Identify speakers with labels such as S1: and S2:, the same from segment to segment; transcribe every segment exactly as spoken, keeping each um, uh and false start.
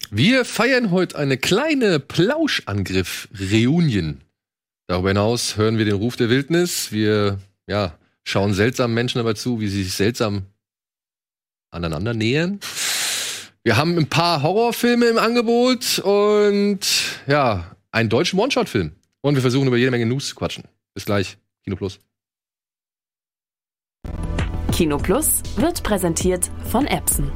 S1: Wir feiern heute eine kleine Plauschangriff-Reunion. Darüber hinaus hören wir den Ruf der Wildnis. Wir ja, schauen seltsamen Menschen dabei zu, wie sie sich seltsam aneinander nähern. Wir haben ein paar Horrorfilme im Angebot und ja, einen deutschen One-Shot-Film. Und wir versuchen über jede Menge News zu quatschen. Bis gleich. Kino Plus.
S2: Kino Plus wird präsentiert von Epson.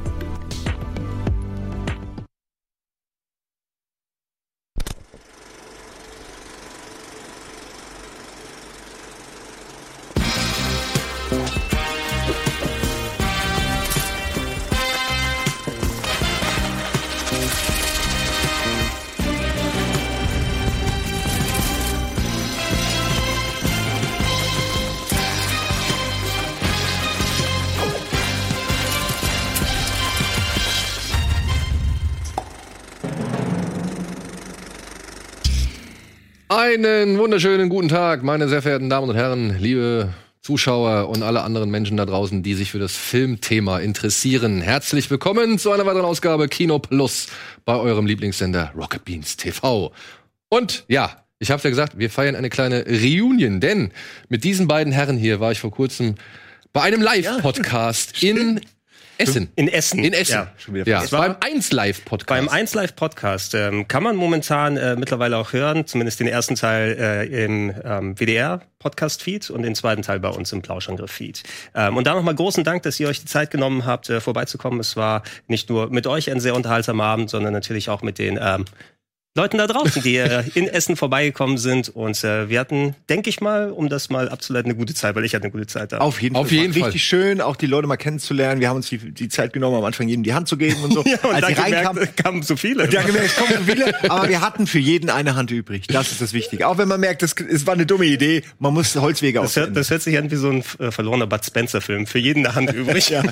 S1: Einen wunderschönen guten Tag, meine sehr verehrten Damen und Herren, liebe Zuschauer und alle anderen Menschen da draußen, die sich für das Filmthema interessieren. Herzlich willkommen zu einer weiteren Ausgabe Kino Plus bei eurem Lieblingssender Rocket Beans T V. Und ja, ich hab's ja gesagt, wir feiern eine kleine Reunion, denn mit diesen beiden Herren hier war ich vor kurzem bei einem Live-Podcast ja, in Essen.
S3: In Essen.
S1: In Essen.
S3: Ja, schon wieder
S1: ja, beim eins Live Podcast.
S3: Beim eins Live Podcast ähm, kann man momentan äh, mittlerweile auch hören, zumindest den ersten Teil äh, im ähm, W D R Podcast Feed und den zweiten Teil bei uns im Plauschangriff Feed. Ähm, und da nochmal großen Dank, dass ihr euch die Zeit genommen habt, äh, vorbeizukommen. Es war nicht nur mit euch ein sehr unterhaltsamer Abend, sondern natürlich auch mit den ähm, Leuten da draußen, die äh, in Essen vorbeigekommen sind. Und äh, wir hatten, denke ich mal, um das mal abzuleiten, eine gute Zeit, weil ich hatte eine gute Zeit da.
S4: Auf jeden
S1: Auf
S4: Fall.
S1: jeden Fall.
S4: Richtig schön, auch die Leute mal kennenzulernen. Wir haben uns die, die Zeit genommen, am Anfang jedem die Hand zu geben und so.
S3: Ja, und
S4: Als
S3: dann
S4: die reinkamen,
S3: gemerkt, kamen so viele.
S4: und dann gemerkt, es kommen so viele, aber wir hatten für jeden eine Hand übrig. Das ist das Wichtige. Auch wenn man merkt, es, es war eine dumme Idee, man muss Holzwege
S3: Das hört,
S4: ausfinden.
S3: das hört sich an wie so ein äh, verlorener Bud Spencer-Film. Für jeden eine Hand übrig.
S4: Ja.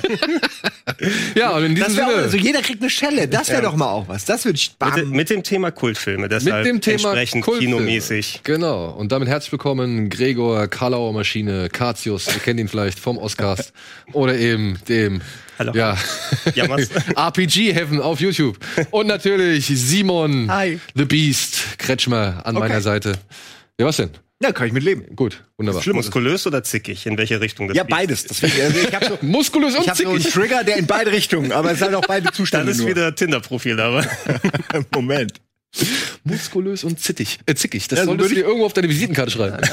S1: Ja, und in diesem
S4: Das wär auch,
S1: Sinne.
S4: also jeder kriegt eine Schelle. Das wäre
S3: Ja.
S4: doch mal auch was. Das würde ich
S3: Mit, mit dem Thema Kultfilme.
S1: Mit
S3: Deshalb
S1: dem Thema
S3: entsprechend
S1: Kultfilme.
S3: kinomäßig.
S1: Genau. Und damit herzlich willkommen Gregor, Karlauer Maschine, Katius, ihr kennt ihn vielleicht vom Oscast oder eben dem
S3: Hallo.
S1: ja,
S3: Ja, was?
S1: R P G Heaven auf YouTube. Und natürlich Simon,
S4: Hi.
S1: The Beast, Kretschmer an
S4: Okay.
S1: meiner Seite. Ja, was denn?
S4: Ja, kann ich mit leben.
S1: Gut, wunderbar.
S3: Muskulös oder zickig? In welche Richtung das
S4: Ja,
S3: geht?
S4: beides. Deswegen, also ich habe so,
S1: Muskulös und
S4: ich hab so einen
S1: zickig.
S4: Trigger, der in beide Richtungen, aber es sind auch beide
S3: Dann
S4: Zustände
S3: ist
S4: nur.
S3: wieder Tinder-Profil, aber.
S4: Moment.
S1: Muskulös und zickig. Äh, zickig. Das
S4: Ja, so
S1: solltest du
S4: würde
S1: dir irgendwo auf deine Visitenkarte schreiben.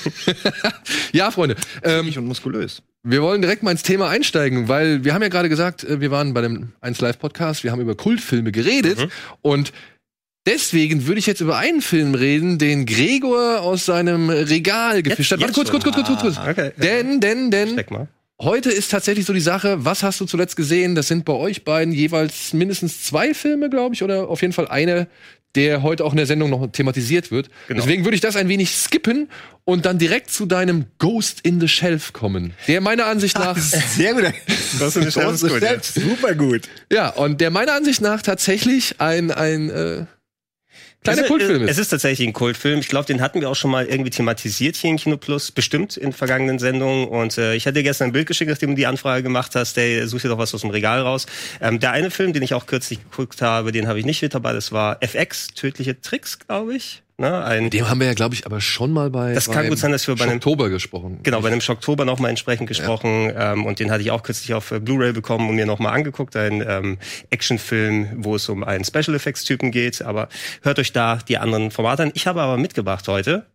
S1: Ja, Freunde. Ähm,
S4: Ich und muskulös.
S1: Wir wollen direkt mal ins Thema einsteigen, weil wir haben ja gerade gesagt, äh, wir waren bei dem eins Live Podcast, wir haben über Kultfilme geredet
S3: Mhm.
S1: und deswegen würde ich jetzt über einen Film reden, den Gregor aus seinem Regal gefischt hat. Warte,
S3: jetzt
S1: kurz, kurz,
S3: schon?
S1: kurz, kurz, kurz, kurz.
S3: Ah, okay.
S1: Denn, denn, denn,
S3: Steck mal.
S1: heute ist tatsächlich so die Sache, was hast du zuletzt gesehen? Das sind bei euch beiden jeweils mindestens zwei Filme, glaube ich, oder auf jeden Fall eine, der heute auch in der Sendung noch thematisiert wird.
S3: Genau.
S1: Deswegen würde ich das ein wenig skippen und dann direkt zu deinem Ghost in the Shelf kommen, der meiner Ansicht nach
S4: Sehr gut.
S3: Das ist
S4: Das ist
S3: gut, ja.
S4: super gut.
S1: ja, und der meiner Ansicht nach tatsächlich ein, ein äh, kleiner
S3: Es-
S1: Kultfilm
S3: Es
S1: ist.
S3: ist tatsächlich ein Kultfilm. Ich glaube, den hatten wir auch schon mal irgendwie thematisiert hier in Kino Plus, bestimmt in vergangenen Sendungen. Und äh, ich hatte dir gestern ein Bild geschickt, nachdem du die Anfrage gemacht hast. Der sucht dir doch was aus dem Regal raus. Ähm, der eine Film, den ich auch kürzlich geguckt habe, den habe ich nicht mit dabei. Das war F X, Tödliche Tricks, glaube ich. Ne? Ein
S1: Dem haben wir ja, glaube ich, aber schon mal bei
S3: Das kann
S1: beim
S3: gut sein, dass wir bei einem-
S1: Oktober gesprochen.
S3: Genau, bei einem Schocktober noch mal entsprechend gesprochen. Ähm, und den hatte ich auch kürzlich auf äh, Blu-ray bekommen und mir noch mal angeguckt. Ein ähm, Actionfilm, wo es um einen Special Effects Typen geht. Aber hört euch da die anderen Formate an. Ich habe aber mitgebracht heute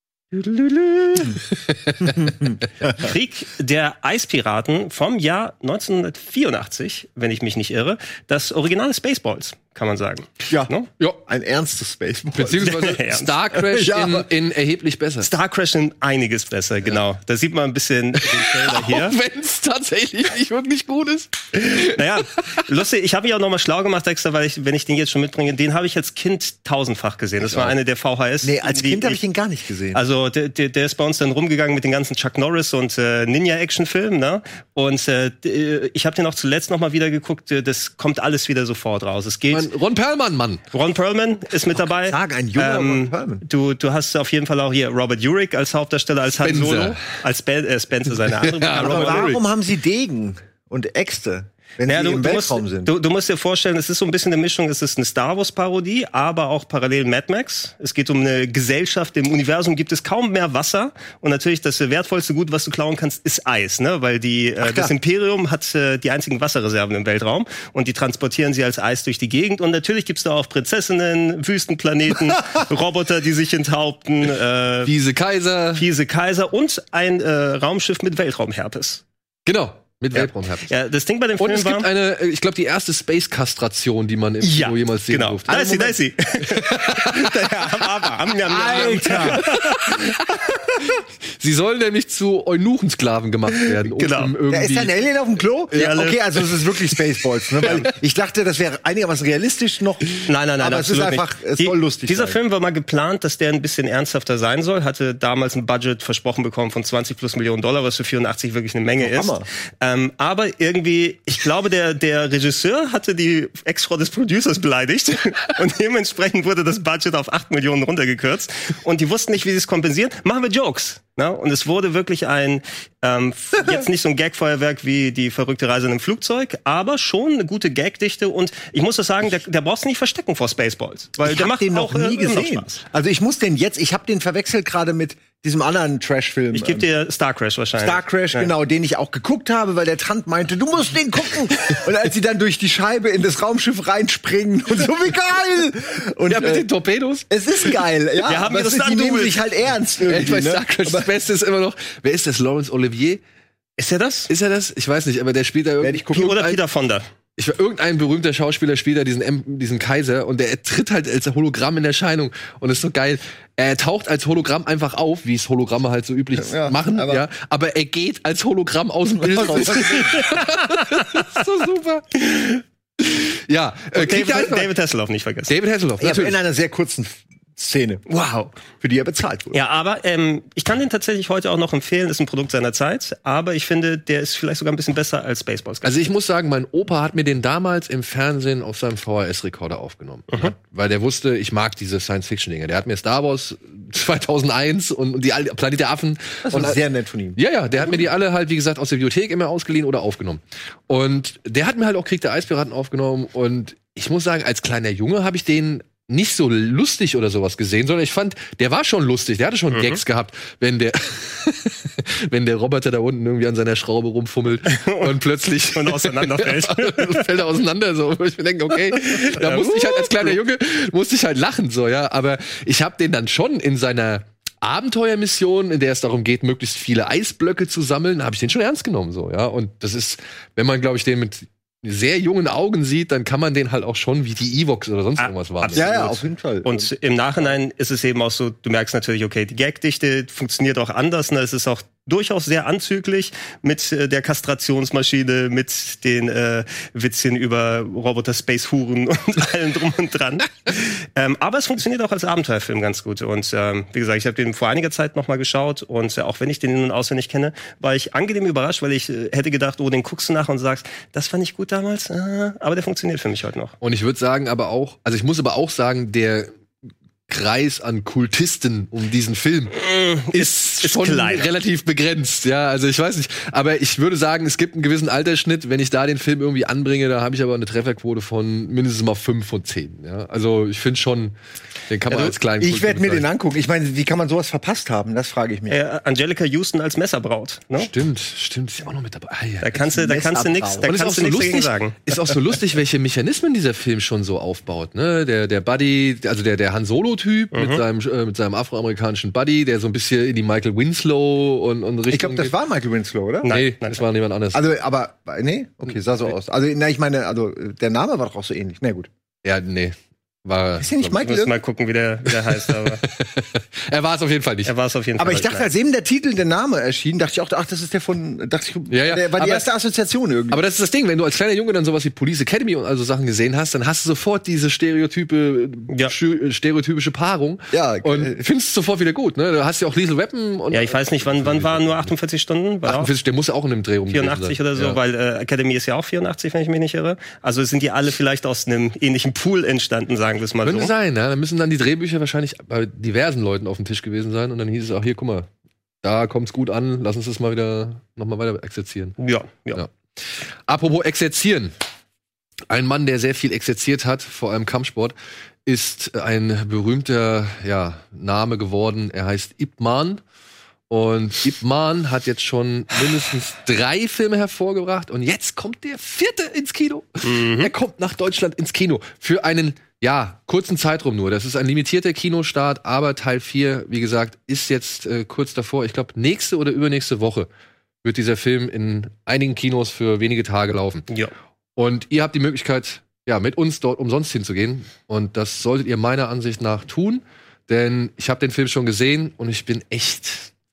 S3: Krieg der Eispiraten vom Jahr neunzehnhundertvierundachtzig, wenn ich mich nicht irre. Das originale Spaceballs, kann man sagen.
S4: Ja.
S3: No?
S1: Ja,
S4: Ein ernstes Spaceball.
S1: beziehungsweise
S3: Ernst.
S1: Star Crash
S4: Ja,
S1: in,
S4: aber-
S1: in erheblich besser.
S3: Star Crash in einiges besser, genau. Da sieht man ein bisschen den Trailer hier.
S1: Auch wenn es tatsächlich nicht wirklich gut ist.
S3: Naja, lustig, ich habe mich auch nochmal schlau gemacht extra, weil ich, wenn ich den jetzt schon mitbringe, den habe ich als Kind tausendfach gesehen. Das war eine der V H S.
S4: Nee, als
S3: die
S4: Kind habe ich ihn gar nicht gesehen.
S3: Also der, der, der ist bei uns dann rumgegangen mit den ganzen Chuck Norris und äh, Ninja-Action-Filmen, ne? Und äh, d- ich habe den auch zuletzt noch mal wieder geguckt. äh, Das kommt alles wieder sofort raus. Es geht.
S1: Mein Ron Perlman, Mann.
S3: Ron Perlman ist mit dabei.
S4: sagen, ein junger Ron Perlman.
S3: Du, du hast auf jeden Fall auch hier Robert Urich als Hauptdarsteller, als Han
S1: Spencer.
S3: Solo, als Spen äh, Spencer seine andere.
S1: Ja,
S3: Robert
S4: Aber
S1: Robert
S3: Urich.
S4: warum haben sie Degen und Äxte? wenn
S3: ja,
S4: sie
S3: du,
S4: im
S3: du
S4: Weltraum
S3: musst,
S4: sind.
S3: Du, du musst dir vorstellen, es ist so ein bisschen eine Mischung, es ist eine Star Wars-Parodie, aber auch parallel Mad Max. Es geht um eine Gesellschaft, im Universum gibt es kaum mehr Wasser und natürlich das wertvollste Gut, was du klauen kannst, ist Eis, ne? Weil die, äh, das Imperium hat äh, die einzigen Wasserreserven im Weltraum und die transportieren sie als Eis durch die Gegend und natürlich gibt's da auch Prinzessinnen, Wüstenplaneten, Roboter, die sich enthaupten, äh,
S1: Fiese Kaiser.
S3: fiese Kaiser und ein äh, Raumschiff mit Weltraumherpes.
S1: Genau. Mit
S3: Ja.
S1: Weltraumherpes.
S3: Ja, das Ding bei dem
S1: Und
S3: Film
S1: es gibt
S3: war,
S1: eine, ich glaube, die erste Space-Kastration, die man im
S3: ja,
S1: Kino jemals sehen
S3: genau.
S1: durfte.
S3: Da ist sie, da
S1: Moment.
S3: ist sie. Ja, aber, am, am, am,
S4: Alter!
S1: Sie sollen nämlich zu Eunuchensklaven gemacht werden. Um
S3: Genau.
S1: ihm
S4: Da
S1: irgendwie
S4: ist da ein Alien auf dem Klo?
S3: Ja, alle.
S4: Okay, also es ist wirklich Spaceballs. Ne? Weil ich dachte, das wäre einigermaßen realistisch noch.
S3: Nein, nein, nein,
S4: aber es ist
S3: absolut
S4: einfach,
S3: nicht.
S4: es soll lustig
S3: Dieser
S4: sein.
S3: Film war mal geplant, dass der ein bisschen ernsthafter sein soll. Hatte damals ein Budget versprochen bekommen von zwanzig plus Millionen Dollar, was für vierundachtzig wirklich eine Menge
S4: Oh,
S3: ist.
S4: Hammer.
S3: Ähm, aber irgendwie, ich glaube, der, der Regisseur hatte die Ex-Frau des Producers beleidigt und dementsprechend wurde das Budget auf acht Millionen runtergekürzt und die wussten nicht, wie sie es kompensieren. Machen wir Jokes. Na, und es wurde wirklich ein, ähm, jetzt nicht so ein Gag-Feuerwerk wie die verrückte Reise in einem Flugzeug, aber schon eine gute Gagdichte und ich muss das sagen, der, der brauchst du nicht verstecken vor Spaceballs. Weil
S4: Ich
S3: der
S4: hab
S3: macht
S4: den
S3: auch
S4: noch nie
S3: äh, immer noch
S4: gesehen.
S3: Spaß.
S4: Also ich muss den jetzt, ich habe den verwechselt gerade mit diesem anderen Trash-Film.
S3: Ich gebe dir Star Crash wahrscheinlich.
S4: Star Crash,
S3: Ja.
S4: genau, den ich auch geguckt habe, weil der Trant meinte, du musst den gucken. Und als sie dann durch die Scheibe in das Raumschiff reinspringen und so, wie geil! Und,
S1: Ja, mit
S4: äh,
S1: den Torpedos.
S4: es ist geil, ja.
S3: Wir haben
S4: aber
S3: hier
S4: es
S3: das
S4: ist, die nehmen
S3: Stunt-Duel.
S4: sich halt ernst
S1: Ja,
S4: irgendwie.
S1: ich weiß,
S4: ne?
S1: Star Crash, das Beste ist immer noch, wer ist das? Laurence Olivier?
S3: Ist er das?
S1: Ist er das? Ich weiß nicht, aber der spielt da
S4: Werde
S1: irgendwie.
S4: ich gucken.
S3: Oder Peter Fonda?
S1: Ich war irgendein berühmter Schauspieler spielt da diesen, M, diesen Kaiser und der tritt halt als Hologramm in Erscheinung und ist so geil. Er taucht als Hologramm einfach auf, wie es Hologramme halt so üblich
S4: Ja,
S1: machen,
S4: aber-
S1: ja. Aber er geht als Hologramm aus dem Bild raus. Das ist so super. Ja, äh, kriegt
S3: David,
S1: er einfach-
S3: David Hasselhoff nicht vergessen.
S1: David Hasselhoff,
S4: Ja, aber in
S1: natürlich.
S4: einer sehr kurzen Szene,
S3: Wow.
S4: für die er bezahlt wurde.
S3: Ja, aber ähm, ich kann den tatsächlich heute auch noch empfehlen. Ist ein Produkt seiner Zeit. Aber ich finde, der ist vielleicht sogar ein bisschen besser als Spaceballs.
S1: Also ich muss sagen, mein Opa hat mir den damals im Fernsehen auf seinem V H S-Rekorder aufgenommen.
S3: Mhm.
S1: Weil der wusste, ich mag diese Science-Fiction-Dinge. Der hat mir Star Wars zweitausendeins und, und die Al- Planet der Affen.
S4: Das
S1: und
S4: war sehr nett von ihm.
S1: Ja, ja, der hat mir die alle halt, wie gesagt, aus der Bibliothek immer ausgeliehen oder aufgenommen. Und der hat mir halt auch Krieg der Eispiraten aufgenommen. Und ich muss sagen, als kleiner Junge habe ich den nicht so lustig oder sowas gesehen, sondern ich fand, der war schon lustig, der hatte schon
S3: Mhm.
S1: Gags gehabt, wenn der wenn der Roboter da unten irgendwie an seiner Schraube rumfummelt und plötzlich
S3: Und auseinanderfällt.
S1: fällt er auseinander so, wo ich mir denke, okay, da musste ich halt als kleiner Junge musste ich halt lachen so, ja, aber ich habe den dann schon in seiner Abenteuermission, in der es darum geht, möglichst viele Eisblöcke zu sammeln, habe ich den schon ernst genommen so, ja, und das ist, wenn man glaube ich den mit sehr jungen Augen sieht, dann kann man den halt auch schon wie die Ewoks oder sonst
S3: Ah,
S1: irgendwas wahrnehmen.
S3: absolut.
S4: Ja, ja, auf jeden Fall.
S3: Und im Nachhinein ist es eben auch so, du merkst natürlich, okay, die Gagdichte funktioniert auch anders. Ne? Es ist auch durchaus sehr anzüglich mit äh, der Kastrationsmaschine, mit den äh, Witzchen über Roboter-Space-Huren und allem drum und dran. ähm, aber es funktioniert auch als Abenteuerfilm ganz gut. Und ähm, wie gesagt, ich habe den vor einiger Zeit noch mal geschaut und äh, auch wenn ich den nun auswendig kenne, war ich angenehm überrascht, weil ich äh, hätte gedacht, oh, den guckst du nach und sagst, das fand ich gut damals, äh, aber der funktioniert für mich heute noch.
S1: Und ich würde sagen, aber auch, also ich muss aber auch sagen, der Kreis an Kultisten um diesen Film ist,
S3: ist
S1: schon
S3: kleiner.
S1: relativ begrenzt, ja, also ich weiß nicht, aber ich würde sagen, es gibt einen gewissen Altersschnitt, wenn ich da den Film irgendwie anbringe, da habe ich aber eine Trefferquote von mindestens mal fünf von zehn, ja, also ich finde schon, den kann man
S3: Also,
S1: als kleinen
S4: Ich
S1: Kult
S4: werde mir den
S1: bezeichnen.
S4: angucken. Ich meine, wie kann man sowas verpasst haben? Das frage ich mich.
S3: Äh, Angelica Houston als Messerbraut. Ne?
S1: Stimmt, stimmt, ist ja auch noch mit dabei. Ah, ja.
S3: Da kannst du, da kannst du nichts, da
S1: Und ist auch
S3: kannst du
S1: so
S3: nichts dagegen
S1: lustig,
S3: sagen.
S1: ist auch so lustig, welche Mechanismen dieser Film schon so aufbaut, ne? Der, der Buddy, also der, der Han Solo-Typ
S3: Mhm.
S1: mit seinem, äh, mit seinem afroamerikanischen Buddy, der so ein bisschen in die Michael Winslow und, und Richtung
S4: Ich glaube, das
S1: geht.
S4: war Michael Winslow, oder?
S3: Nein,
S1: Nee,
S3: nein,
S1: das war jemand anderes.
S4: Also, aber, nee? Okay, sah so aus. Also, na, ich meine, also, der Name war doch auch so ähnlich. Na gut.
S1: ja, nee. War,
S4: Ist ja nicht
S3: Ich
S4: Michael?
S3: muss mal gucken, wie der, wie der heißt, aber
S1: er war es auf jeden Fall nicht.
S3: er war es auf jeden
S4: Aber
S3: Fall.
S4: ich dachte, als eben der Titel, der Name erschien, dachte ich auch, ach, das ist der von, dachte ich,
S1: Ja, ja,
S4: der war die
S1: aber-
S4: erste Assoziation irgendwie.
S1: Aber das ist das Ding, wenn du als kleiner Junge dann sowas wie Police Academy und also Sachen gesehen hast, dann hast du sofort diese Stereotype,
S3: Ja.
S1: schö- stereotypische Paarung
S4: Ja,
S1: und
S4: äh,
S1: findest es sofort wieder gut, ne? Du hast ja auch Lethal Weapon und
S3: ja, ich weiß nicht, wann, wann waren nur achtundvierzig Stunden? War auch
S1: achtundvierzig, der muss ja auch in einem Dreh rumgewesen
S3: vierundachtzig
S1: sein.
S3: oder so,
S1: Ja.
S3: weil äh, Academy ist ja auch vierundachtzig, wenn ich mich nicht irre. Also sind die alle vielleicht aus einem ähnlichen Pool entstanden, sagen wir es mal
S1: Könnte
S3: so.
S1: sein, ja. Dann müssen dann die Drehbücher wahrscheinlich bei diversen Leuten auf dem Tisch gewesen sein und dann hieß es auch, hier, guck mal, da kommt's gut an, lass uns das mal wieder nochmal weiter exerzieren.
S3: Ja, ja.
S1: Ja. Apropos Exerzieren. Ein Mann, der sehr viel exerziert hat, vor allem Kampfsport, ist ein berühmter ja, Name geworden. Er heißt Ip Man. Und Ip Man hat jetzt schon mindestens drei Filme hervorgebracht. Und jetzt kommt der vierte ins Kino. Mhm. Er kommt nach Deutschland ins Kino. Für einen, ja, kurzen Zeitraum nur. Das ist ein limitierter Kinostart. Aber Teil vier, wie gesagt, ist jetzt äh, kurz davor. Ich glaube, nächste oder übernächste Woche wird dieser Film in einigen Kinos für wenige Tage laufen.
S3: Ja.
S1: Und ihr habt die Möglichkeit, ja, mit uns dort umsonst hinzugehen. Und das solltet ihr meiner Ansicht nach tun. Denn ich habe den Film schon gesehen und ich bin echt,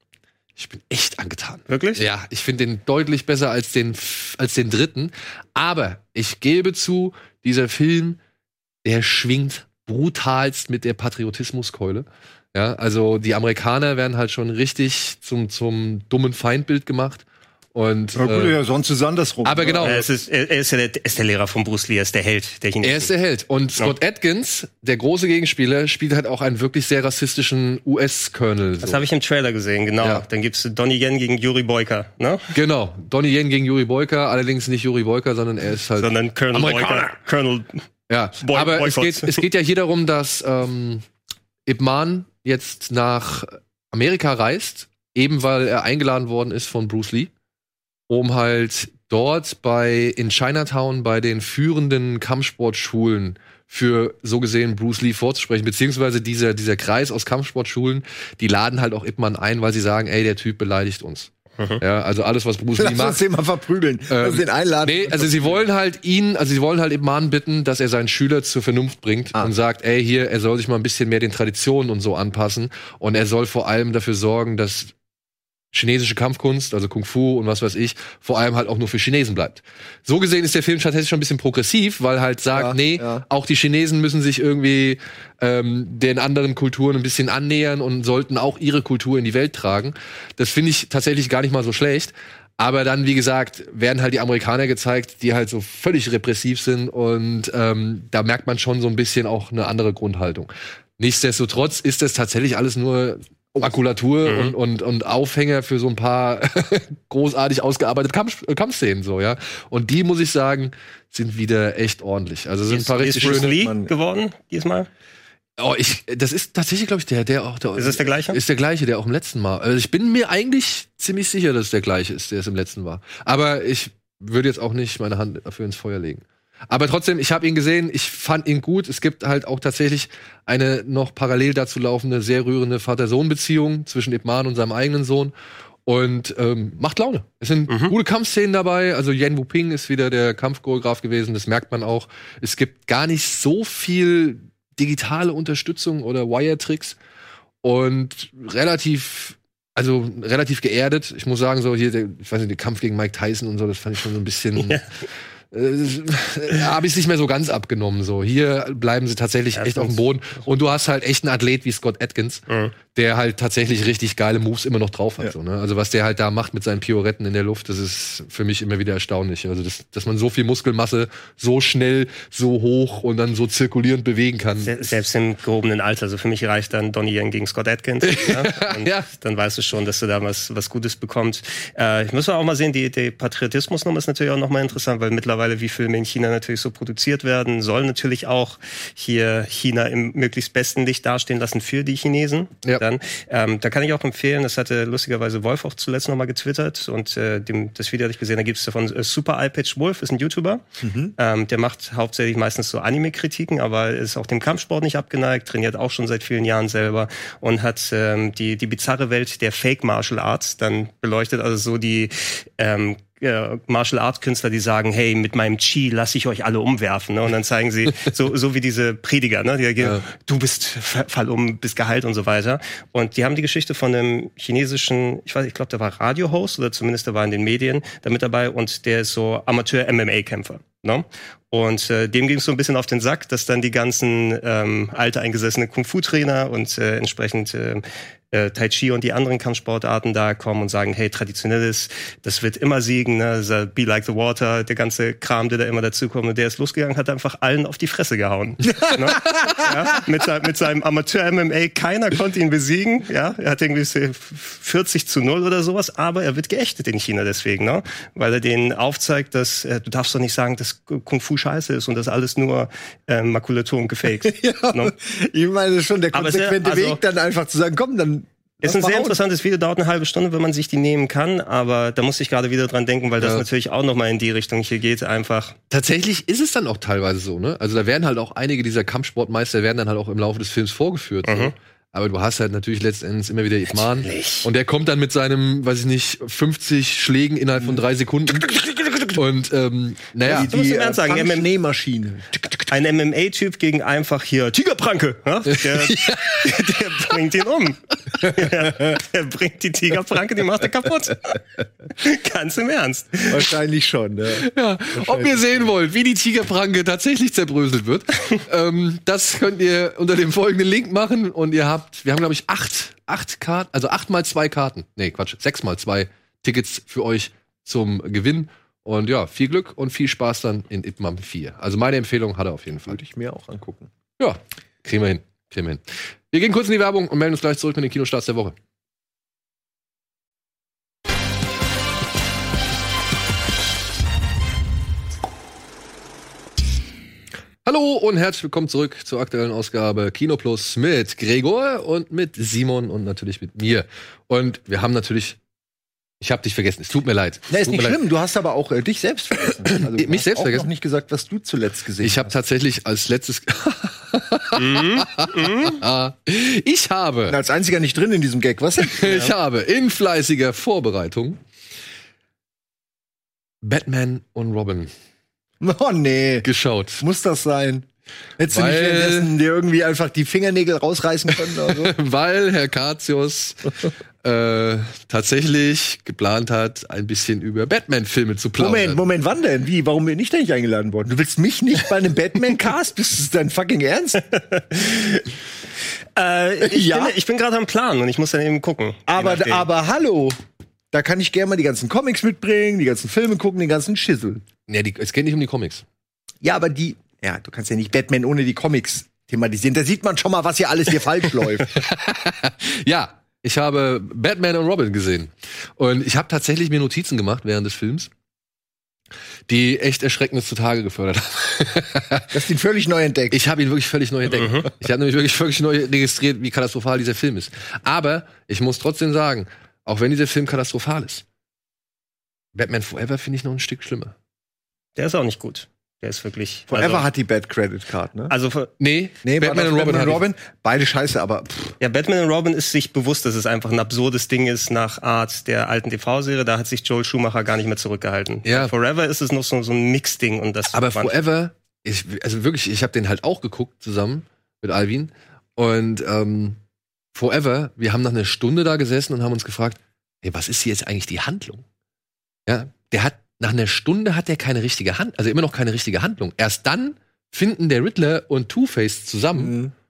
S1: ich bin echt angetan.
S3: Wirklich?
S1: Ja, ich finde den deutlich besser als den, als den dritten. Aber ich gebe zu, dieser Film, der schwingt brutalst mit der Patriotismuskeule. Ja, also die Amerikaner werden halt schon richtig zum, zum dummen Feindbild gemacht. Und,
S4: Na gut,
S1: äh,
S4: ja, sonst ist es andersrum.
S1: aber genau.
S3: Er ist, er ist, ja der, ist der Lehrer von Bruce Lee, er ist der Held. Der
S1: Er ist der Held. Und Scott Adkins, der große Gegenspieler, spielt halt auch einen wirklich sehr rassistischen U S-Colonel. So.
S3: Das habe ich im Trailer gesehen, genau.
S1: Ja.
S3: Dann gibt's Donnie Yen gegen Yuri Boyka, ne?
S1: Genau. Donnie Yen gegen Yuri Boyka, allerdings nicht Yuri Boyka, sondern er ist halt
S3: Sondern Colonel
S1: Amerikaner.
S3: Boyka. Colonel
S1: Ja,
S3: Boy-
S1: aber es
S3: Boycott.
S1: geht, es geht ja hier darum, dass ähm, Ip Man jetzt nach Amerika reist, eben weil er eingeladen worden ist von Bruce Lee, um halt dort bei in Chinatown bei den führenden Kampfsportschulen für so gesehen Bruce Lee vorzusprechen, beziehungsweise dieser, dieser Kreis aus Kampfsportschulen, die laden halt auch Ip Man ein, weil sie sagen, ey, der Typ beleidigt uns. Mhm. Ja, also alles, was Bruce Lee
S4: Lass
S1: macht.
S4: uns den mal verprügeln.
S1: Ähm,
S4: Lass den einladen.
S1: Nee, also sie wollen halt ihn, also sie wollen halt Ip Man bitten, dass er seinen Schüler zur Vernunft bringt
S4: Ah.
S1: und sagt, ey, hier, er soll sich mal ein bisschen mehr den Traditionen und so anpassen und er soll vor allem dafür sorgen, dass chinesische Kampfkunst, also Kung Fu und was weiß ich, vor allem halt auch nur für Chinesen bleibt. So gesehen ist der Film tatsächlich schon ein bisschen progressiv, weil halt sagt,
S4: Ja,
S1: nee,
S4: ja.
S1: auch die Chinesen müssen sich irgendwie ähm, den anderen Kulturen ein bisschen annähern und sollten auch ihre Kultur in die Welt tragen. Das finde ich tatsächlich gar nicht mal so schlecht. Aber dann, wie gesagt, werden halt die Amerikaner gezeigt, die halt so völlig repressiv sind und ähm, da merkt man schon so ein bisschen auch eine andere Grundhaltung. Nichtsdestotrotz ist das tatsächlich alles nur Makulatur
S3: Mhm.
S1: und, und, und Aufhänger für so ein paar großartig ausgearbeitete Kampf, Kampfszenen, so, ja. Und die, muss ich sagen, sind wieder echt ordentlich. Also sind ein
S3: Ist,
S1: paar
S3: ist
S1: richtig
S3: Bruce
S1: schöne.
S3: Lee
S4: Mann.
S3: geworden diesmal?
S1: Oh, ich, das ist tatsächlich, glaube ich, der, der auch. Der,
S3: Ist es der gleiche?
S1: Ist der gleiche, der auch im letzten war. Also ich bin mir eigentlich ziemlich sicher, dass es der gleiche ist, der es im letzten war. Aber ich würde jetzt auch nicht meine Hand dafür ins Feuer legen. Aber trotzdem, ich habe ihn gesehen, ich fand ihn gut. Es gibt halt auch tatsächlich eine noch parallel dazu laufende, sehr rührende Vater-Sohn-Beziehung zwischen Ip Man und seinem eigenen Sohn. Und ähm, macht Laune. Es sind
S3: Mhm.
S1: gute Kampfszenen dabei. Also Yen Wu-Ping ist wieder der Kampfchoreograf gewesen, das merkt man auch. Es gibt gar nicht so viel digitale Unterstützung oder Wire-Tricks. Und relativ, also relativ geerdet. Ich muss sagen, so hier, der, ich weiß nicht, der Kampf gegen Mike Tyson und so, das fand ich schon so ein bisschen.
S3: Ja.
S1: Äh, habe ich nicht mehr so ganz abgenommen. So hier bleiben sie tatsächlich
S3: Ja,
S1: echt auf dem
S3: stimmt.
S1: Boden. Und du hast halt echt einen Athlet wie Scott Adkins,
S3: Mhm.
S1: der halt tatsächlich richtig geile Moves immer noch drauf hat.
S4: Ja.
S1: So, ne? Also was der halt da macht mit seinen Pirouetten in der Luft, das ist für mich immer wieder erstaunlich. Also das, dass man so viel Muskelmasse so schnell, so hoch und dann so zirkulierend bewegen kann.
S3: Se- Selbst im gehobenen Alter. Also für mich reicht dann Donnie Yen gegen Scott Adkins. ja? Und
S1: Ja.
S3: dann weißt du schon, dass du da was, was Gutes bekommst. Äh, ich muss auch mal sehen, die, die Patriotismusnummer ist natürlich auch nochmal interessant, weil mittlerweile, wie Filme in China natürlich so produziert werden, soll natürlich auch hier China im möglichst besten Licht dastehen lassen für die Chinesen.
S1: Ja.
S3: Dann, ähm, da kann ich auch empfehlen, das hatte lustigerweise Wolf auch zuletzt nochmal getwittert und äh, dem, das Video hatte ich gesehen, da gibt es davon äh, Super Eye-Patch Wolf, ist ein YouTuber. Ähm, der macht hauptsächlich meistens so Anime-Kritiken, aber ist auch dem Kampfsport nicht abgeneigt, trainiert auch schon seit vielen Jahren selber und hat ähm, die, die bizarre Welt der Fake Martial Arts dann beleuchtet, also so die ähm, äh, Martial Arts Künstler, die sagen, hey, mit meinem Chi lasse ich euch alle umwerfen, ne? Und dann zeigen sie, so, so wie diese Prediger, ne? Die sagen,
S1: Ja.
S3: du bist, fall um, bist geheilt und so weiter. Und die haben die Geschichte von einem chinesischen, ich weiß, ich glaube, der war Radio-Host oder zumindest der war in den Medien da mit dabei und der ist so Amateur-M M A-Kämpfer, ne? Und äh, dem ging es so ein bisschen auf den Sack, dass dann die ganzen ähm, alte eingesessene Kung-Fu-Trainer und äh, entsprechend äh, äh, Tai Chi und die anderen Kampfsportarten da kommen und sagen, hey, traditionelles, das wird immer siegen, ne? Also, be like the water, der ganze Kram, der da immer dazukommt. Und der ist losgegangen, hat einfach allen auf die Fresse gehauen. Ne? Ja? Mit, mit seinem Amateur-M M A, keiner konnte ihn besiegen. Ja? Er hat irgendwie vierzig zu null oder sowas, aber er wird geächtet in China deswegen, ne? Weil er denen aufzeigt, dass äh, du darfst doch nicht sagen, dass Kung Fu scheiße ist und das alles nur äh, Makulatur und gefaked.
S4: Ja, ne? Ich meine, das ist schon der konsequente
S3: sehr, also,
S4: Weg, dann einfach zu sagen, komm, dann
S3: ist ein sehr interessantes Video, dauert eine halbe Stunde, wenn man sich die nehmen kann, aber da muss ich gerade wieder dran denken, weil das ja. natürlich auch noch mal in die Richtung hier geht, einfach.
S1: Tatsächlich ist es dann auch teilweise so, ne? Also da werden halt auch einige dieser Kampfsportmeister werden dann halt auch im Laufe des Films vorgeführt. Mhm. So. Aber du hast halt natürlich letztendlich immer wieder Ip Man. Und der kommt dann mit seinem, weiß ich nicht, fünfzig Schlägen innerhalb von drei Sekunden. Und, ähm, naja.
S3: Die, die äh, sagen, Schneemaschine. Ein M M A-Typ gegen einfach hier Tigerpranke. Ja? Der, ja. der bringt ihn um. Der, der bringt die Tigerpranke, die macht er kaputt. Ganz im Ernst.
S4: Wahrscheinlich schon, ne?
S1: Ja. Ob ihr sehen wollt, wie die Tigerpranke tatsächlich zerbröselt wird, ähm, das könnt ihr unter dem folgenden Link machen. Und ihr habt, wir haben, glaube ich, acht, acht Karten, also acht mal zwei Karten. Nee, Quatsch, sechs mal zwei Tickets für euch zum Gewinn. Und ja, viel Glück und viel Spaß dann in Ip Man vier. Also meine Empfehlung hat er auf jeden Fall.
S4: Würde ich mir auch angucken.
S1: Ja, kriegen wir hin. Kriegen wir hin. Wir gehen kurz in die Werbung und melden uns gleich zurück mit den Kinostarts der Woche. Hallo und herzlich willkommen zurück zur aktuellen Ausgabe Kino Plus mit Gregor und mit Simon und natürlich mit mir. Und wir haben natürlich Ich hab dich vergessen, es tut mir leid.
S4: Na, ist nicht schlimm,
S1: leid.
S4: Du hast aber auch äh, dich selbst vergessen. Also, du
S1: Mich
S4: hast
S1: selbst
S4: auch
S1: vergessen?
S4: noch nicht gesagt, was du zuletzt gesehen
S1: Ich habe
S4: hast.
S1: tatsächlich als letztes Ich habe
S4: Und als einziger nicht drin in diesem Gag, was?
S1: Ich ja. habe in fleißiger Vorbereitung Batman und Robin
S4: Oh nee.
S1: geschaut.
S4: Muss das sein? Hättest du nicht
S1: Weil-
S4: währenddessen dir irgendwie einfach die Fingernägel rausreißen können oder so?
S1: Weil Herr Katius äh, tatsächlich geplant hat, ein bisschen über Batman-Filme zu plaudern.
S4: Moment, Moment, wann denn? Wie? Warum bin ich denn nicht eingeladen worden? Du willst mich nicht bei einem Batman-Cast? Bist du dein fucking Ernst?
S3: Äh, ich,
S4: Ja.
S3: bin, ich bin gerade am Plan und ich muss dann eben gucken.
S4: Aber,
S3: Je nachdem.
S4: aber hallo. Da kann ich gerne mal die ganzen Comics mitbringen, die ganzen Filme gucken, den ganzen Schissel.
S1: Nee, die, es geht nicht um die Comics.
S4: Ja, aber die, ja, du kannst ja nicht Batman ohne die Comics thematisieren. Da sieht man schon mal, was hier alles hier falsch läuft.
S1: Ja, ich habe Batman und Robin gesehen. Und ich habe tatsächlich mir Notizen gemacht während des Films, die echt Erschreckendes zutage gefördert haben.
S4: Das ist ihn völlig neu entdeckt.
S1: Ich habe ihn wirklich völlig neu entdeckt.
S3: Mhm.
S1: Ich habe nämlich wirklich völlig neu registriert, wie katastrophal dieser Film ist. Aber ich muss trotzdem sagen, auch wenn dieser Film katastrophal ist, Batman Forever finde ich noch ein Stück schlimmer.
S3: Der ist auch nicht gut. Der ist wirklich.
S4: Forever
S3: also,
S4: hat die Bad Credit Card, ne?
S3: Also, für-
S1: Nee,
S4: Nee,
S1: Batman
S4: war
S1: und
S4: das
S1: Robin.
S4: Batman
S1: hatte
S4: und Robin. Beide scheiße, aber pff.
S3: ja, Batman und Robin ist sich bewusst, dass es einfach ein absurdes Ding ist nach Art der alten T V-Serie. Da hat sich Joel Schumacher gar nicht mehr zurückgehalten.
S1: Ja.
S3: Forever ist es noch so, so ein Mix-Ding. Und das
S1: ich. Aber
S3: fand-
S1: Forever, ich, also wirklich, ich habe den halt auch geguckt zusammen mit Alvin. Und ähm, Forever, wir haben nach einer Stunde da gesessen und haben uns gefragt, hey, was ist hier jetzt eigentlich die Handlung? Ja, der hat nach einer Stunde hat er keine richtige Hand, also immer noch keine richtige Handlung. Erst dann finden der Riddler und Two-Face zusammen
S4: Mhm.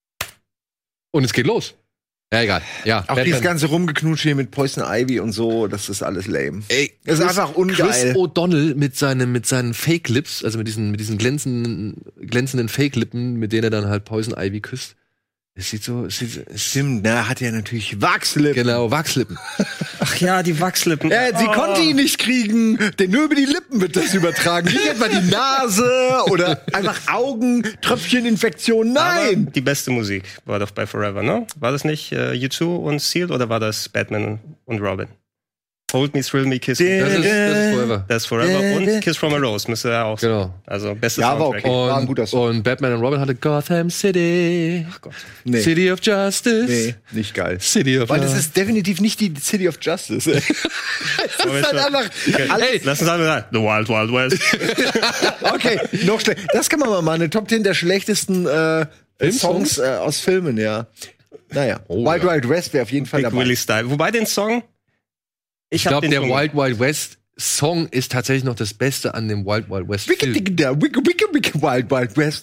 S1: und es geht los. Ja, egal. Ja,
S4: Auch dieses ganze Rumgeknutsche hier mit Poison Ivy und so, das ist alles lame.
S1: Ey,
S4: Das ist einfach ungeil.
S1: Chris O'Donnell mit seinem mit seinen Fake Lips, also mit diesen mit diesen glänzenden glänzenden Fake Lippen, mit denen er dann halt Poison Ivy küsst. Es sieht so, es sieht, es
S4: Stimmt, na, hat ja natürlich Wachslippen.
S1: genau Wachslippen.
S3: Ach ja, die Wachslippen.
S4: Ja, sie
S3: Oh.
S4: konnte ihn nicht kriegen, denn nur über die Lippen wird das übertragen. Nicht etwa die Nase oder einfach Augen, Tröpfcheninfektion. Nein!
S3: Aber die beste Musik war doch bei Forever, ne? War das nicht äh, U zwei und Sealed oder war das Batman und Robin? Hold Me, Thrill Me, Kiss Me.
S1: Das ist, das ist Forever.
S3: Das ist Forever und Kiss from a Rose müsste ja auch sein.
S1: Genau.
S3: Also beste
S4: Ja, aber
S3: Soundtrack.
S4: okay. War ein
S1: Und,
S4: guter Song.
S1: und Batman und Robin hatte Gotham City.
S3: Ach Gott.
S4: Nee.
S1: City of Justice.
S4: Nee, nicht geil.
S1: City of
S4: Weil das
S1: Love.
S4: ist definitiv nicht die City of Justice. Es ist halt einfach. Alles,
S3: Hey, lass uns einmal sagen. The Wild Wild West.
S4: okay, noch schlecht. Das kann man mal machen. Eine Top zehn der schlechtesten äh, Songs äh, aus Filmen, ja. Naja,
S1: Oh,
S4: Wild
S1: ja.
S4: Wild West wäre auf jeden Fall
S3: Big
S4: dabei.
S3: Willie Style. Wobei den Song. Ich,
S1: Ich
S3: hab
S1: glaube,
S3: den
S1: der
S3: schon-
S1: Wild Wild West Song ist tatsächlich noch das Beste an dem Wild Wild West
S4: Wicke,
S1: Film.
S4: dicke, da, wicke, wicke, wicke, Wild Wild West.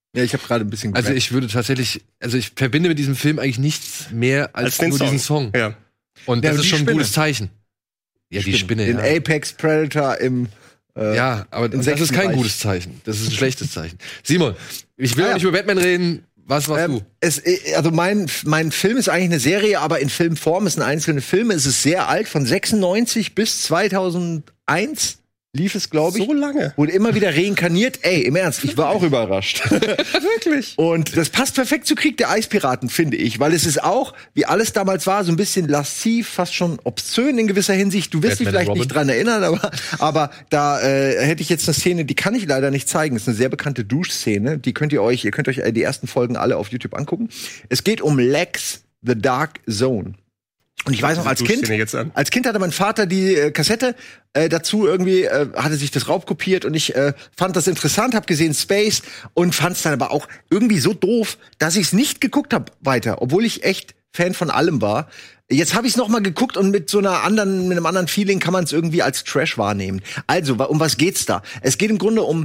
S4: Ja, ich habe gerade ein bisschen
S1: Also
S4: gerappt.
S1: ich würde tatsächlich, also ich verbinde mit diesem Film eigentlich nichts mehr als,
S3: Als den
S1: nur
S3: Song.
S1: diesen Song.
S3: Ja.
S1: Und
S4: Ja,
S1: das
S4: und
S1: ist
S4: die
S1: schon ein
S4: Spinne.
S1: gutes Zeichen. Ja, die Spinne,
S4: Den
S1: ja.
S4: Apex Predator im äh,
S1: Ja, aber das ist kein
S4: Insektenreich.
S1: gutes Zeichen. Das ist ein schlechtes Zeichen. Simon, ich will
S4: Ah, ja.
S1: nicht über Batman reden. Was warst
S4: Ähm,
S1: du?
S4: es, äh, also mein, mein Film ist eigentlich eine Serie, aber in Filmform. Es sind einzelne Filme. Es ist sehr alt, von sechsundneunzig bis zweitausendeins lief es, glaube ich.
S3: So lange.
S4: Wurde immer wieder reinkarniert. Ey, im Ernst, ich war auch überrascht.
S3: Wirklich?
S4: Und das passt perfekt zu Krieg der Eispiraten, finde ich. Weil es ist auch, wie alles damals war, so ein bisschen lasziv, fast schon obszön in gewisser Hinsicht. Du wirst dich
S1: Batman
S4: vielleicht
S1: und
S4: nicht dran erinnern, aber, aber da äh, hätte ich jetzt eine Szene, die kann ich leider nicht zeigen. Das ist eine sehr bekannte Duschszene. Die könnt ihr euch, ihr könnt euch die ersten Folgen alle auf YouTube angucken. Es geht um Lex, The Dark Zone. Und ich weiß noch, als Kind,
S3: Jetzt an.
S4: als Kind hatte mein Vater die äh, Kassette äh, dazu irgendwie, äh, hatte sich das raubkopiert und ich äh, fand das interessant, hab gesehen Space und fand es dann aber auch irgendwie so doof, dass ich es nicht geguckt habe weiter, obwohl ich echt Fan von allem war. Jetzt habe ich es noch mal geguckt und mit so einer anderen, mit einem anderen Feeling kann man es irgendwie als Trash wahrnehmen. Also, wa- um was geht's da? Es geht im Grunde um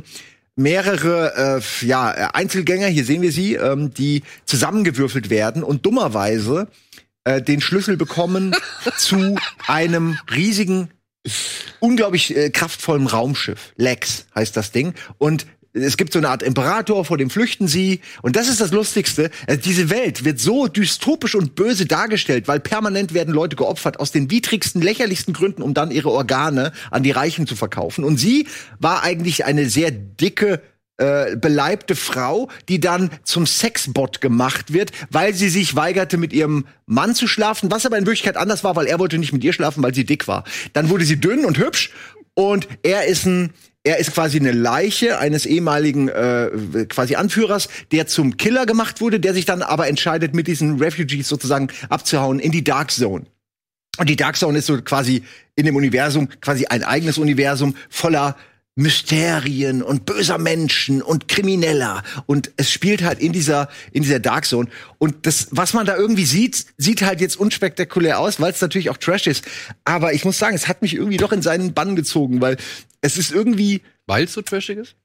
S4: mehrere äh, ja, Einzelgänger, hier sehen wir sie, ähm, die zusammengewürfelt werden und dummerweise äh, den Schlüssel bekommen zu einem riesigen, unglaublich äh, kraftvollen Raumschiff. Lex heißt das Ding. Und es gibt so eine Art Imperator, vor dem flüchten sie. Und das ist das Lustigste. Äh, diese Welt wird so dystopisch und böse dargestellt, weil permanent werden Leute geopfert aus den widrigsten, lächerlichsten Gründen, um dann ihre Organe an die Reichen zu verkaufen. Und sie war eigentlich eine sehr dicke, äh, beleibte Frau, die dann zum Sexbot gemacht wird, weil sie sich weigerte, mit ihrem Mann zu schlafen, was aber in Wirklichkeit anders war, weil er wollte nicht mit ihr schlafen, weil sie dick war. Dann wurde sie dünn und hübsch und er ist ein Er ist quasi eine Leiche eines ehemaligen äh, quasi Anführers, der zum Killer gemacht wurde, der sich dann aber entscheidet, mit diesen Refugees sozusagen abzuhauen in die Dark Zone. Und die Dark Zone ist so quasi in dem Universum quasi ein eigenes Universum voller Mysterien und böser Menschen und Krimineller. Und es spielt halt in dieser, in dieser Dark Zone. Und das, was man da irgendwie sieht, sieht halt jetzt unspektakulär aus, weil es natürlich auch Trash ist. Aber ich muss sagen, es hat mich irgendwie doch in seinen Bann gezogen, weil es ist irgendwie,
S1: Weil es so trashig ist?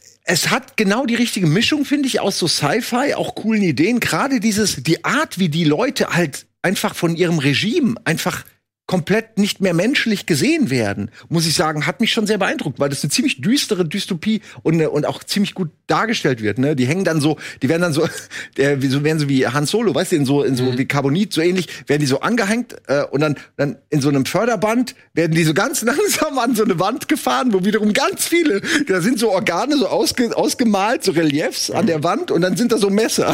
S4: es hat genau die richtige Mischung, finde ich, aus so Sci-Fi, auch coolen Ideen. Gerade dieses, die Art, wie die Leute halt einfach von ihrem Regime einfach komplett nicht mehr menschlich gesehen werden, muss ich sagen, hat mich schon sehr beeindruckt, weil das eine ziemlich düstere Dystopie und, und auch ziemlich gut dargestellt wird, ne? Die hängen dann so, die werden dann so, der, wie so werden so wie Han Solo, weißt du, in so, in so
S1: Mhm.
S4: wie Carbonit, so ähnlich, werden die so angehängt äh, und dann, dann in so einem Förderband werden die so ganz langsam an so eine Wand gefahren, wo wiederum ganz viele, da sind so Organe so ausge, ausgemalt, so Reliefs an der Wand und dann sind da so Messer.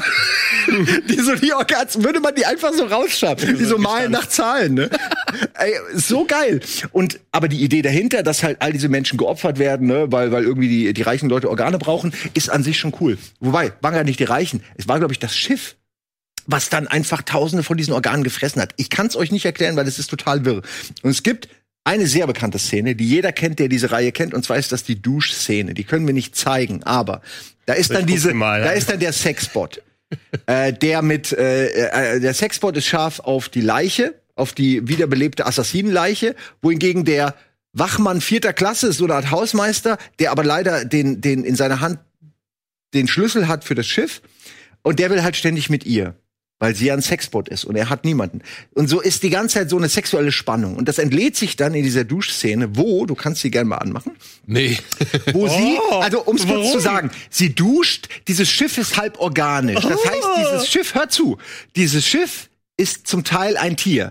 S4: die so die Organe, als würde man die einfach so rausschaffen, die so malen nach Zahlen, ne? Ey, so geil. Und aber die Idee dahinter, dass halt all diese Menschen geopfert werden, ne, weil weil irgendwie die die reichen Leute Organe brauchen, ist an sich schon cool. Wobei, waren ja nicht die Reichen. Es war, glaube ich, das Schiff, was dann einfach Tausende von diesen Organen gefressen hat. Ich kann es euch nicht erklären, weil es ist total wirr. Und es gibt eine sehr bekannte Szene, die jeder kennt, der diese Reihe kennt, und zwar ist das die Duschszene. Die können wir nicht zeigen, aber da ist
S3: Ich
S4: dann
S3: guck
S4: diese,
S3: sie mal
S4: da
S3: an.
S4: ist dann der Sexbot. äh, der mit, äh, äh, der Sexbot ist scharf auf die Leiche, auf die wiederbelebte Assassinenleiche, wohingegen der Wachmann vierter Klasse ist so eine Art Hausmeister, der aber leider den, den in seiner Hand den Schlüssel hat für das Schiff und der will halt ständig mit ihr, weil sie ja ein Sexbot ist und er hat niemanden. Und so ist die ganze Zeit so eine sexuelle Spannung und das entlädt sich dann in dieser Duschszene, wo, du kannst sie gerne mal anmachen,
S1: Nee.
S4: wo sie,
S3: Oh,
S4: also um es kurz
S3: warum?
S4: zu sagen, sie duscht, dieses Schiff ist halb organisch. Das
S3: Oh.
S4: heißt, dieses Schiff, hör zu, dieses Schiff ist zum Teil ein Tier.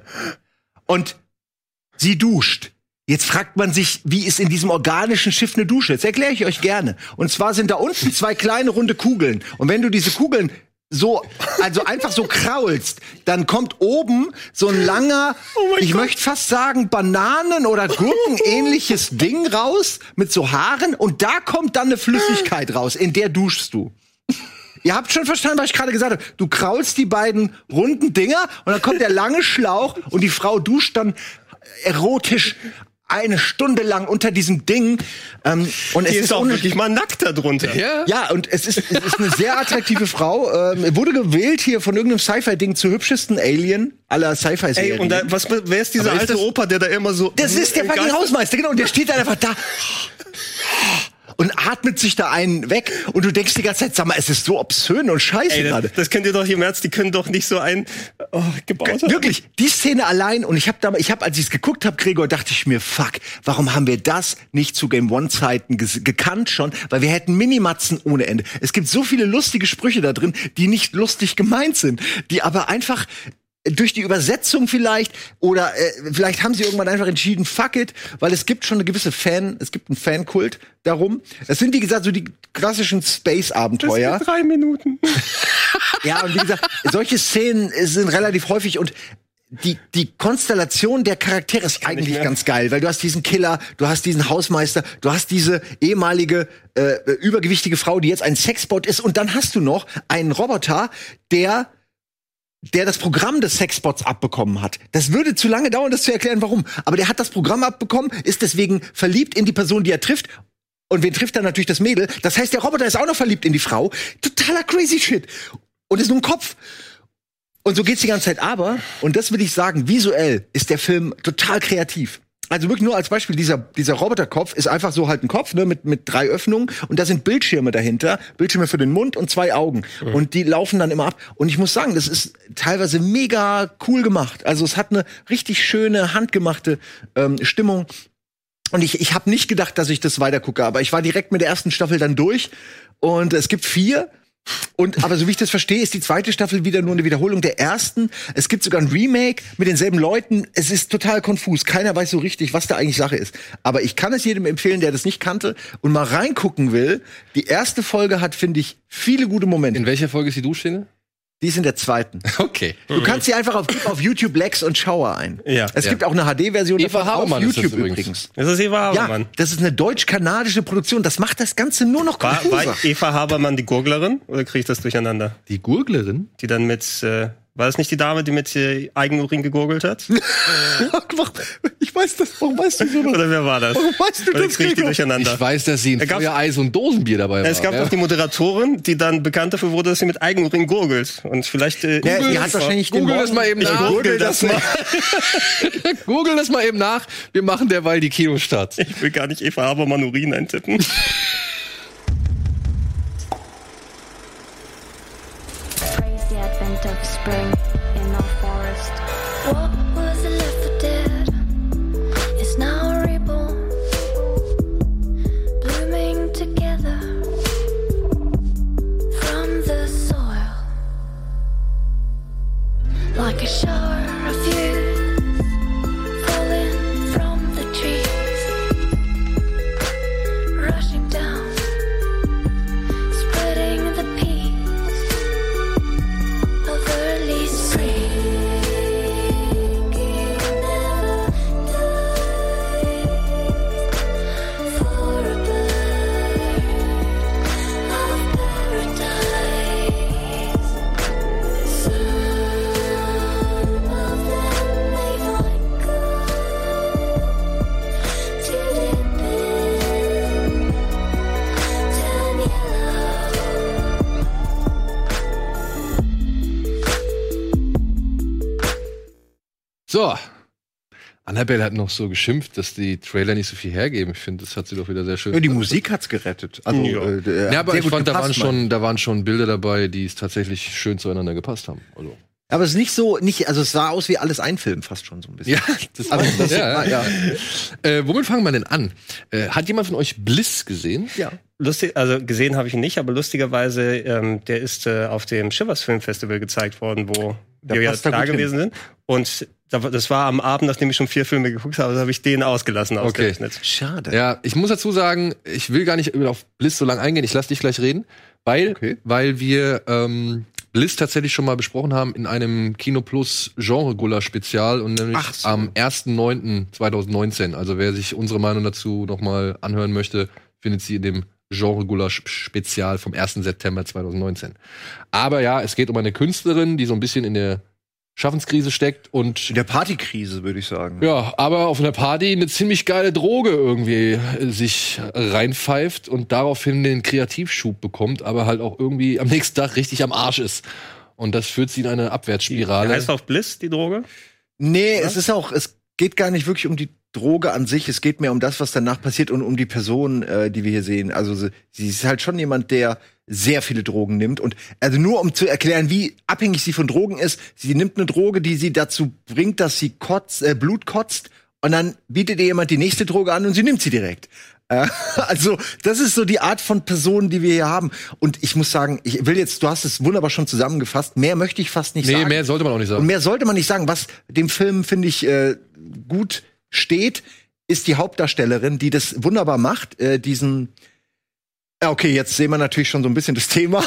S4: Und sie duscht. Jetzt fragt man sich, wie ist in diesem organischen Schiff eine Dusche? Das erkläre ich euch gerne. Und zwar sind da unten zwei kleine runde Kugeln. Und wenn du diese Kugeln so, also einfach so kraulst, dann kommt oben so ein langer, ich möchte fast sagen, Bananen- oder Gurken-ähnliches Ding raus mit so Haaren. Und da kommt dann eine Flüssigkeit raus, in der duschst du. Ihr habt schon verstanden, was ich gerade gesagt habe. Du kraulst die beiden runden Dinger und dann kommt der lange Schlauch und die Frau duscht dann erotisch eine Stunde lang unter diesem Ding. Ähm, und
S3: Die
S4: es
S3: ist,
S4: ist
S3: auch
S4: ohne-
S3: wirklich mal nackt da drunter.
S1: Ja?
S4: ja, und es ist, es ist eine sehr attraktive Frau. Ähm, wurde gewählt hier von irgendeinem Sci-Fi-Ding zur hübschesten Alien aller Sci-Fi-Serien.
S3: Ey, und da, was, wer ist dieser
S1: Aber ist
S3: alte
S1: das-
S3: Opa, der da immer so...
S4: das ist der fucking Hausmeister, genau. Und der steht dann einfach da. und atmet sich da einen weg und du denkst die ganze Zeit, sag mal, es ist so obszön und scheiße
S3: Ey,
S4: gerade.
S3: das, das könnt ihr doch, im Ernst, die können doch nicht so ein oh, gebaut haben.
S4: Wirklich, die Szene allein und ich habe da, ich habe, als ich es geguckt habe, Gregor, dachte ich mir, fuck, warum haben wir das nicht zu Game One Zeiten ges- gekannt schon? Weil wir hätten Minimatzen ohne Ende. Es gibt so viele lustige Sprüche da drin, die nicht lustig gemeint sind, die aber einfach durch die Übersetzung vielleicht oder äh, vielleicht haben sie irgendwann einfach entschieden, fuck it, weil es gibt schon eine gewisse Fan, es gibt einen Fankult darum. Es sind, wie gesagt, so die klassischen Space-Abenteuer.
S3: Das drei Minuten.
S4: Ja, und wie gesagt, solche Szenen sind relativ häufig und die, die Konstellation der Charaktere ist eigentlich ganz geil, weil du hast diesen Killer, du hast diesen Hausmeister, du hast diese ehemalige äh, übergewichtige Frau, die jetzt ein Sexbot ist und dann hast du noch einen Roboter, der der das Programm des Sexbots abbekommen hat. Das würde zu lange dauern, das zu erklären, warum. Aber der hat das Programm abbekommen, ist deswegen verliebt in die Person, die er trifft. Und wen trifft dann natürlich das Mädel? Das heißt, der Roboter ist auch noch verliebt in die Frau. Totaler crazy shit. Und ist nur ein Kopf. Und so geht's die ganze Zeit. Aber, und das will ich sagen, visuell ist der Film total kreativ. Also wirklich nur als Beispiel, dieser, dieser Roboterkopf ist einfach so halt ein Kopf, ne, mit, mit drei Öffnungen. Und da sind Bildschirme dahinter. Bildschirme für den Mund und zwei Augen. Mhm. Und die laufen dann immer ab. Und ich muss sagen, das ist teilweise mega cool gemacht. Also es hat eine richtig schöne, handgemachte ähm, Stimmung. Und ich, ich habe nicht gedacht, dass ich das weitergucke. Aber ich war direkt mit der ersten Staffel dann durch. Und es gibt vier. Und aber so wie ich das verstehe, ist die zweite Staffel wieder nur eine Wiederholung der ersten. Es gibt sogar ein Remake mit denselben Leuten. Es ist total konfus. Keiner weiß so richtig, was da eigentlich Sache ist. Aber ich kann es jedem empfehlen, der das nicht kannte und mal reingucken will. Die erste Folge hat, finde ich, viele gute Momente.
S1: In welcher Folge ist die Duschszene?
S4: Die ist in der zweiten.
S1: Okay.
S4: Du kannst sie einfach auf, auf YouTube Lex und Schauer ein.
S3: Ja.
S4: Es
S1: Ja.
S4: gibt auch eine H D-Version
S1: Eva
S4: davon
S1: Habermann
S4: auf
S1: ist das
S4: YouTube
S1: übrigens.
S4: übrigens.
S3: Das ist Eva Habermann.
S4: Ja, das ist eine deutsch-kanadische Produktion. Das macht das Ganze nur noch
S3: War,
S4: konfuser.
S3: war Eva Habermann die Gurglerin oder kriege ich das durcheinander?
S1: Die Gurglerin?
S3: Die dann mit, äh, war das nicht die Dame, die mit äh, Eigenurin gegurgelt hat?
S4: Ich weiß das. Warum weißt du so?
S3: Oder wer war das?
S4: Warum weißt du
S3: Oder
S4: das,
S3: kriege ich die
S4: Gregor?
S3: durcheinander?
S1: Ich weiß, dass sie ein
S3: Da gab's-
S1: Feuereis und Dosenbier dabei war.
S3: Es gab
S1: ja.
S3: auch die Moderatorin, die dann bekannt dafür wurde, dass sie mit Eigenurin gurgelt. Und vielleicht äh,
S4: Ja, die hat wahrscheinlich den
S1: Google das
S4: Morgen-
S1: mal eben
S3: Ich
S1: nach.
S3: google das mal.
S1: Google das mal eben nach. Wir machen derweil die Kinostart.
S3: Ich will gar nicht Eva Habermann Urin eintippen.
S5: Praise the advent of spring in our forest. What was left for dead is now reborn, blooming together from the soil, like a shower of youth falling from the trees, rushing down, spreading the peace of early spring. It never dies for a bird of paradise. Some of them may find gold to dip in, turn yellow.
S1: So. Annabelle hat noch so geschimpft, dass die Trailer nicht so viel hergeben. Ich finde, das hat sie doch wieder sehr schön.
S4: Ja, die Musik hat's gerettet. Also,
S3: Ja.
S4: äh, der
S1: Ja,
S4: hat
S1: aber
S4: sehr
S1: ich
S4: gut
S1: fand, da
S4: gepasst,
S1: waren
S4: Mann.
S1: schon, da waren schon Bilder dabei, die es tatsächlich schön zueinander gepasst haben. Also.
S4: Aber es ist nicht so, nicht, also es sah aus wie alles ein Film fast schon so ein bisschen.
S1: Ja, das,
S4: Also, das
S1: ja,
S4: ja.
S1: ja. Äh, womit fangen wir denn an? Äh, hat jemand von euch Bliss gesehen?
S4: Ja.
S3: Lustig, also gesehen habe ich ihn nicht, aber lustigerweise, ähm, der ist äh, auf dem Shivers Film Festival gezeigt worden, wo
S4: Der
S3: wir ja
S4: passt da
S3: da
S4: gut hin.
S3: gewesen sind. Und da, das war am Abend, nachdem ich schon vier Filme geguckt habe, habe ich den ausgelassen, ausgerechnet.
S4: Schade.
S1: Ja, ich muss dazu sagen, ich will gar nicht über auf Bliss so lange eingehen. Ich lasse dich gleich reden, weil,
S4: Okay.
S1: weil wir ähm, Bliss tatsächlich schon mal besprochen haben in einem Kino Plus Genre Guller Spezial und nämlich
S4: Ach so.
S1: am ersten neunten zweitausendneunzehn. Also wer sich unsere Meinung dazu noch mal anhören möchte, findet sie in dem Genre Guller Spezial vom ersten September zweitausendneunzehn. Aber ja, es geht um eine Künstlerin, die so ein bisschen in der Schaffenskrise steckt und
S4: In der Partykrise, würde ich sagen.
S1: ja, aber auf einer Party eine ziemlich geile Droge irgendwie äh, sich reinpfeift und daraufhin den Kreativschub bekommt, aber halt auch irgendwie am nächsten Tag richtig am Arsch ist. Und das führt sie in eine
S3: Die
S1: Abwärtsspirale.
S3: heißt auch Bliss, die Droge?
S4: Nee, es ist auch, es geht gar nicht wirklich um die Droge an sich, es geht mehr um das, was danach passiert und um die Person, äh, die wir hier sehen. Also sie, sie ist halt schon jemand, der sehr viele Drogen nimmt. Und also nur um zu erklären, wie abhängig sie von Drogen ist, sie nimmt eine Droge, die sie dazu bringt, dass sie kotzt, äh, Blut kotzt, und dann bietet ihr jemand die nächste Droge an und sie nimmt sie direkt. Äh, also das ist so die Art von Person, die wir hier haben. Und ich muss sagen, ich will jetzt, du hast es wunderbar schon zusammengefasst, mehr möchte ich fast nicht
S1: nee,
S4: sagen.
S1: Nee, mehr sollte man auch nicht sagen.
S4: Und mehr sollte man nicht sagen. Was dem Film, finde ich, äh, gut steht, ist die Hauptdarstellerin, die das wunderbar macht, äh, diesen ja, okay, jetzt sehen wir natürlich schon so ein bisschen das Thema.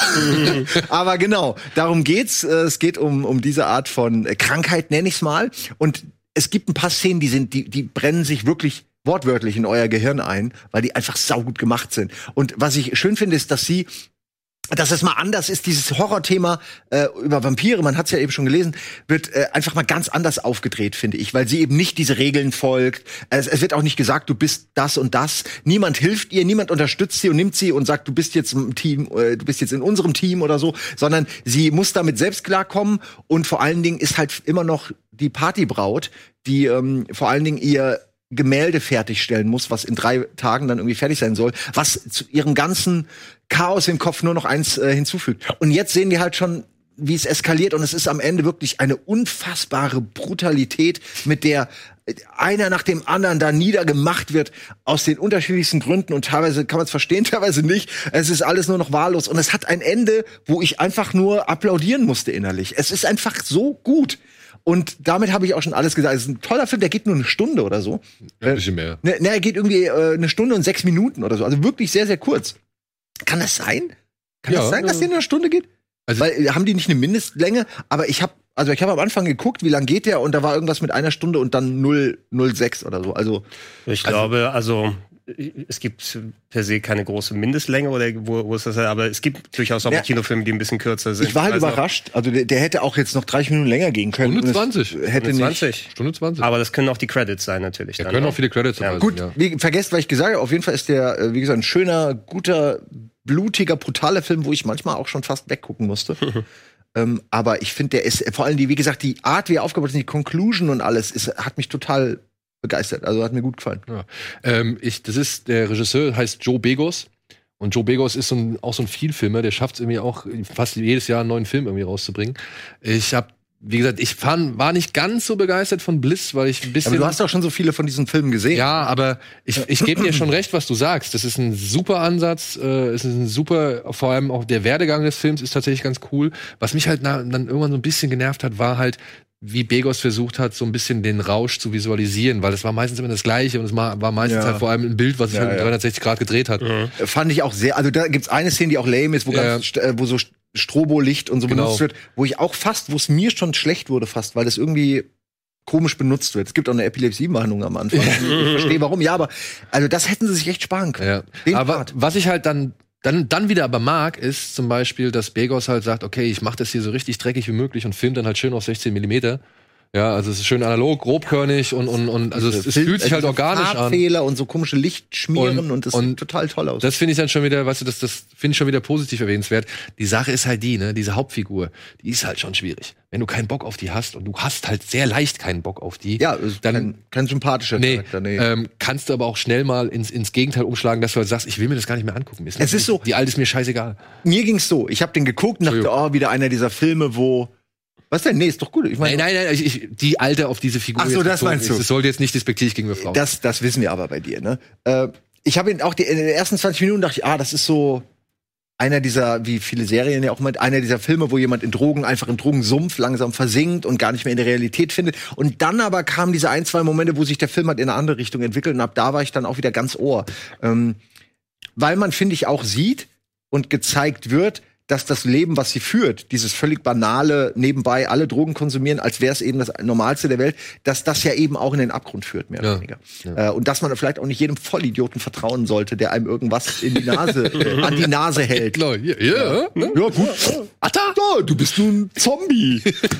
S4: Aber genau, darum geht's. Es geht um, um diese Art von Krankheit, nenne ich's mal. Und es gibt ein paar Szenen, die sind, die, die brennen sich wirklich wortwörtlich in euer Gehirn ein, weil die einfach saugut gemacht sind. Und was ich schön finde, ist, dass sie dass es mal anders ist, dieses Horrorthema äh, über Vampire, man hat es ja eben schon gelesen, wird äh, einfach mal ganz anders aufgedreht, finde ich, weil sie eben nicht diese Regeln folgt. Es, es wird auch nicht gesagt, du bist das und das. Niemand hilft ihr, niemand unterstützt sie und nimmt sie und sagt, du bist jetzt im Team, äh, du bist jetzt in unserem Team oder so, sondern sie muss damit selbst klarkommen und vor allen Dingen ist halt immer noch die Partybraut, die ähm, vor allen Dingen ihr Gemälde fertigstellen muss, was in drei Tagen dann irgendwie fertig sein soll, was zu ihrem ganzen Chaos im Kopf nur noch eins äh, hinzufügt. Und jetzt sehen wir halt schon, wie es eskaliert und es ist am Ende wirklich eine unfassbare Brutalität, mit der einer nach dem anderen da niedergemacht wird, aus den unterschiedlichsten Gründen und teilweise kann man es verstehen, teilweise nicht. Es ist alles nur noch wahllos und es hat ein Ende, wo ich einfach nur applaudieren musste innerlich. Es ist einfach so gut. Und damit habe ich auch schon alles gesagt. Es ist ein toller Film, der geht nur eine Stunde oder so.
S1: Ja, ein bisschen mehr.
S4: Ne, ne, er geht irgendwie äh, eine Stunde und sechs Minuten oder so. Also wirklich sehr, sehr kurz. Kann das sein? Kann
S1: ja,
S4: das sein,
S1: ja.
S4: dass der nur eine Stunde geht?
S1: Also
S4: Weil äh, haben die nicht eine Mindestlänge? Aber ich habe also ich habe am Anfang geguckt, wie lang geht der? Und da war irgendwas mit einer Stunde und dann null Komma null sechs oder so. Also
S3: ich
S4: also,
S3: glaube, also es gibt per se keine große Mindestlänge oder wo, wo ist das? Aber es gibt durchaus auch
S4: ja,
S3: Kinofilme, die ein bisschen kürzer sind.
S4: Ich war halt
S3: also,
S4: überrascht. Also der, der hätte auch jetzt noch dreißig Minuten länger gehen können.
S1: Stunde zwanzig.
S4: Hätte
S3: Stunde
S4: nicht.
S3: zwanzig.
S1: Stunde zwanzig.
S3: Aber das können auch die Credits sein natürlich.
S1: Ja,
S3: dann,
S1: können
S3: ne?
S1: auch viele Credits
S3: Ja,
S1: dabei
S4: Gut,
S1: sein, ja.
S4: wie, vergesst, was ich gesagt habe. Auf jeden Fall ist der, äh, wie gesagt, ein schöner, guter, blutiger, brutaler Film, wo ich manchmal auch schon fast weggucken musste. ähm, aber ich finde, der ist vor allem die, wie gesagt, die Art, wie er aufgebaut ist, die Conclusion und alles, ist, hat mich total begeistert. Also hat mir gut gefallen.
S1: Ja. Ähm, ich, das ist, der Regisseur heißt Joe Begos. Und Joe Begos ist so ein, auch so ein Vielfilmer, der schafft es irgendwie auch, fast jedes Jahr einen neuen Film irgendwie rauszubringen. Ich habe Wie gesagt, ich fand, war nicht ganz so begeistert von Bliss, weil ich ein bisschen.
S4: Aber du hast doch schon so viele von diesen Filmen gesehen.
S1: Ja, aber ich, ich gebe dir schon recht, was du sagst. Das ist ein super Ansatz. Äh, es ist ein super, vor allem auch der Werdegang des Films ist tatsächlich ganz cool. Was mich halt na, dann irgendwann so ein bisschen genervt hat, war halt, wie Begos versucht hat, so ein bisschen den Rausch zu visualisieren, weil es war meistens immer das Gleiche und es war meistens
S4: Ja.
S1: halt vor allem ein Bild, was sich
S4: Ja,
S1: halt mit
S4: ja.
S1: dreihundertsechzig Grad gedreht hat.
S3: Mhm.
S4: Fand ich auch sehr, also da gibt's eine Szene, die auch lame ist, wo,
S1: Ja.
S4: ganz, st- äh, wo so St- Strobolicht und so
S1: Genau.
S4: benutzt wird, wo ich auch fast, wo es mir schon schlecht wurde fast, weil das irgendwie komisch benutzt wird. Es gibt auch eine Epilepsie-Behandlung am Anfang. Ich verstehe warum, ja, aber also das hätten sie sich echt sparen können.
S1: Ja.
S4: Den
S1: Aber
S4: Part.
S1: was ich halt dann Dann, dann wieder aber mag, ist zum Beispiel, dass Begos halt sagt, okay, ich mache das hier so richtig dreckig wie möglich und filmt dann halt schön auf sechzehn Millimeter. Ja, also es ist schön analog, grobkörnig und, und, und also es, es
S4: Film-
S1: fühlt sich halt
S4: diese
S1: organisch an.
S4: Farbfehler und so komische Lichtschmieren und,
S1: Und-
S4: das
S1: und
S4: sieht total toll aus.
S1: Das finde ich dann schon wieder, weißt du, das, das finde ich schon wieder positiv erwähnenswert. Die Sache ist halt die, ne, diese Hauptfigur, die ist halt schon schwierig. Wenn du keinen Bock auf die hast und du hast halt sehr leicht keinen Bock auf die,
S4: ja, ist
S1: dann
S4: kein, kein sympathischer
S1: nee,
S4: Charakter. Nee.
S1: Ähm, kannst du aber auch schnell mal ins, ins Gegenteil umschlagen, dass du halt sagst, ich will mir das gar nicht mehr angucken. Mir
S4: Es ist so-
S1: Die alte ist mir scheißegal.
S4: Mir ging's so. Ich habe den geguckt und dachte,
S1: Entschuldigung.
S4: oh, wieder einer dieser Filme, wo. Was denn? Nee, ist doch gut. Ich
S1: Nein,
S4: meine,
S1: nein, nein, ich, ich, die alte auf diese Figur.
S4: Ach so,
S1: jetzt
S4: das
S1: bezogen
S4: meinst
S1: ist.
S4: du.
S1: Das sollte jetzt nicht despektierlich gegenüber Frauen.
S4: das, das wissen wir aber bei dir, ne? Äh, ich habe ihn auch die, in den ersten zwanzig Minuten dachte ich, ah, das ist so einer dieser, wie viele Serien ja auch meint, einer dieser Filme, wo jemand in Drogen, einfach in Drogensumpf langsam versinkt und gar nicht mehr in der Realität findet. Und dann aber kamen diese ein, zwei Momente, wo sich der Film halt in eine andere Richtung entwickelt und ab da war ich dann auch wieder ganz ohr. Ähm, weil man, finde ich, auch sieht und gezeigt wird, dass das Leben, was sie führt, dieses völlig banale, nebenbei alle Drogen konsumieren, als wäre es eben das Normalste der Welt, dass das ja eben auch in den Abgrund führt, mehr oder
S1: Ja.
S4: weniger.
S1: Ja.
S4: Äh, und dass man vielleicht auch nicht jedem Vollidioten vertrauen sollte, der einem irgendwas in die Nase, äh, an die Nase hält.
S1: Genau, ja, ja.
S4: Ja, gut. Atta! Ja, du bist nun ein Zombie.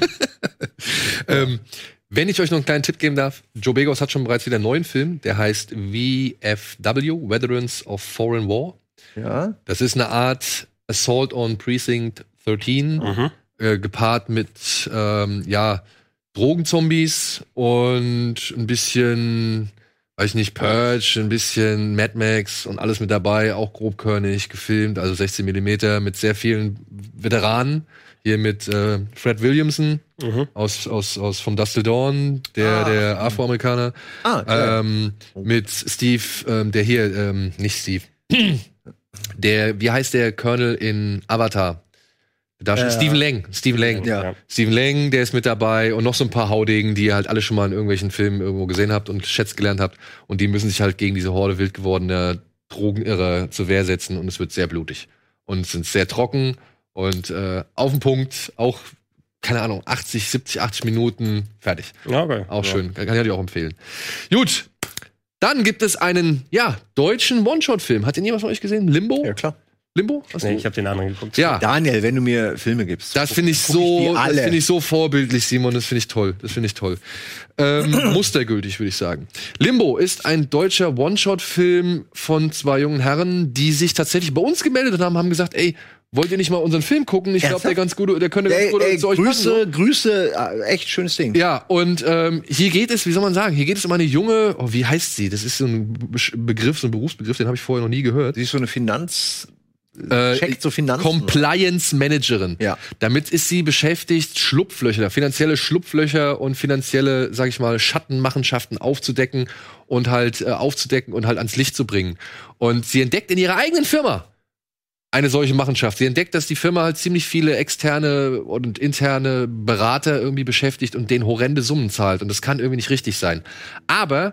S1: Ähm, wenn ich euch noch einen kleinen Tipp geben darf, Joe Begos hat schon bereits wieder einen neuen Film, der heißt V F W, Veterans of Foreign War.
S4: Ja.
S1: Das ist eine Art Assault on Precinct dreizehn,
S3: Mhm.
S1: äh, gepaart mit ähm, ja, Drogenzombies und ein bisschen weiß ich nicht, Purge, ein bisschen Mad Max und alles mit dabei, auch grobkörnig gefilmt, also sechzehn Millimeter mit sehr vielen Veteranen. Hier mit äh, Fred Williamson mhm. aus, aus, aus vom Dust Till Dawn, der, ah. der Afroamerikaner. Ah, okay. ähm, mit Steve, ähm, der hier, ähm, nicht Steve, der, wie heißt der Colonel in Avatar? Da äh, Stephen Lang, Stephen Lang. Ja. Stephen Lang, der ist mit dabei und noch so ein paar Haudegen, die ihr halt alle schon mal in irgendwelchen Filmen irgendwo gesehen habt und schätzt gelernt habt. Und die müssen sich halt gegen diese Horde wild gewordener Drogenirrer zur Wehr setzen und es wird sehr blutig. Und es sind sehr trocken. Und äh, auf den Punkt, auch, keine Ahnung, achtzig, siebzig, achtzig Minuten, fertig. Okay. Auch ja. schön, kann ich dir auch empfehlen. Gut, dann gibt es einen, ja, deutschen One-Shot-Film. Hat den jemand von euch gesehen? Limbo?
S4: Ja, klar.
S1: Limbo?
S3: Nee, ich habe den anderen geguckt.
S1: Ja.
S4: Daniel, wenn du mir Filme gibst.
S1: Das finde ich so, ich das finde ich so vorbildlich, Simon. Das finde ich toll. Das finde ich toll. Ähm, mustergültig, würde ich sagen. Limbo ist ein deutscher One-Shot-Film von zwei jungen Herren, die sich tatsächlich bei uns gemeldet haben, haben gesagt, ey, wollt ihr nicht mal unseren Film gucken? Ich glaube, der ganz gut, der könnte ganz gut ey, zu euch
S4: Grüße,
S1: passen.
S4: Grüße, echt schönes Ding.
S1: Ja, und ähm, hier geht es, wie soll man sagen, hier geht es um eine junge, oh, wie heißt sie? Das ist so ein Begriff, so ein Berufsbegriff, den habe ich vorher noch nie gehört.
S4: Sie ist so eine Finanz...
S1: Äh, checkt so Finanzen. Compliance Managerin.
S4: Ja.
S1: Damit ist sie beschäftigt, Schlupflöcher, finanzielle Schlupflöcher und finanzielle, sag ich mal, Schattenmachenschaften aufzudecken und halt äh, aufzudecken und halt ans Licht zu bringen. Und sie entdeckt in ihrer eigenen Firma eine solche Machenschaft. Sie entdeckt, dass die Firma halt ziemlich viele externe und interne Berater irgendwie beschäftigt und denen horrende Summen zahlt. Und das kann irgendwie nicht richtig sein. Aber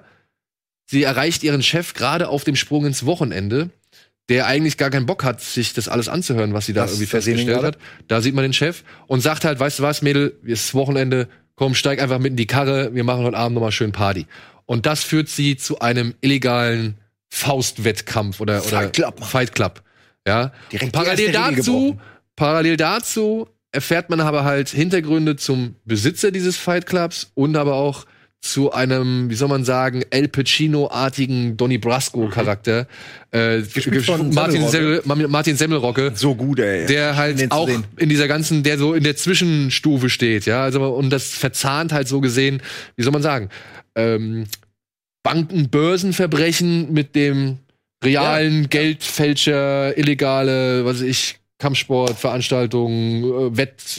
S1: sie erreicht ihren Chef gerade auf dem Sprung ins Wochenende, der eigentlich gar keinen Bock hat, sich das alles anzuhören, was sie da das irgendwie festgestellt hat. Da sieht man den Chef und sagt halt, weißt du was, Mädel, es ist Wochenende, komm, steig einfach mit in die Karre, wir machen heute Abend nochmal schön Party. Und das führt sie zu einem illegalen Faustwettkampf oder, oder
S4: Fight Club.
S1: Fight Club. Ja.
S4: Direkt
S1: parallel dazu, parallel dazu erfährt man aber halt Hintergründe zum Besitzer dieses Fight Clubs und aber auch zu einem, wie soll man sagen, El Pacino-artigen Donnie Brasco-Charakter. Mhm. Äh,
S4: Gespielt von
S1: Martin, Semmel, Martin Semmelrocke.
S4: So gut, ey.
S1: Der halt auch in dieser ganzen, der so in der Zwischenstufe steht, ja. Also, und das verzahnt halt so gesehen, wie soll man sagen, ähm, Banken-Börsenverbrechen mit dem realen ja. Geldfälscher, illegale, was weiß ich, Kampfsport, Veranstaltungen,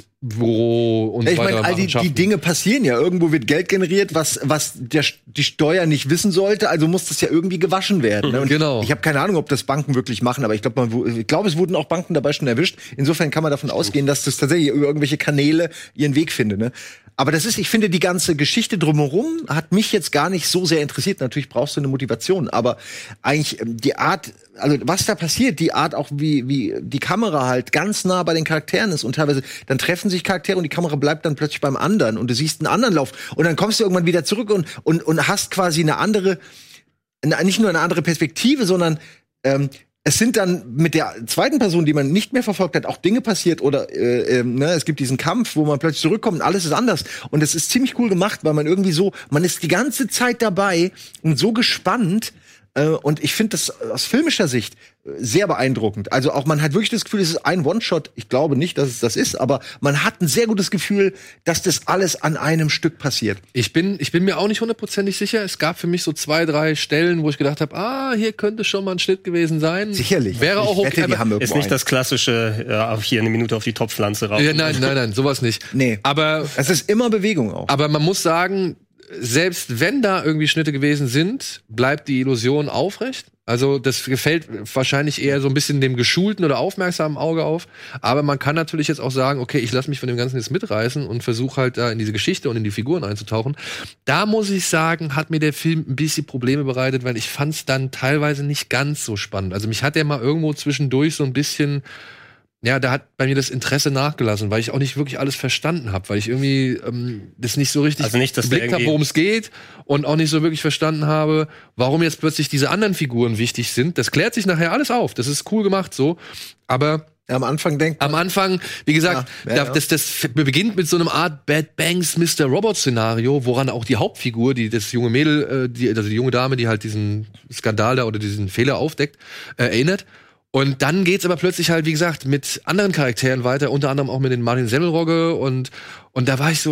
S1: Wettbüro und so
S4: ich
S1: weiter.
S4: Ich meine, all die, die Dinge passieren ja. Irgendwo wird Geld generiert, was, was der, die Steuer nicht wissen sollte. Also muss das ja irgendwie gewaschen werden. Ne? Und
S1: genau.
S4: Ich habe keine Ahnung, ob das Banken wirklich machen, aber ich glaube, ich glaube, es wurden auch Banken dabei schon erwischt. Insofern kann man davon ausgehen, dass das tatsächlich über irgendwelche Kanäle ihren Weg findet. Ne? Aber das ist, ich finde, die ganze Geschichte drumherum hat mich jetzt gar nicht so sehr interessiert. Natürlich brauchst du eine Motivation, aber eigentlich die Art, also was da passiert, die Art auch, wie, wie die Kamera halt ganz nah bei den Charakteren ist und teilweise, dann treffen sich Charaktere und die Kamera bleibt dann plötzlich beim anderen und du siehst einen anderen Lauf und dann kommst du irgendwann wieder zurück und, und, und hast quasi eine andere, nicht nur eine andere Perspektive, sondern ähm, es sind dann mit der zweiten Person, die man nicht mehr verfolgt hat, auch Dinge passiert oder äh, äh, ne, es gibt diesen Kampf, wo man plötzlich zurückkommt und alles ist anders. Und es ist ziemlich cool gemacht, weil man irgendwie so, man ist die ganze Zeit dabei und so gespannt. Äh, und ich finde das aus filmischer Sicht sehr beeindruckend. Also auch man hat wirklich das Gefühl, es ist ein One-Shot. Ich glaube nicht, dass es das ist, aber man hat ein sehr gutes Gefühl, dass das alles an einem Stück passiert.
S1: Ich bin, ich bin mir auch nicht hundertprozentig sicher. Es gab für mich so zwei, drei Stellen, wo ich gedacht habe, ah, hier könnte schon mal ein Schnitt gewesen sein.
S4: Sicherlich.
S1: Wäre auch okay.
S4: Wette, die haben
S3: ist nicht das klassische, ja, hier eine Minute auf die Topfpflanze raus.
S1: Ja, nein, nein, nein, sowas nicht.
S4: Nee.
S1: Aber
S4: es ist immer Bewegung auch.
S1: Aber man muss sagen, selbst wenn da irgendwie Schnitte gewesen sind, bleibt die Illusion aufrecht. Also das gefällt wahrscheinlich eher so ein bisschen dem geschulten oder aufmerksamen Auge auf. Aber man kann natürlich jetzt auch sagen, okay, ich lasse mich von dem Ganzen jetzt mitreißen und versuche halt da in diese Geschichte und in die Figuren einzutauchen. Da muss ich sagen, hat mir der Film ein bisschen Probleme bereitet, weil ich fand es dann teilweise nicht ganz so spannend. Also mich hat der mal irgendwo zwischendurch so ein bisschen... Ja, da hat bei mir das Interesse nachgelassen, weil ich auch nicht wirklich alles verstanden habe, weil ich irgendwie ähm, das nicht so richtig
S3: also nicht, dass
S1: geblickt habe, worum es geht und auch nicht so wirklich verstanden habe, warum jetzt plötzlich diese anderen Figuren wichtig sind. Das klärt sich nachher alles auf. Das ist cool gemacht so, aber
S4: ja, am Anfang denkt man,
S1: am Anfang, wie gesagt, ja, ja, das, das beginnt mit so einem Art Bad Banks Mister Robot-Szenario, woran auch die Hauptfigur, die das junge Mädel, äh, die, also die junge Dame, die halt diesen Skandal da oder diesen Fehler aufdeckt, äh, erinnert. Und dann geht's aber plötzlich halt, wie gesagt, mit anderen Charakteren weiter, unter anderem auch mit den Martin Semmelrogge und und da war ich so,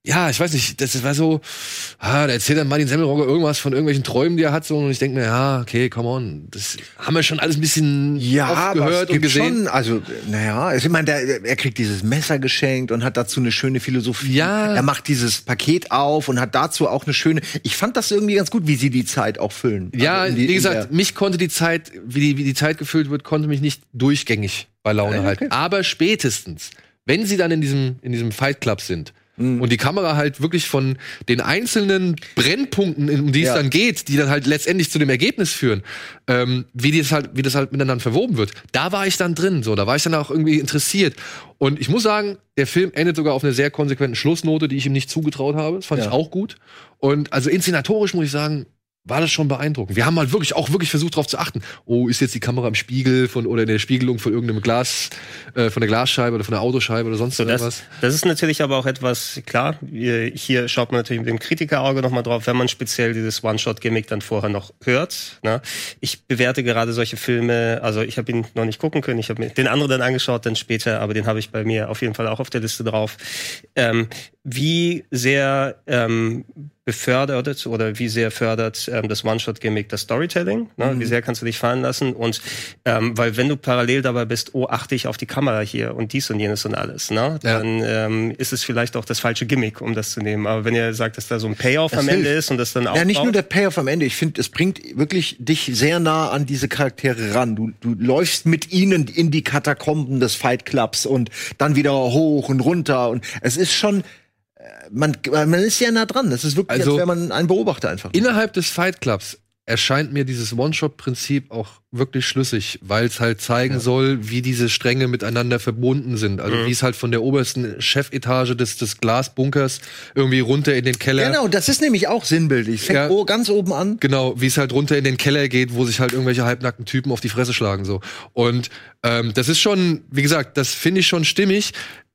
S1: ja, ich weiß nicht, das war so, ah, da erzählt dann Martin Semmelrogge irgendwas von irgendwelchen Träumen, die er hat, so, und ich denke mir, ja, okay, come on, das haben wir schon alles ein bisschen
S4: Ja,
S1: oft gehört und gesehen.
S4: Schon, also, naja, ich meine, der, er kriegt dieses Messer geschenkt und hat dazu eine schöne Philosophie.
S1: Ja.
S4: Er macht dieses Paket auf und hat dazu auch eine schöne, ich fand das irgendwie ganz gut, wie sie die Zeit auch füllen.
S1: Ja,
S4: also in die,
S1: wie gesagt,
S4: in der,
S1: mich konnte die Zeit, wie die, wie die Zeit gefüllt wird, konnte mich nicht durchgängig bei Laune
S4: Ja, okay.
S1: halten. Aber spätestens, wenn sie dann in diesem, in diesem Fight Club sind, und die Kamera halt wirklich von den einzelnen Brennpunkten, um die es
S4: Ja.
S1: dann geht, die dann halt letztendlich zu dem Ergebnis führen, ähm, wie das halt, wie das halt miteinander verwoben wird. Da war ich dann drin, so, da war ich dann auch irgendwie interessiert. Und ich muss sagen, der Film endet sogar auf einer sehr konsequenten Schlussnote, die ich ihm nicht zugetraut habe. Das fand
S4: Ja.
S1: ich auch gut. Und also inszenatorisch muss ich sagen, war das schon beeindruckend. Wir haben halt wirklich auch wirklich versucht, darauf zu achten. Oh, ist jetzt die Kamera im Spiegel von oder in der Spiegelung von irgendeinem Glas, äh, von der Glasscheibe oder von der Autoscheibe oder sonst
S3: So, das,
S1: irgendwas?
S3: das ist natürlich aber auch etwas, klar, hier hier schaut man natürlich mit dem Kritikerauge nochmal drauf, wenn man speziell dieses One-Shot-Gimmick dann vorher noch hört. Ne? Ich bewerte gerade solche Filme, also ich habe ihn noch nicht gucken können, ich habe mir den anderen dann angeschaut, dann später, aber den habe ich bei mir auf jeden Fall auch auf der Liste drauf. Ähm, wie sehr ähm, befördert oder wie sehr fördert ähm, das One-Shot-Gimmick das Storytelling? Ne?
S4: Mhm.
S3: Wie sehr kannst du dich fallen lassen? Und ähm, weil wenn du parallel dabei bist, oh, achte ich auf die Kamera hier und dies und jenes und alles, ne?
S1: Ja.
S3: Dann ähm, ist es vielleicht auch das falsche Gimmick, um das zu nehmen. Aber wenn ihr sagt, dass da so ein Payoff
S4: Das
S3: am Ende
S4: hilft.
S3: ist und das dann auch
S4: Ja, nicht nur der Payoff am Ende. Ich finde, es bringt wirklich dich sehr nah an diese Charaktere ran. Du, du läufst mit ihnen in die Katakomben des Fight Clubs und dann wieder hoch und runter. Und es ist schon, äh, man, man ist sehr nah dran. Das ist wirklich,
S1: Also,
S4: als wäre man ein Beobachter einfach.
S1: Innerhalb des Fight Clubs erscheint mir dieses One-Shot-Prinzip auch wirklich schlüssig, weil es halt zeigen
S4: Ja.
S1: soll, wie diese Stränge miteinander verbunden sind. Also
S3: Mhm.
S1: wie es halt von der obersten Chefetage des, des Glasbunkers irgendwie runter in den Keller.
S4: Genau, das ist nämlich auch sinnbildlich. Fängt
S1: Ja.
S4: o- ganz oben an.
S1: Genau, wie es halt runter in den Keller geht, wo sich halt irgendwelche halbnackten Typen auf die Fresse schlagen so. Und ähm, das ist schon, wie gesagt, das finde ich schon stimmig.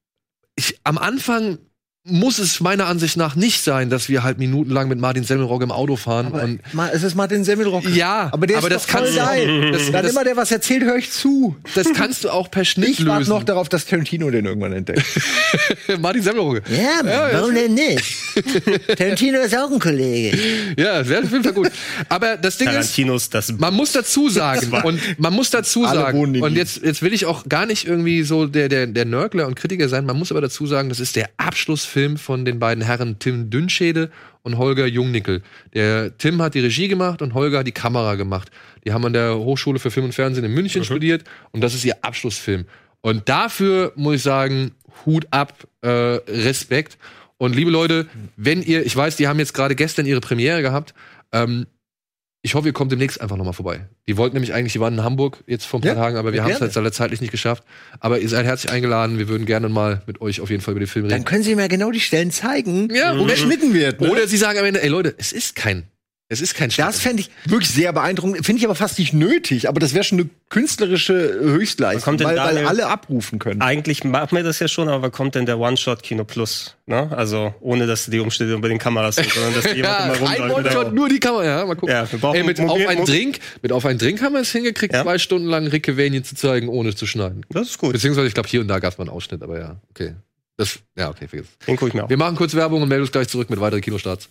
S1: Ich, am Anfang muss es meiner Ansicht nach nicht sein, dass wir halt minutenlang mit Martin Semmelrogge im Auto fahren.
S4: Aber
S1: und
S4: mal, es ist Martin Semmelrogge.
S1: Ja,
S4: aber der
S1: aber
S4: ist
S1: das
S4: doch voll
S1: kannst du-
S4: geil.
S1: das-
S4: Dann
S1: das-
S4: immer der was erzählt, höre ich zu.
S1: das kannst du auch per Schnitt
S4: Ich warte
S1: lösen.
S4: noch darauf, dass Tarantino den irgendwann entdeckt.
S1: Martin Semmelrogge.
S4: Ja, Mann,
S1: Ja, ja.
S4: warum denn nicht? Tarantino ist auch ein Kollege.
S1: Ja, das wäre auf jeden Fall gut. Aber das Ding ist,
S3: Tarantinos, das
S1: man muss dazu sagen, und man muss dazu
S4: Alle
S1: sagen,
S4: wohnen in
S1: und
S4: ihm.
S1: jetzt, jetzt will ich auch gar nicht irgendwie so der, der, der Nörgler und Kritiker sein, man muss aber dazu sagen, das ist der Abschlussfilm von den beiden Herren Tim Dünnschede und Holger Jungnickel. Der Tim hat die Regie gemacht und Holger hat die Kamera gemacht. Die haben an der Hochschule für Film und Fernsehen in München studiert und das ist ihr Abschlussfilm. Und dafür muss ich sagen, Hut ab, äh, Respekt. Und liebe Leute, wenn ihr, ich weiß, die haben jetzt gerade gestern ihre Premiere gehabt, ähm, ich hoffe, ihr kommt demnächst einfach nochmal vorbei. Die wollten nämlich eigentlich, die waren in Hamburg jetzt vor ein paar
S4: Ja,
S1: Tagen, aber wir haben es
S4: gerne.
S1: halt zeitlich nicht geschafft. Aber ihr seid herzlich eingeladen. Wir würden gerne mal mit euch auf jeden Fall über den Film
S4: Dann
S1: reden.
S4: können Sie mir genau die Stellen zeigen,
S1: Ja,
S4: wo
S1: mhm.
S4: geschnitten wird. Ne?
S1: Oder sie sagen am Ende, ey Leute, es ist kein, es ist kein
S4: Das fände ich wirklich sehr beeindruckend. Finde ich aber fast nicht nötig. Aber das wäre schon eine künstlerische Höchstleistung,
S3: kommt denn
S4: weil, weil
S3: Daniel-
S4: alle abrufen können.
S3: Eigentlich machen wir das ja schon, aber wann kommt denn der One-Shot-Kino Plus? Ne? Also ohne, dass die Umstände bei den Kameras sind, sondern dass jemand
S1: Ja,
S3: immer
S1: ein
S3: rumläuft. mit der-
S1: One-Shot, nur die Kamera, ja, mal gucken.
S3: Ja, wir brauchen
S1: Ey, mit
S3: mobil-
S1: auf einen
S3: mobil-
S1: Drink, mit auf einen Drink haben wir es hingekriegt,
S3: Ja.
S1: zwei Stunden lang Rick Cavanian zu zeigen, ohne zu schneiden.
S3: Das ist gut.
S1: Beziehungsweise, ich glaube, hier und da gab es mal einen Ausschnitt, aber ja, okay. Das, ja, okay, vergiss.
S3: Den gucke ich mir auch.
S1: Wir machen kurz Werbung und melden uns gleich zurück mit weiteren Kinostarts.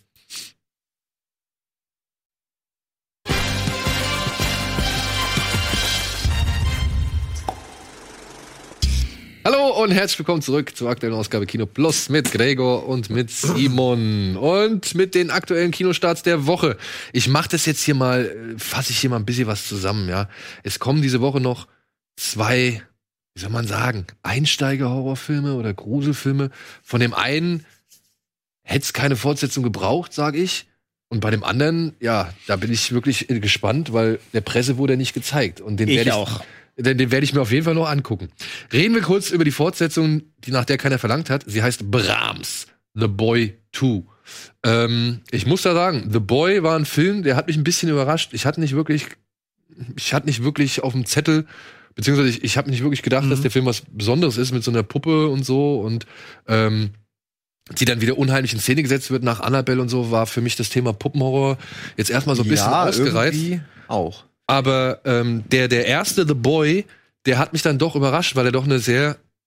S1: Hallo und herzlich willkommen zurück zur aktuellen Ausgabe Kino Plus mit Gregor und mit Simon und mit den aktuellen Kinostarts der Woche. Ich mache das jetzt hier mal, äh, fasse ich hier mal ein bisschen was zusammen, ja. Es kommen diese Woche noch zwei, wie soll man sagen, Einsteiger-Horrorfilme oder Gruselfilme. Von dem einen hätte es keine Fortsetzung gebraucht, sage ich. Und bei dem anderen, ja, da bin ich wirklich äh, gespannt, weil der Presse wurde er nicht gezeigt. Und den
S3: Ich
S1: werde ich
S3: auch.
S1: Den, den werde ich mir auf jeden Fall noch angucken. Reden wir kurz über die Fortsetzung, die nach der keiner verlangt hat. Sie heißt Brahms, The Boy zwei. Ähm, ich muss da sagen, The Boy war ein Film, der hat mich ein bisschen überrascht. Ich hatte nicht wirklich, ich hatte nicht wirklich auf dem Zettel, beziehungsweise ich, ich habe nicht wirklich gedacht,
S4: Mhm.
S1: dass der Film was Besonderes ist mit so einer Puppe und so und ähm, die dann wieder unheimlich in Szene gesetzt wird nach Annabelle und so, war für mich das Thema Puppenhorror jetzt erstmal so ein bisschen ausgereizt.
S4: irgendwie auch.
S1: Aber ähm, der, der erste The Boy, der hat mich dann doch überrascht, weil er doch eine sehr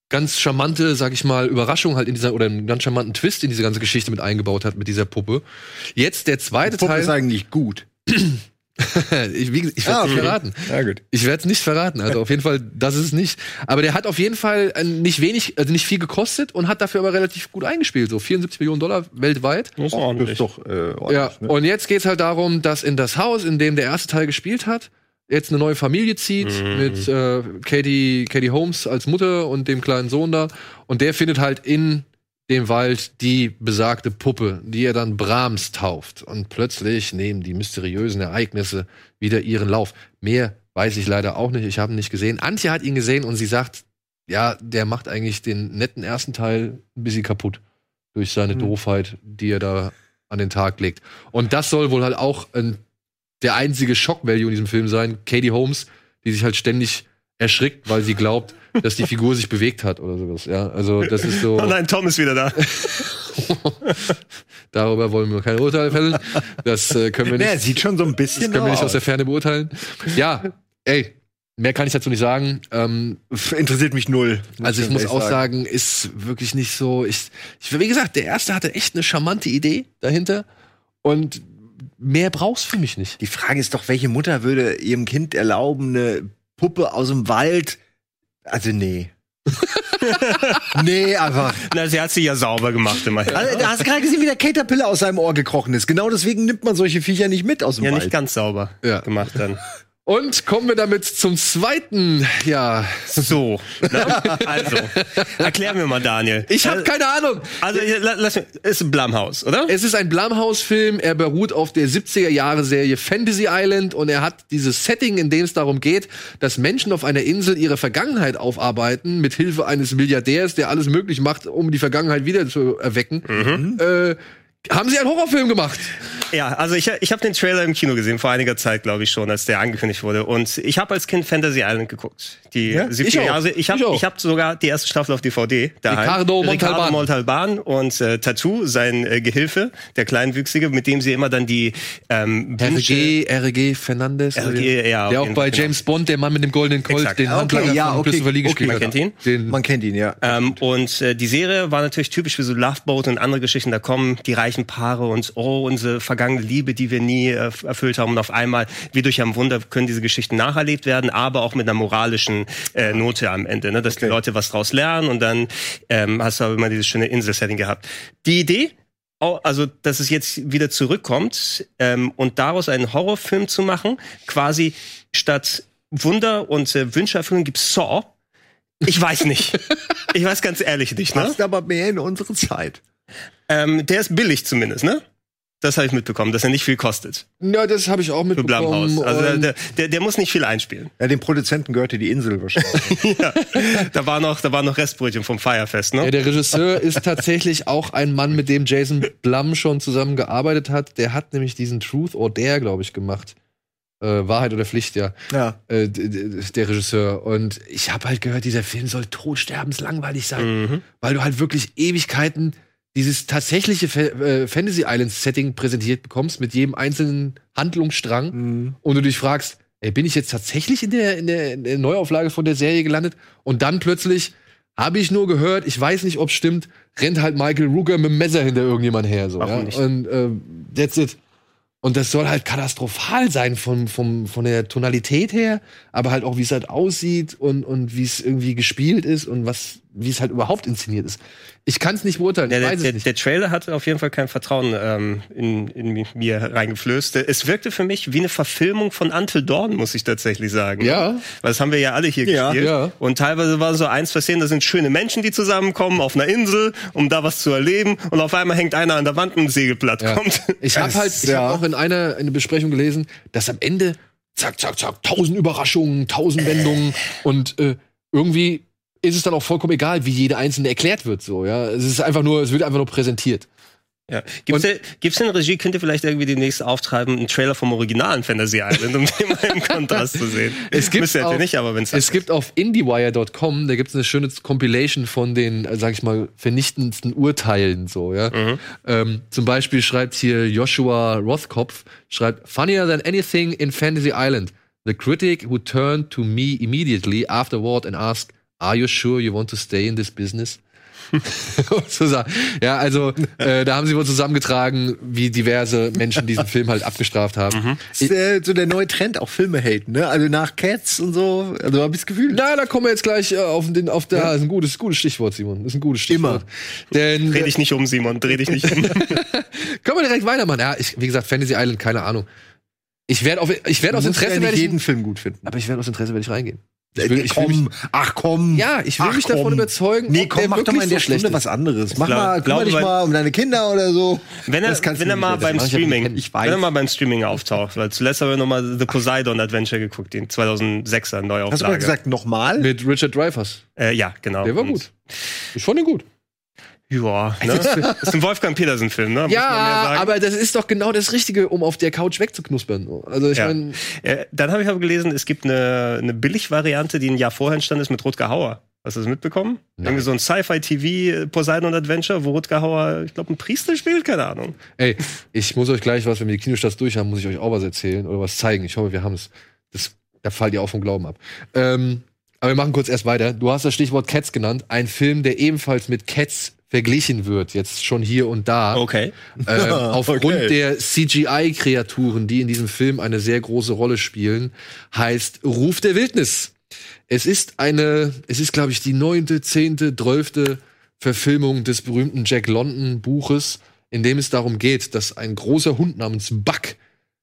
S1: ganz charmante, sag ich mal, Überraschung halt in dieser, oder einen ganz charmanten Twist in diese ganze Geschichte mit eingebaut hat mit dieser Puppe. Jetzt der zweite
S4: Die Puppe
S1: Teil.
S4: ist eigentlich gut.
S1: ich wie, ich werde
S4: Ah,
S1: es
S4: okay.
S1: nicht verraten.
S4: Ja, gut.
S1: Ich werde es nicht verraten. Also auf jeden Fall, das ist es nicht. Aber der hat auf jeden Fall äh, nicht wenig, also nicht viel gekostet und hat dafür aber relativ gut eingespielt. So vierundsiebzig Millionen Dollar weltweit.
S3: Das ist
S4: Das
S3: ordentlich.
S4: ist doch äh, ordentlich,
S1: Ja,
S4: ne?
S1: und jetzt geht's halt darum, dass in das Haus, in dem der erste Teil gespielt hat, jetzt eine neue Familie zieht
S3: Mhm.
S1: mit äh, Katie, Katie Holmes als Mutter und dem kleinen Sohn da. Und der findet halt in dem Wald die besagte Puppe, die er dann Brahms tauft. Und plötzlich nehmen die mysteriösen Ereignisse wieder ihren Lauf. Mehr weiß ich leider auch nicht. Ich habe ihn nicht gesehen. Antje hat ihn gesehen und sie sagt, ja, der macht eigentlich den netten ersten Teil ein bisschen kaputt. Durch seine
S4: Mhm.
S1: Doofheit, die er da an den Tag legt. Und das soll wohl halt auch ein, der einzige Shock-Value in diesem Film sein. Katie Holmes, die sich halt ständig erschrickt, weil sie glaubt, dass die Figur sich bewegt hat oder sowas. Ja, also das ist so.
S3: Oh nein, Tom ist wieder da.
S1: Darüber wollen wir keine Urteile fällen. Das äh, können wir
S4: Nee, er
S1: nicht,
S4: sieht schon so ein
S1: das
S4: bisschen
S1: können wir nicht
S4: aus.
S1: aus der Ferne beurteilen. Ja, ey, mehr kann ich dazu nicht sagen. Ähm,
S4: Interessiert mich null.
S1: also ich muss
S4: ehrlich
S1: auch sagen, ist wirklich nicht so. Ich, ich, wie gesagt, der erste hatte echt eine charmante Idee dahinter und mehr brauchst für mich nicht.
S4: Die Frage ist doch, welche Mutter würde ihrem Kind erlauben, eine Puppe aus dem Wald? Also nee. nee, einfach.
S3: Na, sie hat sie ja sauber gemacht immerhin.
S4: Also, da hast du gerade gesehen, wie der Caterpillar aus seinem Ohr gekrochen ist. Genau deswegen nimmt man solche Viecher nicht mit aus dem
S3: Ja,
S4: Wald.
S3: nicht ganz sauber
S1: Ja.
S3: gemacht dann.
S1: Und kommen wir damit zum zweiten, ja.
S3: So, ne? Also, erklär mir mal, Daniel.
S1: Ich habe
S3: Äh,
S1: keine Ahnung.
S3: Also, hier, la- lass mir, ist ein Blumhouse, oder?
S1: Es ist ein Blumhouse-Film, er beruht auf der siebziger-Jahre-Serie Fantasy Island und er hat dieses Setting, in dem es darum geht, dass Menschen auf einer Insel ihre Vergangenheit aufarbeiten, mit Hilfe eines Milliardärs, der alles möglich macht, um die Vergangenheit wieder zu erwecken. Äh, haben sie einen Horrorfilm gemacht?
S3: Ja, also ich, ich habe den Trailer im Kino gesehen, vor einiger Zeit, glaube ich schon, als der angekündigt wurde. Und ich habe als Kind Fantasy Island geguckt. Die
S4: Ja?
S3: siebziger
S1: Ich auch.
S3: Jahre. Ich habe
S1: Ich auch.
S3: ich hab sogar die erste Staffel auf D V D daheim.
S1: Ricardo Montalban.
S3: Montalban und äh, Tattoo, sein äh, Gehilfe, der Kleinwüchsige, mit dem sie immer dann die ähm,
S1: R
S3: Wünsche-
S1: G, R G Fernandes.
S3: R G, ja, auf
S1: der auch
S3: jeden
S1: bei
S3: Fall, genau.
S1: James Bond, der Mann mit dem goldenen Colt,
S3: Exakt.
S1: den
S3: Ah,
S4: okay,
S1: Handlanger
S4: ja,
S1: von
S4: okay,
S1: Christopher Lee
S4: okay,
S1: gespielt
S3: man
S1: hat.
S3: kennt ihn.
S1: Den,
S4: Man kennt ihn, ja.
S3: Ähm, und äh, die Serie war natürlich typisch für so Love Boat und andere Geschichten. Da kommen die reichen Paare und oh, unsere vergangene Liebe, die wir nie äh, erfüllt haben. Und auf einmal, wie durch ein Wunder, können diese Geschichten nacherlebt werden, aber auch mit einer moralischen äh, Note am Ende, ne? Dass
S4: Okay.
S3: die Leute was draus lernen und dann ähm, hast du aber immer dieses schöne Insel-Setting gehabt. Die Idee, au- also dass es jetzt wieder zurückkommt ähm, und daraus einen Horrorfilm zu machen, quasi statt Wunder und äh, Wünscherfüllung gibt's Saw. Ich weiß nicht. Ich weiß ganz ehrlich nicht, ne?
S4: Passt aber mehr in unsere Zeit.
S3: Ähm, der ist billig zumindest, ne? Das habe ich mitbekommen, dass er nicht viel kostet
S1: ja, das habe ich auch
S3: für
S1: mitbekommen.
S3: Blumhouse. Also
S1: und-
S3: der, der, der muss nicht viel einspielen.
S4: Ja, dem Produzenten gehörte die Insel wahrscheinlich.
S3: Ja. Da war noch, da war noch Restbrötchen vom Firefest, ne?
S1: Ja, der Regisseur ist tatsächlich auch ein Mann, mit dem Jason Blum schon zusammengearbeitet hat. Der hat nämlich diesen Truth or Dare, glaube ich, gemacht. Äh, Wahrheit oder Pflicht, ja.
S4: ja.
S1: Äh, d- d- der Regisseur. Und ich habe halt gehört, dieser Film soll todsterbenslangweilig sein,
S3: Mhm.
S1: weil du halt wirklich Ewigkeiten dieses tatsächliche Fa äh, Fantasy Islands Setting präsentiert bekommst mit jedem einzelnen Handlungsstrang
S4: Mhm.
S1: und du dich fragst, ey, bin ich jetzt tatsächlich in der, in der, in der Neuauflage von der Serie gelandet? Und dann plötzlich habe ich nur gehört, ich weiß nicht, ob es stimmt, rennt halt Michael Rooker mit dem Messer hinter irgendjemand her. So,
S3: Warum
S1: ja?
S3: nicht?
S1: Und äh, that's it. Und das soll halt katastrophal sein vom, vom, von der Tonalität her, aber halt auch, wie es halt aussieht und, und wie es irgendwie gespielt ist und was, wie es halt überhaupt inszeniert ist. Ich kann es nicht beurteilen,
S3: Der,
S1: ich
S3: der,
S1: weiß
S3: der,
S1: es nicht.
S3: der Trailer hatte auf jeden Fall kein Vertrauen ähm, in, in mir reingeflößt. Es wirkte für mich wie eine Verfilmung von Until Dawn, muss ich tatsächlich sagen.
S1: Ja.
S3: Weil das haben wir ja alle hier
S4: Ja,
S3: gespielt.
S1: ja.
S3: Und teilweise war so eins, zwei Szenen, da sind schöne Menschen, die zusammenkommen auf einer Insel, um da was zu erleben. Und auf einmal hängt einer an der Wand und ein Segelblatt
S1: Ja.
S3: kommt.
S1: Ich habe halt, ich
S4: ja.
S1: hab auch in einer, in einer Besprechung gelesen, dass am Ende zack, zack, zack, tausend Überraschungen, tausend Wendungen und äh, irgendwie ist es dann auch vollkommen egal, wie jede einzelne erklärt wird. So, ja, es ist einfach nur, es wird einfach nur präsentiert.
S3: Ja. Gibt's,
S1: Und-
S3: denn, gibt's denn Regie, könnt ihr vielleicht irgendwie demnächst auftreiben, einen Trailer vom originalen Fantasy Island, um den mal im Kontrast zu sehen?
S1: Es gibt
S3: Müsst ihr
S1: auch-
S3: ja nicht, aber wenn's
S1: Es gibt auf IndieWire Punkt com, da gibt's eine schöne Compilation von den, äh, sag ich mal, vernichtendsten Urteilen, so, ja.
S3: Mhm.
S1: Ähm, zum Beispiel schreibt hier Joshua Rothkopf, schreibt, funnier than anything in Fantasy Island. The critic who turned to me immediately afterward and asked, Are you sure you want to stay in this business? so sagen. Ja, also äh, da haben sie wohl zusammengetragen, wie diverse Menschen diesen Film halt abgestraft haben.
S4: Mhm. Ist äh, so der neue Trend, auch Filme haten, ne? Also nach Cats und so, also hab ich das Gefühl.
S1: Na, da kommen wir jetzt gleich äh, auf den, auf der, ja. ist ein gutes, gutes Stichwort, Simon. Das ist ein gutes Stichwort.
S3: Immer.
S1: Denn,
S3: dreh dich nicht um, Simon, dreh dich nicht um.
S1: Können wir direkt weitermachen? Ja, ich, wie gesagt, Fantasy Island, keine Ahnung. Ich werde auf, ich werde aus Interesse,
S4: ja
S1: werde
S4: ich
S1: jeden
S4: jeden Film gut finden.
S1: Aber ich werde aus Interesse, werde ich reingehen.
S4: Ich will, ich will mich, ach komm.
S1: Ja, ich will
S4: ach,
S1: mich davon
S4: komm.
S1: überzeugen.
S4: Nee, komm, mach doch mal in der
S1: so
S4: Stunde was anderes. Mach
S3: glaub,
S4: mal, kümmere dich mal um deine Kinder oder so.
S3: Wenn er, wenn er mal beim Streaming,
S4: ich weiß.
S3: wenn er mal beim Streaming auftaucht, weil zuletzt haben wir noch mal The Poseidon Adventure geguckt, den zweitausendsechser Neuauflage.
S4: Hast du mal gesagt, nochmal?
S1: Mit Richard Dreyfuss.
S3: Äh, ja, genau.
S1: Der war gut. Ich fand ihn gut.
S3: Ja, ne? Das ist ein Wolfgang Petersen-Film, ne? Muss
S1: ja,
S3: man mehr sagen.
S1: aber das ist doch genau das Richtige, um auf der Couch wegzuknuspern. Also ich
S3: ja.
S1: meine,
S3: äh, dann habe ich aber gelesen, es gibt eine, eine Billig-Variante, die ein Jahr vorher entstanden ist mit Rutger Hauer. Hast du das mitbekommen? Nein. Irgendwie so ein Sci-Fi-T V Poseidon-Adventure, wo Rutger Hauer, ich glaube, ein Priester spielt, keine Ahnung.
S1: Ey, ich muss euch gleich was, wenn wir die Kinostarts durch haben, muss ich euch auch was erzählen oder was zeigen. Ich hoffe, wir haben es. Das, da fallt ihr auch vom Glauben ab. Ähm, aber wir machen kurz erst weiter. Du hast das Stichwort Cats genannt. Ein Film, der ebenfalls mit Cats verglichen wird, jetzt schon hier und da.
S3: Okay.
S1: Äh, aufgrund
S4: okay.
S1: der C G I-Kreaturen, die in diesem Film eine sehr große Rolle spielen, heißt Ruf der Wildnis. Es ist eine, es ist, glaube ich, die neunte, zehnte, zwölfte Verfilmung des berühmten Jack London-Buches, in dem es darum geht, dass ein großer Hund namens Buck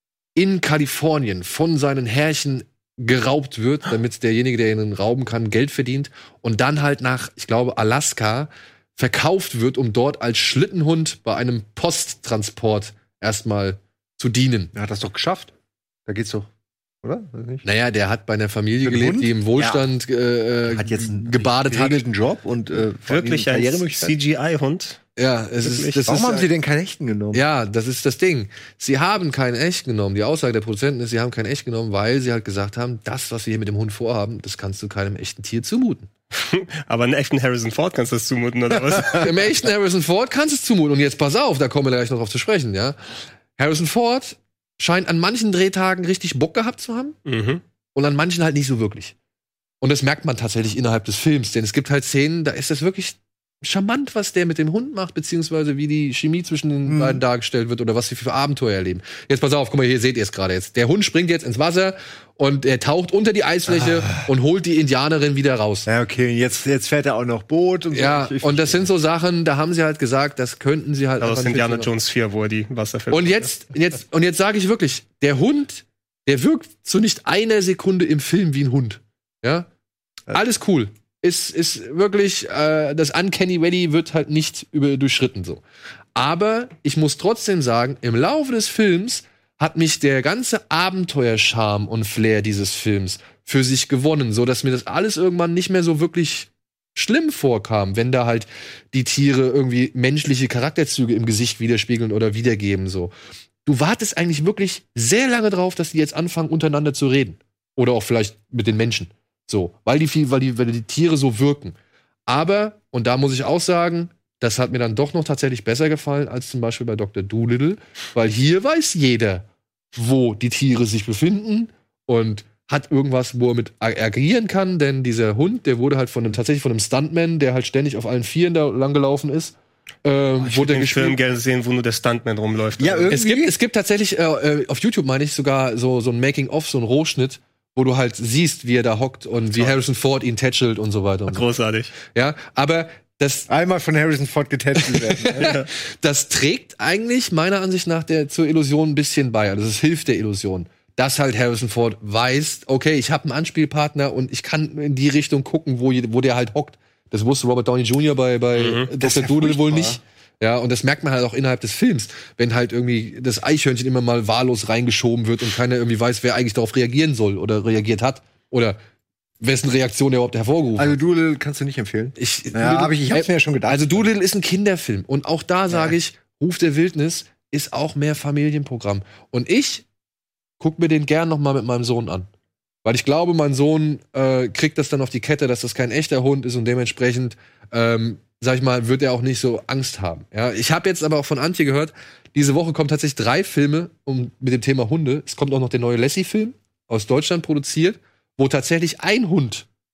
S1: in Kalifornien von seinen Herrchen geraubt wird, damit derjenige, der ihn rauben kann, Geld verdient und dann halt nach, ich glaube, Alaska verkauft wird, um dort als Schlittenhund bei einem Posttransport erstmal zu dienen.
S4: Er hat das doch geschafft. Da geht's doch, oder?
S1: Naja, der hat bei einer Familie
S4: Für den
S1: gelebt,
S4: Hund?
S1: die im Wohlstand
S4: Ja.
S1: äh,
S4: Hat jetzt einen
S1: gebadet hat.
S4: geregelten Job und äh,
S3: Wirklich ein
S4: Karrieremöglichkeiten.
S3: C G I-Hund?
S1: Ja, es ist, das
S4: Warum
S1: ist,
S4: haben sie denn keinen echten genommen?
S1: Ja, das ist das Ding. Sie haben keinen echt genommen. Die Aussage der Produzenten ist, sie haben keinen echt genommen, weil sie halt gesagt haben, das, was wir hier mit dem Hund vorhaben, das kannst du keinem echten Tier zumuten.
S3: Aber einen echten Harrison Ford kannst du das zumuten, oder was?
S1: Dem echten Harrison Ford kannst du es zumuten. Und jetzt pass auf, da kommen wir gleich noch drauf zu sprechen, ja. Harrison Ford scheint an manchen Drehtagen richtig Bock gehabt zu haben
S3: Mhm.
S1: und an manchen halt nicht so wirklich. Und das merkt man tatsächlich innerhalb des Films, denn es gibt halt Szenen, da ist das wirklich charmant, was der mit dem Hund macht, beziehungsweise wie die Chemie zwischen den
S4: Mhm.
S1: beiden dargestellt wird oder was sie für Abenteuer erleben. Jetzt pass auf, guck mal, hier seht ihr es gerade jetzt. Der Hund springt jetzt ins Wasser und er taucht unter die Eisfläche
S4: Ah.
S1: und holt die Indianerin wieder raus.
S4: Ja, okay, jetzt, jetzt fährt er auch noch Boot und so.
S1: Ja,
S4: Ich-
S1: und das sind so Sachen, da haben sie halt gesagt, das könnten sie halt
S3: Aus
S1: einfach nicht
S3: Indiana
S1: machen.
S3: Jones vier, wo er die Wasserfälle.
S1: Und jetzt, jetzt, und jetzt sage ich wirklich, der Hund, der wirkt zu nicht einer Sekunde im Film wie ein Hund. Ja? Alles cool. Ist, ist wirklich, äh, das Uncanny Valley wird halt nicht über, durchschritten so. Aber ich muss trotzdem sagen, im Laufe des Films hat mich der ganze Abenteuerscharme und Flair dieses Films für sich gewonnen, so dass mir das alles irgendwann nicht mehr so wirklich schlimm vorkam, wenn da halt die Tiere irgendwie menschliche Charakterzüge im Gesicht widerspiegeln oder wiedergeben so. Du wartest eigentlich wirklich sehr lange drauf, dass die jetzt anfangen untereinander zu reden oder auch vielleicht mit den Menschen. So, weil die viel, weil die, weil die Tiere so wirken. Aber, und da muss ich auch sagen, das hat mir dann doch noch tatsächlich besser gefallen als zum Beispiel bei Doktor Dolittle, weil hier weiß jeder, wo die Tiere sich befinden und hat irgendwas, wo er mit ag- agieren kann, denn dieser Hund, der wurde halt von einem, tatsächlich von einem Stuntman, der halt ständig auf allen Vieren da langgelaufen ist, ähm,
S3: ich
S1: wurde
S3: würde
S1: er
S3: den Film
S1: gespielt.
S3: gerne sehen, wo nur der Stuntman rumläuft.
S4: Ja,
S3: Also,
S4: irgendwie-
S1: Es gibt, es gibt tatsächlich, äh, äh, auf YouTube meine ich, sogar so, so ein Making-of, so ein Rohschnitt, wo du halt siehst, wie er da hockt und wie Harrison Ford ihn tätschelt und so weiter und so.
S3: großartig.
S1: Ja, aber das,
S4: Einmal von Harrison Ford getestet werden. ne?
S1: das trägt eigentlich meiner Ansicht nach der, zur Illusion ein bisschen bei. Also es hilft der Illusion, dass halt Harrison Ford weiß, okay, ich habe einen Anspielpartner und ich kann in die Richtung gucken, wo, je- wo der halt hockt. Das wusste Robert Downey Junior bei, bei
S3: Mhm.
S4: Das ist
S1: Doktor
S4: ja
S1: Doodle wohl
S4: furchtbar.
S1: nicht. Ja, und das merkt man halt auch innerhalb des Films, wenn halt irgendwie das Eichhörnchen immer mal wahllos reingeschoben wird und keiner irgendwie weiß, wer eigentlich darauf reagieren soll oder reagiert hat. Oder wessen Reaktion der überhaupt hervorgerufen
S4: Also
S1: hat.
S4: Doodle kannst du nicht empfehlen.
S1: Ich,
S4: Ja, hab ich, ich hab's mir ja schon gedacht.
S1: Also Doodle ist ein Kinderfilm. Und auch da sage ich, Ruf der Wildnis ist auch mehr Familienprogramm. Und ich guck mir den gern noch mal mit meinem Sohn an. Weil ich glaube, mein Sohn äh, kriegt das dann auf die Kette, dass das kein echter Hund ist und dementsprechend, ähm, sag ich mal, wird er auch nicht so Angst haben. Ja, ich habe jetzt aber auch von Antje gehört, diese Woche kommen tatsächlich drei Filme um, mit dem Thema Hunde. Es kommt auch noch der neue Lassie-Film aus Deutschland produziert, wo tatsächlich ein Hund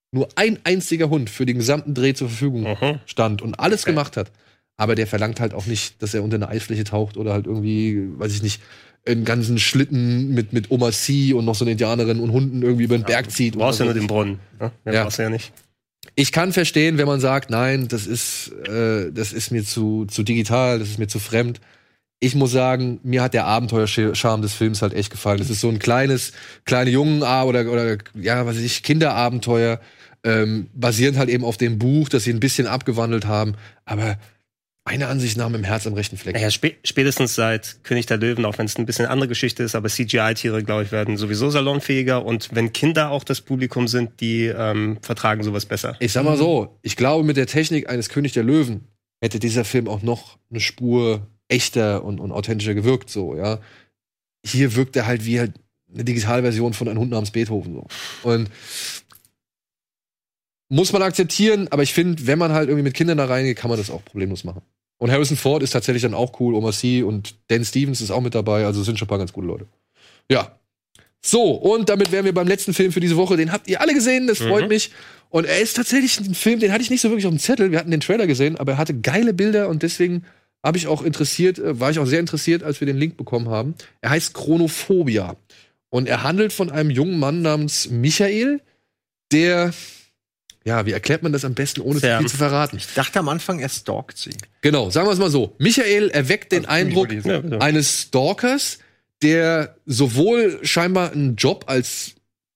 S1: nur ein einziger Hund für den gesamten Dreh zur Verfügung
S3: Mhm.
S1: stand und alles
S3: Okay.
S1: gemacht hat. Aber der verlangt halt auch nicht, dass er unter eine Eisfläche taucht oder halt irgendwie, weiß ich nicht, einen ganzen Schlitten mit, mit Oma C und noch so eine Indianerin und Hunden irgendwie über den Berg zieht.
S3: Du brauchst ja
S1: oder
S3: nur
S1: so.
S3: den Brunnen. Ne? Den
S1: Ja.
S3: brauchst du ja nicht.
S1: Ich kann verstehen, wenn man sagt, nein, das ist, äh, das ist mir zu, zu digital, das ist mir zu fremd. Ich muss sagen, mir hat der Abenteuerscharme des Films halt echt gefallen. Das ist so ein kleines, kleine Jungen oder, oder ja, was weiß ich, Kinderabenteuer, ähm, basierend halt eben auf dem Buch, das sie ein bisschen abgewandelt haben. Aber meiner Ansicht nach mit dem Herz am rechten Fleck.
S3: Naja, spä spätestens seit König der Löwen, auch wenn es ein bisschen andere Geschichte ist, aber C G I-Tiere, glaube ich, werden sowieso salonfähiger. Und wenn Kinder auch das Publikum sind, die ähm, vertragen sowas besser.
S1: Ich sag mal so, ich glaube, mit der Technik eines König der Löwen hätte dieser Film auch noch eine Spur echter und, und authentischer gewirkt, so, ja. Hier wirkt er halt wie halt eine Digitalversion von Ein Hund namens Beethoven, so. Und muss man akzeptieren, aber ich finde, wenn man halt irgendwie mit Kindern da reingeht, kann man das auch problemlos machen. Und Harrison Ford ist tatsächlich dann auch cool, Omar Sy und Dan Stevens ist auch mit dabei, also sind schon ein paar ganz gute Leute. Ja. So, und damit wären wir beim letzten Film für diese Woche. Den habt ihr alle gesehen, das freut
S3: Mhm.
S1: mich. Und er ist tatsächlich ein Film, den hatte ich nicht so wirklich auf dem Zettel. Wir hatten den Trailer gesehen, aber er hatte geile Bilder und deswegen habe ich auch interessiert, äh, war ich auch sehr interessiert, als wir den Link bekommen haben. Er heißt Chronophobia. Und er handelt von einem jungen Mann namens Michael, der, ja, wie erklärt man das am besten, ohne zu
S3: Sehr.
S1: viel zu verraten?
S4: Ich dachte am Anfang, er stalkt sie.
S1: Genau, sagen wir es mal so. Michael erweckt den Eindruck
S3: Ja, bitte.
S1: eines Stalkers, der sowohl scheinbar einen Job als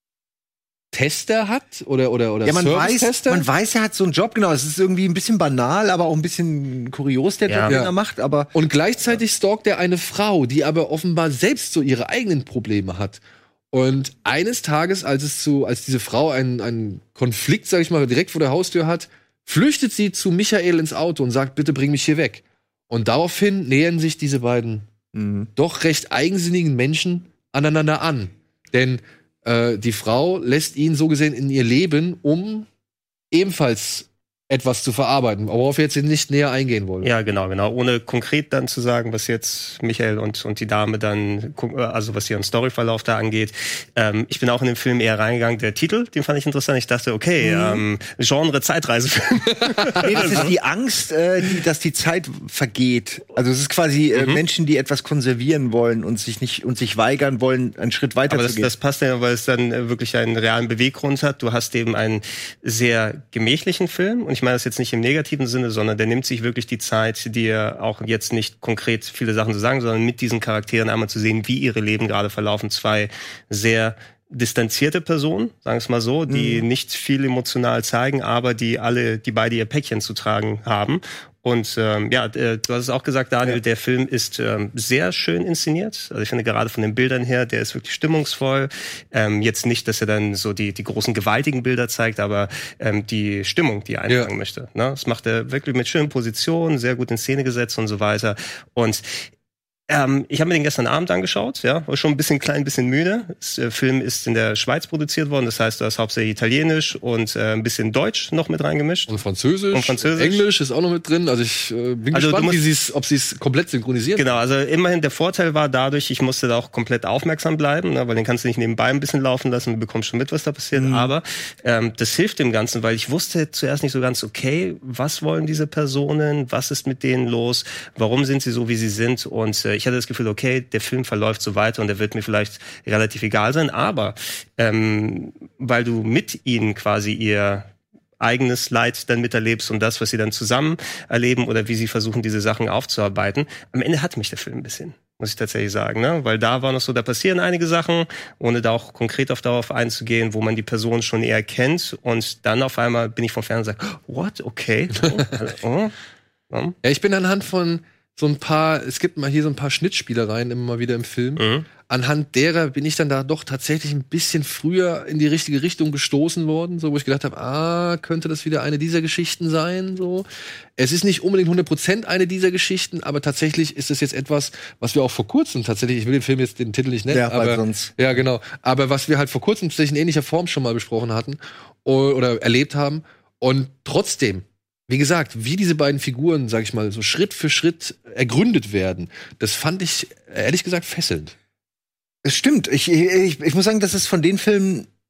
S1: Tester hat oder oder oder
S4: Ja, man weiß,
S1: Service-Tester.
S4: man weiß, er hat so einen Job, genau. Es ist irgendwie ein bisschen banal, aber auch ein bisschen kurios, der Job,
S3: Ja.
S4: den
S1: Ja.
S4: er macht. Aber
S1: Und gleichzeitig stalkt er eine Frau, die aber offenbar selbst so ihre eigenen Probleme hat. Und eines Tages, als es zu, als diese Frau einen, einen Konflikt, sag ich mal, direkt vor der Haustür hat, flüchtet sie zu Michael ins Auto und sagt, bitte bring mich hier weg. Und daraufhin nähern sich diese beiden
S4: Mhm.
S1: doch recht eigensinnigen Menschen aneinander an. Denn äh, die Frau lässt ihn so gesehen in ihr Leben, um ebenfalls etwas zu verarbeiten, worauf wir jetzt nicht näher eingehen wollen.
S3: Ja, genau, genau. Ohne konkret dann zu sagen, was jetzt Michael und, und die Dame dann, gu- also was ihren Storyverlauf da angeht. Ähm, ich bin auch in den Film eher reingegangen. Der Titel, den fand ich interessant. Ich dachte, okay, ähm, Genre Zeitreisefilm.
S4: Nee, das ist die Angst, äh, die, dass die Zeit vergeht. Also es ist quasi äh, Menschen, die etwas konservieren wollen und sich nicht und sich weigern wollen, einen Schritt weiter
S3: Aber
S4: zu
S3: das,
S4: gehen.
S3: das passt ja, weil es dann äh, wirklich einen realen Beweggrund hat. Du hast eben einen sehr gemächlichen Film. Und ich meine das jetzt nicht im negativen Sinne, sondern der nimmt sich wirklich die Zeit, dir auch jetzt nicht konkret viele Sachen zu sagen, sondern mit diesen Charakteren einmal zu sehen, wie ihre Leben gerade verlaufen. Zwei sehr distanzierte Personen, sagen wir es mal so, die
S4: Mhm.
S3: nicht viel emotional zeigen, aber die alle, die beide ihr Päckchen zu tragen haben. Und ähm, ja, äh, du hast es auch gesagt, Daniel,
S4: Ja.
S3: der Film ist ähm, sehr schön inszeniert. Also ich finde gerade von den Bildern her, der ist wirklich stimmungsvoll. Ähm, jetzt nicht, dass er dann so die die großen gewaltigen Bilder zeigt, aber ähm, die Stimmung, die er einfangen
S1: Ja.
S3: möchte. Ne? Das macht er wirklich mit schönen Positionen, sehr gut in Szene gesetzt und so weiter. Und ähm, ich habe mir den gestern Abend angeschaut, ja, war schon ein bisschen klein, ein bisschen müde. Der Film ist in der Schweiz produziert worden, das heißt, da ist hauptsächlich Italienisch und äh, ein bisschen Deutsch noch mit reingemischt.
S1: Und Französisch,
S3: Und Französisch.
S1: Englisch ist auch noch mit drin. Also ich äh, bin
S3: Also du
S1: gespannt,
S3: musst-
S1: wie sie's, ob sie es komplett synchronisieren.
S3: Genau, also immerhin der Vorteil war dadurch, ich musste da auch komplett aufmerksam bleiben, ne, weil den kannst du nicht nebenbei ein bisschen laufen lassen, du bekommst schon mit, was da passiert. Aber ähm, das hilft dem Ganzen, weil ich wusste zuerst nicht so ganz, okay, was wollen diese Personen, was ist mit denen los, warum sind sie so, wie sie sind. Und äh, ich hatte das Gefühl, okay, der Film verläuft so weiter und der wird mir vielleicht relativ egal sein. Aber ähm, weil du mit ihnen quasi ihr eigenes Leid dann miterlebst und das, was sie dann zusammen erleben oder wie sie versuchen, diese Sachen aufzuarbeiten. Am Ende hat mich der Film ein bisschen, muss ich tatsächlich sagen, ne? Weil da war noch so, da passieren einige Sachen, ohne da auch konkret auf darauf einzugehen, wo man die Person schon eher kennt und dann auf einmal bin ich vom Fernseher und sage, what, okay, oh, oh.
S1: Ja, ich bin anhand von so ein paar, es gibt mal hier so ein paar Schnittspielereien immer mal wieder im Film.
S3: Mhm.
S1: Anhand derer bin ich dann da doch tatsächlich ein bisschen früher in die richtige Richtung gestoßen worden, so wo ich gedacht habe, ah, könnte das wieder eine dieser Geschichten sein, so. Es ist nicht unbedingt hundert Prozent eine dieser Geschichten, aber tatsächlich ist es jetzt etwas, was wir auch vor kurzem tatsächlich, ich will den Film jetzt den Titel nicht nennen,
S4: Ja, weil
S1: aber
S4: sonst-
S1: ja, genau, aber was wir halt vor kurzem tatsächlich in ähnlicher Form schon mal besprochen hatten o- oder erlebt haben und trotzdem, wie gesagt, wie diese beiden Figuren, sag ich mal, so Schritt für Schritt ergründet werden, das fand ich ehrlich gesagt fesselnd.
S4: Es stimmt. Ich, ich, ich muss sagen, das ist von den Filmen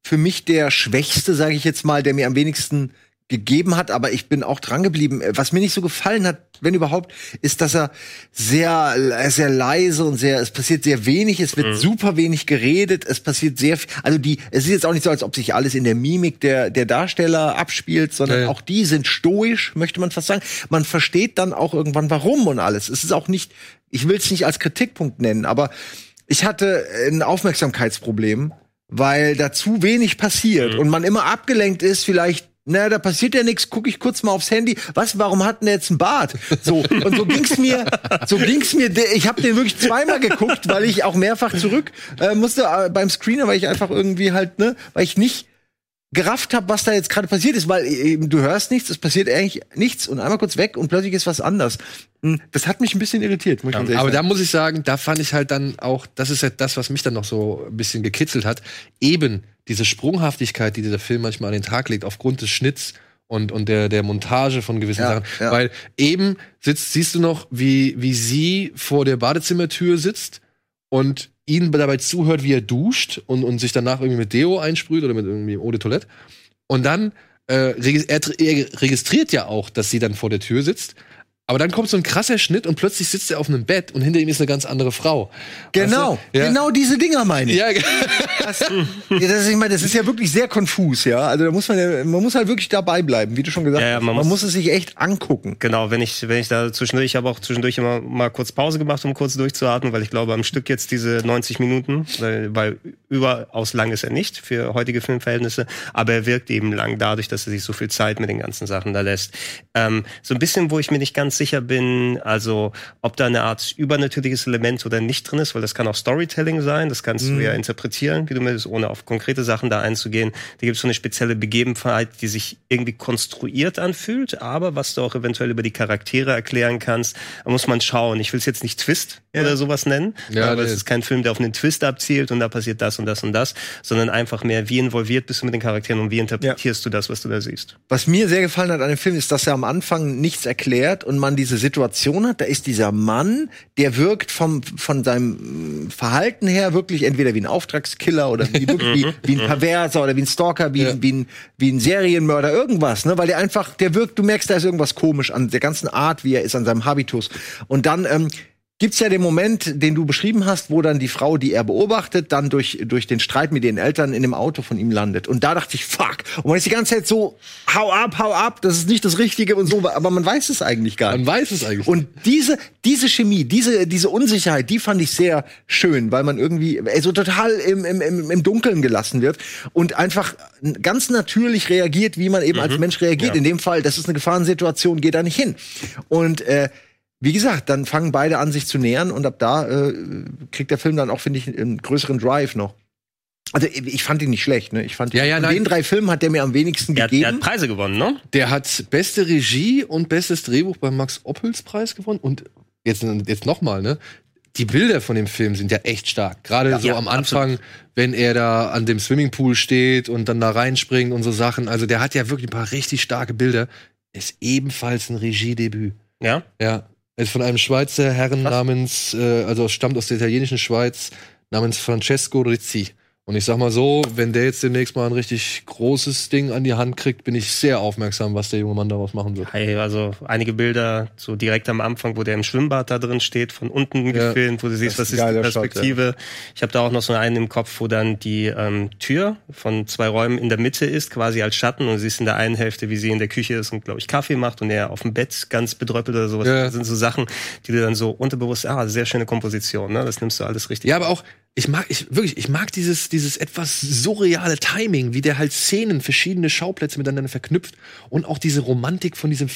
S4: für mich der schwächste, sage ich jetzt mal, der mir am wenigsten gegeben hat, aber ich bin auch dran geblieben. Was mir nicht so gefallen hat, wenn überhaupt, ist, dass er sehr, sehr leise und sehr, es passiert sehr wenig, es wird mhm. super wenig geredet, es passiert sehr viel, also die, es ist jetzt auch nicht so, als ob sich alles in der Mimik der, der Darsteller abspielt, sondern ja. auch die sind stoisch, möchte man fast sagen. Man versteht dann auch irgendwann warum und alles. Es ist auch nicht, ich will es nicht als Kritikpunkt nennen, aber ich hatte ein Aufmerksamkeitsproblem, weil da zu wenig passiert mhm. und man immer abgelenkt ist, vielleicht na, da passiert ja nichts, gucke ich kurz mal aufs Handy. Was, warum hat denn der jetzt einen Bart? So, und so ging's mir, so ging's mir, ich habe den wirklich zweimal geguckt, weil ich auch mehrfach zurück äh, musste äh, beim Screener, weil ich einfach irgendwie halt, ne, weil ich nicht gerafft habe, was da jetzt gerade passiert ist, weil eben du hörst nichts, es passiert eigentlich nichts und einmal kurz weg und plötzlich ist was anders. Das hat mich ein bisschen irritiert, muss ich
S1: ja,
S4: ganz ehrlich
S1: aber
S4: sagen.
S1: da muss ich sagen, da fand ich halt dann auch, das ist halt das, was mich dann noch so ein bisschen gekitzelt hat, eben diese Sprunghaftigkeit, die dieser Film manchmal an den Tag legt, aufgrund des Schnitts und, und der, der Montage von gewissen
S4: ja,
S1: Sachen.
S4: Ja.
S1: Weil eben sitzt, siehst du noch, wie, wie sie vor der Badezimmertür sitzt und ihn dabei zuhört, wie er duscht und, und sich danach irgendwie mit Deo einsprüht oder mit irgendwie Eau de Toilette. Und dann, äh, regis- er, er registriert ja auch, dass sie dann vor der Tür sitzt. Aber dann kommt so ein krasser Schnitt und plötzlich sitzt er auf einem Bett und hinter ihm ist eine ganz andere Frau.
S4: Genau,
S1: weißt du? Ja.
S4: genau diese Dinger meine ich.
S1: Ja,
S4: Das, ja, das, ist, ich meine, das ist ja wirklich sehr konfus, ja. Also da muss man ja, man muss halt wirklich dabei bleiben, wie du schon gesagt
S3: Ja, ja,
S4: hast.
S3: man
S4: Man,
S3: muss-
S4: muss es sich echt angucken.
S3: Genau, wenn ich, wenn ich da zwischendurch, ich habe auch zwischendurch immer mal kurz Pause gemacht, um kurz durchzuatmen, weil ich glaube, am Stück jetzt diese neunzig Minuten, weil, weil überaus lang ist er nicht für heutige Filmverhältnisse, aber er wirkt eben lang dadurch, dass er sich so viel Zeit mit den ganzen Sachen da lässt. Ähm, so ein bisschen, wo ich mir nicht ganz sicher bin, also ob da eine Art übernatürliches Element oder nicht drin ist, weil das kann auch Storytelling sein, das kannst
S4: Mhm.
S3: du ja interpretieren, wie du willst, ohne auf konkrete Sachen da einzugehen. Da gibt es so eine spezielle Begebenheit, die sich irgendwie konstruiert anfühlt, aber was du auch eventuell über die Charaktere erklären kannst, da muss man schauen. Ich will es jetzt nicht Twist
S4: Ja.
S3: oder sowas nennen,
S1: Ja,
S3: aber
S1: nee.
S3: es ist kein Film, der auf einen Twist abzielt und da passiert das und das und das, sondern einfach mehr, wie involviert bist du mit den Charakteren und wie interpretierst du das, was du da siehst.
S4: Was mir sehr gefallen hat an dem Film, ist, dass er am Anfang nichts erklärt und man diese Situation hat. Da ist dieser Mann, der wirkt vom, von seinem Verhalten her wirklich entweder wie ein Auftragskiller oder wie, wirklich wie, wie ein Perverser oder wie ein Stalker, wie,
S1: Ja.
S4: wie, ein, wie ein Serienmörder, irgendwas, ne? Weil der einfach, der wirkt, du merkst, da ist irgendwas komisch an der ganzen Art, wie er ist, an seinem Habitus. Und dann, ähm, gibt's ja den Moment, den du beschrieben hast, wo dann die Frau, die er beobachtet, dann durch, durch den Streit mit den Eltern in dem Auto von ihm landet. Und da dachte ich, fuck. Und man ist die ganze Zeit so, hau ab, hau ab, das ist nicht das Richtige und so, aber man weiß es eigentlich gar nicht.
S1: man weiß es eigentlich.
S4: Und diese, diese Chemie, diese, diese Unsicherheit, die fand ich sehr schön, weil man irgendwie äh, so total im, im, im, im Dunkeln gelassen wird und einfach ganz natürlich reagiert, wie man eben als Mensch reagiert.
S3: Ja.
S4: In dem Fall, das ist eine Gefahrensituation, geh da nicht hin. Und, äh, wie gesagt, dann fangen beide an, sich zu nähern und ab da äh, kriegt der Film dann auch, finde ich, einen größeren Drive noch. Also ich fand ihn nicht schlecht, ne? Ich fand
S1: Ja, ja,
S4: von
S1: nein.
S4: den drei Filmen hat der mir am wenigsten
S3: Er hat, er
S4: gegeben.
S3: hat Preise gewonnen, ne?
S1: Der hat beste Regie und bestes Drehbuch beim Max-Ophüls-Preis gewonnen. Und jetzt, jetzt noch mal, ne? Die Bilder von dem Film sind ja echt stark. Gerade
S3: Ja,
S1: so
S3: ja,
S1: am Anfang, wenn er da an dem Swimmingpool steht und dann da reinspringt und so Sachen. Also der hat ja wirklich ein paar richtig starke Bilder. Ist ebenfalls ein Regiedebüt.
S3: Ja.
S1: Ja. Er ist von einem Schweizer Herren namens, äh, also stammt aus der italienischen Schweiz, namens Francesco Rizzi. Und ich sag mal so, wenn der jetzt demnächst mal ein richtig großes Ding an die Hand kriegt, bin ich sehr aufmerksam, was der junge Mann daraus machen wird.
S3: Hey, also einige Bilder so direkt am Anfang, wo der im Schwimmbad da drin steht, von unten
S1: Ja.
S3: gefilmt, wo du siehst,
S4: Das
S3: was
S4: ist
S3: ist
S4: ein
S3: die
S4: geiler Shot,
S3: Perspektive. Ich habe da auch noch so einen im Kopf, wo dann die ähm, Tür von zwei Räumen in der Mitte ist, quasi als Schatten. Und du siehst in der einen Hälfte, wie sie in der Küche ist und, glaube ich, Kaffee macht und er auf dem Bett ganz bedröppelt oder sowas.
S1: Ja.
S3: Das sind so Sachen, die du dann so unterbewusst, ah, sehr schöne Komposition, ne? Das nimmst du alles richtig.
S1: Ja, aber auch, ich mag, ich wirklich, ich mag dieses, dieses etwas surreale Timing, wie der halt Szenen, verschiedene Schauplätze miteinander verknüpft und auch diese Romantik von diesem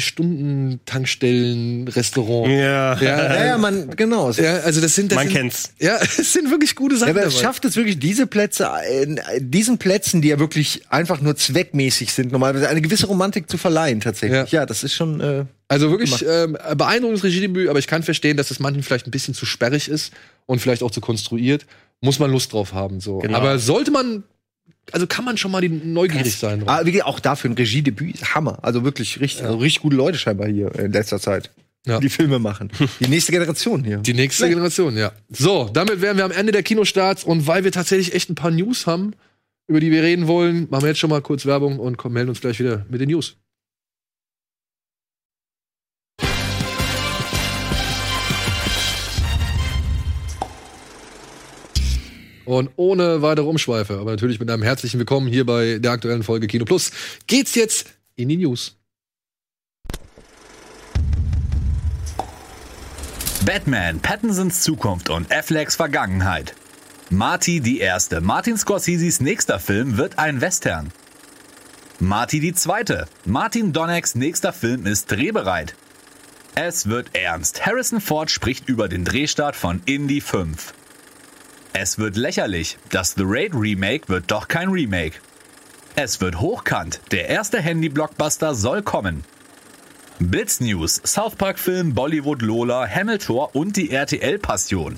S1: vierundzwanzig-Stunden-Tankstellen-Restaurant.
S3: Ja.
S1: Ja,
S4: Ja, ja, man, genau. Es-
S1: ja, also das sind, das
S3: Man
S1: sind,
S3: kennt's.
S1: Ja, es sind wirklich gute
S4: Ja,
S1: Sachen
S4: aber es
S1: dabei.
S4: schafft es wirklich, diese Plätze, in diesen Plätzen, die ja wirklich einfach nur zweckmäßig sind, normalerweise eine gewisse Romantik zu verleihen, tatsächlich.
S1: Ja.
S4: Ja, das ist schon, äh,
S1: Also wirklich ähm, beeindruckendes Regiedebüt, aber ich kann verstehen, dass es manchen vielleicht ein bisschen zu sperrig ist und vielleicht auch zu konstruiert. Muss man Lust drauf haben, so.
S3: Genau.
S1: Aber sollte man, also kann man schon mal die neugierig sein. drauf.
S4: ah, wie gesagt, auch dafür ein Regiedebüt ist Hammer. Also wirklich richtig, also richtig gute Leute scheinbar hier in letzter Zeit,
S1: Ja.
S4: die Filme machen. Die nächste Generation hier.
S1: Die nächste Generation, ja. So, damit wären wir am Ende der Kinostarts und weil wir tatsächlich echt ein paar News haben, über die wir reden wollen. Machen wir jetzt schon mal kurz Werbung und kommen, melden uns gleich wieder mit den News. Und ohne weitere Umschweife, aber natürlich mit einem herzlichen Willkommen hier bei der aktuellen Folge Kino Plus, geht's jetzt in die News.
S6: Batman, Pattinsons Zukunft und Afflecks Vergangenheit. Marty die Erste. Martin Scorseses nächster Film wird ein Western. Marty die Zweite. Martin Donnecks nächster Film ist drehbereit. Es wird ernst. Harrison Ford spricht über den Drehstart von Indy fünf. Es wird lächerlich. Das The Raid Remake wird doch kein Remake. Es wird hochkant. Der erste Handy-Blockbuster soll kommen. Blitz News. South Park Film, Bollywood Lola, Hamilton und die R T L-Passion.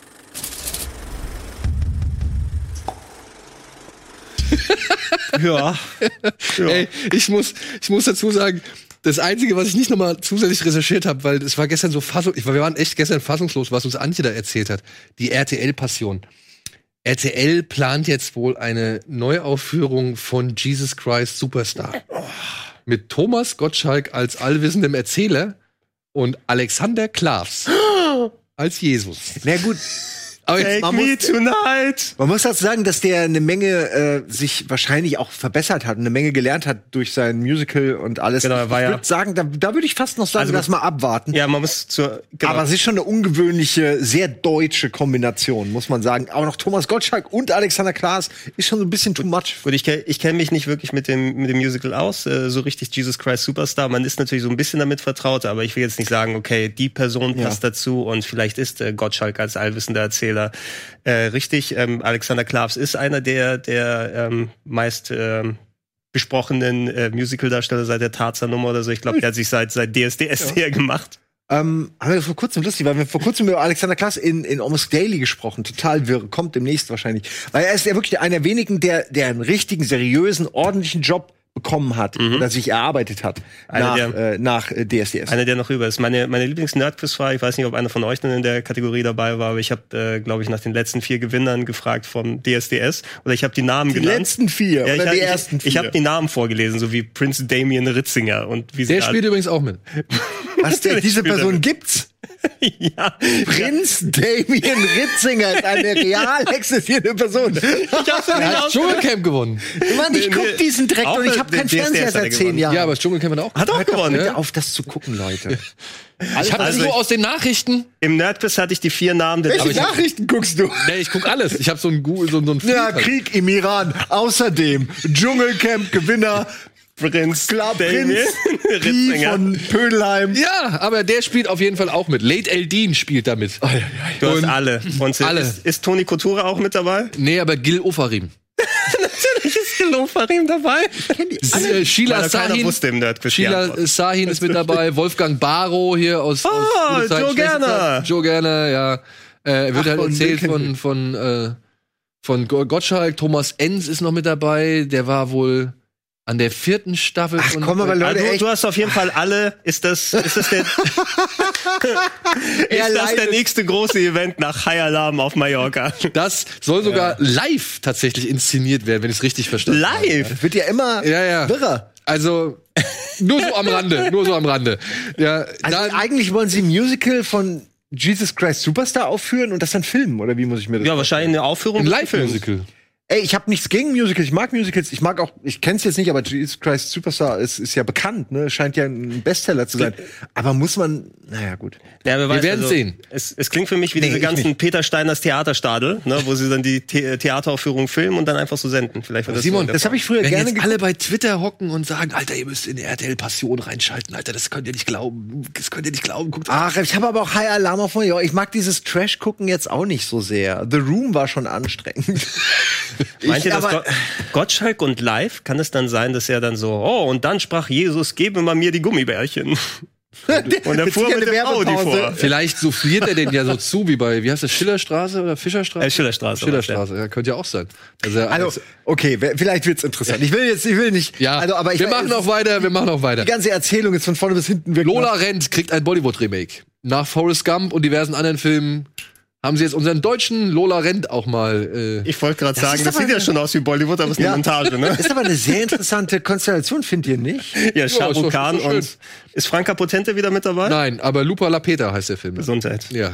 S3: Ja. ja.
S1: Ey, ich muss, ich muss dazu sagen, das Einzige, was ich nicht nochmal zusätzlich recherchiert habe, weil es war gestern so fassungslos, ich, wir waren echt gestern fassungslos, was uns Antje da erzählt hat. Die R T L-Passion. R T L plant jetzt wohl eine Neuaufführung von Jesus Christ Superstar. Oh. Mit Thomas Gottschalk als allwissendem Erzähler und Alexander Klavs als Jesus.
S4: Na gut.
S3: Aber Take man, me
S4: muss,
S3: tonight.
S4: man muss dazu sagen, dass der eine Menge äh, sich wahrscheinlich auch verbessert hat, eine Menge gelernt hat durch sein Musical und alles.
S3: Genau, war
S4: ich
S3: ja
S4: würde sagen, da, da würde ich fast noch sagen,
S3: also,
S4: lass mal abwarten.
S3: Ja, man muss zur. Genau.
S4: Aber es ist schon eine ungewöhnliche, sehr deutsche Kombination, muss man sagen. Aber noch Thomas Gottschalk und Alexander Klaas ist schon so ein bisschen too much.
S3: Gut, ich kenne ich kenn mich nicht wirklich mit dem mit dem Musical aus, äh, so richtig Jesus Christ Superstar. Man ist natürlich so ein bisschen damit vertraut, aber ich will jetzt nicht sagen, okay, die Person passt ja dazu und vielleicht ist äh, Gottschalk als allwissender Erzähler Äh, richtig, ähm, Alexander Klavs ist einer der, der ähm, meist ähm, besprochenen äh, Musical-Darsteller seit der Tarzan-Nummer oder so. Ich glaube, der hat sich seit, seit D S D S ja. gemacht.
S4: Ähm, haben wir vor kurzem, lustig, weil wir vor kurzem über Alexander Klaas in, in Almost Daily gesprochen. Total wirr, kommt demnächst wahrscheinlich. Weil er ist ja wirklich einer der wenigen, der, der einen richtigen, seriösen, ordentlichen Job bekommen hat mhm. oder sich erarbeitet hat nach, der, äh, nach äh, D S D S.
S3: Einer, der noch rüber ist. Meine, meine Lieblings-Nerd-Quiz-Frage, ich weiß nicht, ob einer von euch dann in der Kategorie dabei war, aber ich habe, äh, glaube ich, nach den letzten vier Gewinnern gefragt vom D S D S oder ich habe die Namen
S4: die
S3: genannt.
S4: Die letzten vier
S3: ja,
S4: oder
S3: ich,
S4: die
S3: ich,
S4: ersten
S3: ich,
S4: vier?
S3: Ich habe die Namen vorgelesen, so wie Prince Damien Ritzinger. Und wie
S1: der spielt übrigens auch mit.
S4: Was, der, diese Person gibt's?
S3: Ja.
S4: Prinz Damien Ritzinger ist eine real existierende Person.
S1: Ich hab's ja nicht aus. Dschungelcamp gewonnen.
S4: Mann, ich guck diesen Dreck und ich habe keinen Fernseher seit zehn Jahren.
S1: Ja, aber das Dschungelcamp hat auch
S3: hat auch gewonnen.
S4: Hört auf, das zu gucken, Leute.
S1: Ich habe also nur aus den Nachrichten.
S3: Im Nerdquiz hatte ich die vier Namen.
S4: Welche
S3: aber ich
S4: Nachrichten guckst du?
S1: Nee, ich guck alles. Ich habe so ein so, so ein
S4: Ja, Krieg im Iran. Außerdem Dschungelcamp-Gewinner
S3: Prinz,
S4: Klar, Prinz Pi von Pödelheim.
S1: Ja, aber der spielt auf jeden Fall auch mit. Late Eldin spielt da mit.
S3: Oh, ja, ja. Du
S1: Und
S3: hast alle. Und
S1: alle.
S3: Ist, ist Toni Kotura auch mit dabei?
S1: Nee, aber Gil Ofarim.
S3: Natürlich ist Gil Ofarim dabei.
S1: Äh, Sheila Sahin,
S3: wusste im Nerdquiz
S1: Sheila Sahin ist mit dabei. Wolfgang Barrow hier aus,
S3: oh,
S1: aus
S3: Joe Gerner.
S1: Joe Gerner, ja. Äh, er wird Ach, halt erzählt von, von, äh, von Gottschalk. Thomas Enz ist noch mit dabei. Der war wohl an der vierten Staffel.
S4: Ach
S1: von
S4: komm, aber Leute,
S3: also,
S4: echt?
S3: Du hast auf jeden Fall alle. Ist das, ist das der, ist das der nächste große Event nach High Alarm auf Mallorca?
S1: Das soll sogar ja. live tatsächlich inszeniert werden, wenn ich es richtig verstanden habe.
S3: Live?
S4: Ja. Wird ja immer
S1: ja, ja.
S4: wirrer.
S1: Also, nur so am Rande, nur so am Rande. Ja,
S4: also eigentlich wollen sie ein Musical von Jesus Christ Superstar aufführen und das dann filmen, oder wie muss ich mir das
S3: Ja, wahrscheinlich eine Aufführung.
S1: Ein Live-Musical.
S4: Ey, ich habe nichts gegen Musicals, ich mag Musicals, ich mag auch, ich kenn's jetzt nicht, aber Jesus Christ Superstar ist, ist ja bekannt, ne, scheint ja ein Bestseller zu sein. Aber muss man, naja, gut.
S3: Ja, wer weiß,
S1: wir werden
S3: also,
S1: sehen.
S3: Es, es klingt für mich wie
S4: Nee,
S3: diese
S4: ich
S3: ganzen
S4: nicht.
S3: Peter Steiners Theaterstadel, ne, wo sie dann die The- Theateraufführung filmen und dann einfach so senden. Vielleicht wird das
S1: Simon,
S3: so
S4: Das habe ich früher
S1: Wenn
S4: gerne
S1: jetzt alle bei Twitter hocken und sagen, Alter, ihr müsst in die R T L-Passion reinschalten, Alter, das könnt ihr nicht glauben, das könnt ihr nicht glauben. Guckt
S4: Ach, ich habe aber auch High Alarm von, ja, ich mag dieses Trash-Gucken jetzt auch nicht so sehr. The Room war schon anstrengend.
S3: Meint ihr, dass
S4: aber-
S3: Go- Gottschalk und live, kann es dann sein, dass er dann so, oh, und dann sprach Jesus, gebe mal mir die Gummibärchen. Und er fuhr mit dem Audi vor.
S1: Vielleicht souffliert er den ja so zu, wie bei, wie heißt das, Schillerstraße oder Fischerstraße?
S3: Äh, Schillerstraße.
S1: Schillerstraße, ja, könnte ja auch sein. Also, er
S4: Also,
S1: alles-
S4: okay, wer- vielleicht wird's interessant. Ich will jetzt, ich will nicht.
S1: ja,
S4: also, aber ich
S1: wir
S4: weiß,
S1: machen auch weiter, wir machen auch weiter.
S4: Die ganze Erzählung ist von vorne bis hinten wirklich.
S1: Lola Rent kriegt ein Bollywood-Remake. Nach Forrest Gump und diversen anderen Filmen haben sie jetzt unseren deutschen Lola Rent auch mal. Äh
S3: Ich wollte gerade
S4: Das
S3: sagen,
S4: ist
S3: das
S4: aber
S3: sieht ja
S4: eine-
S3: schon aus wie Bollywood, aber es ist
S4: Ja.
S3: eine Montage, ne?
S4: Ist aber eine sehr interessante Konstellation, findet ihr nicht?
S3: Ja, Shah
S1: ist doch-
S3: Rukh Khan
S1: ist doch schön.
S3: und ist Franka Potente wieder mit dabei?
S1: Nein, aber Lupa Lapeta heißt der Film.
S3: Gesundheit.
S1: Ja.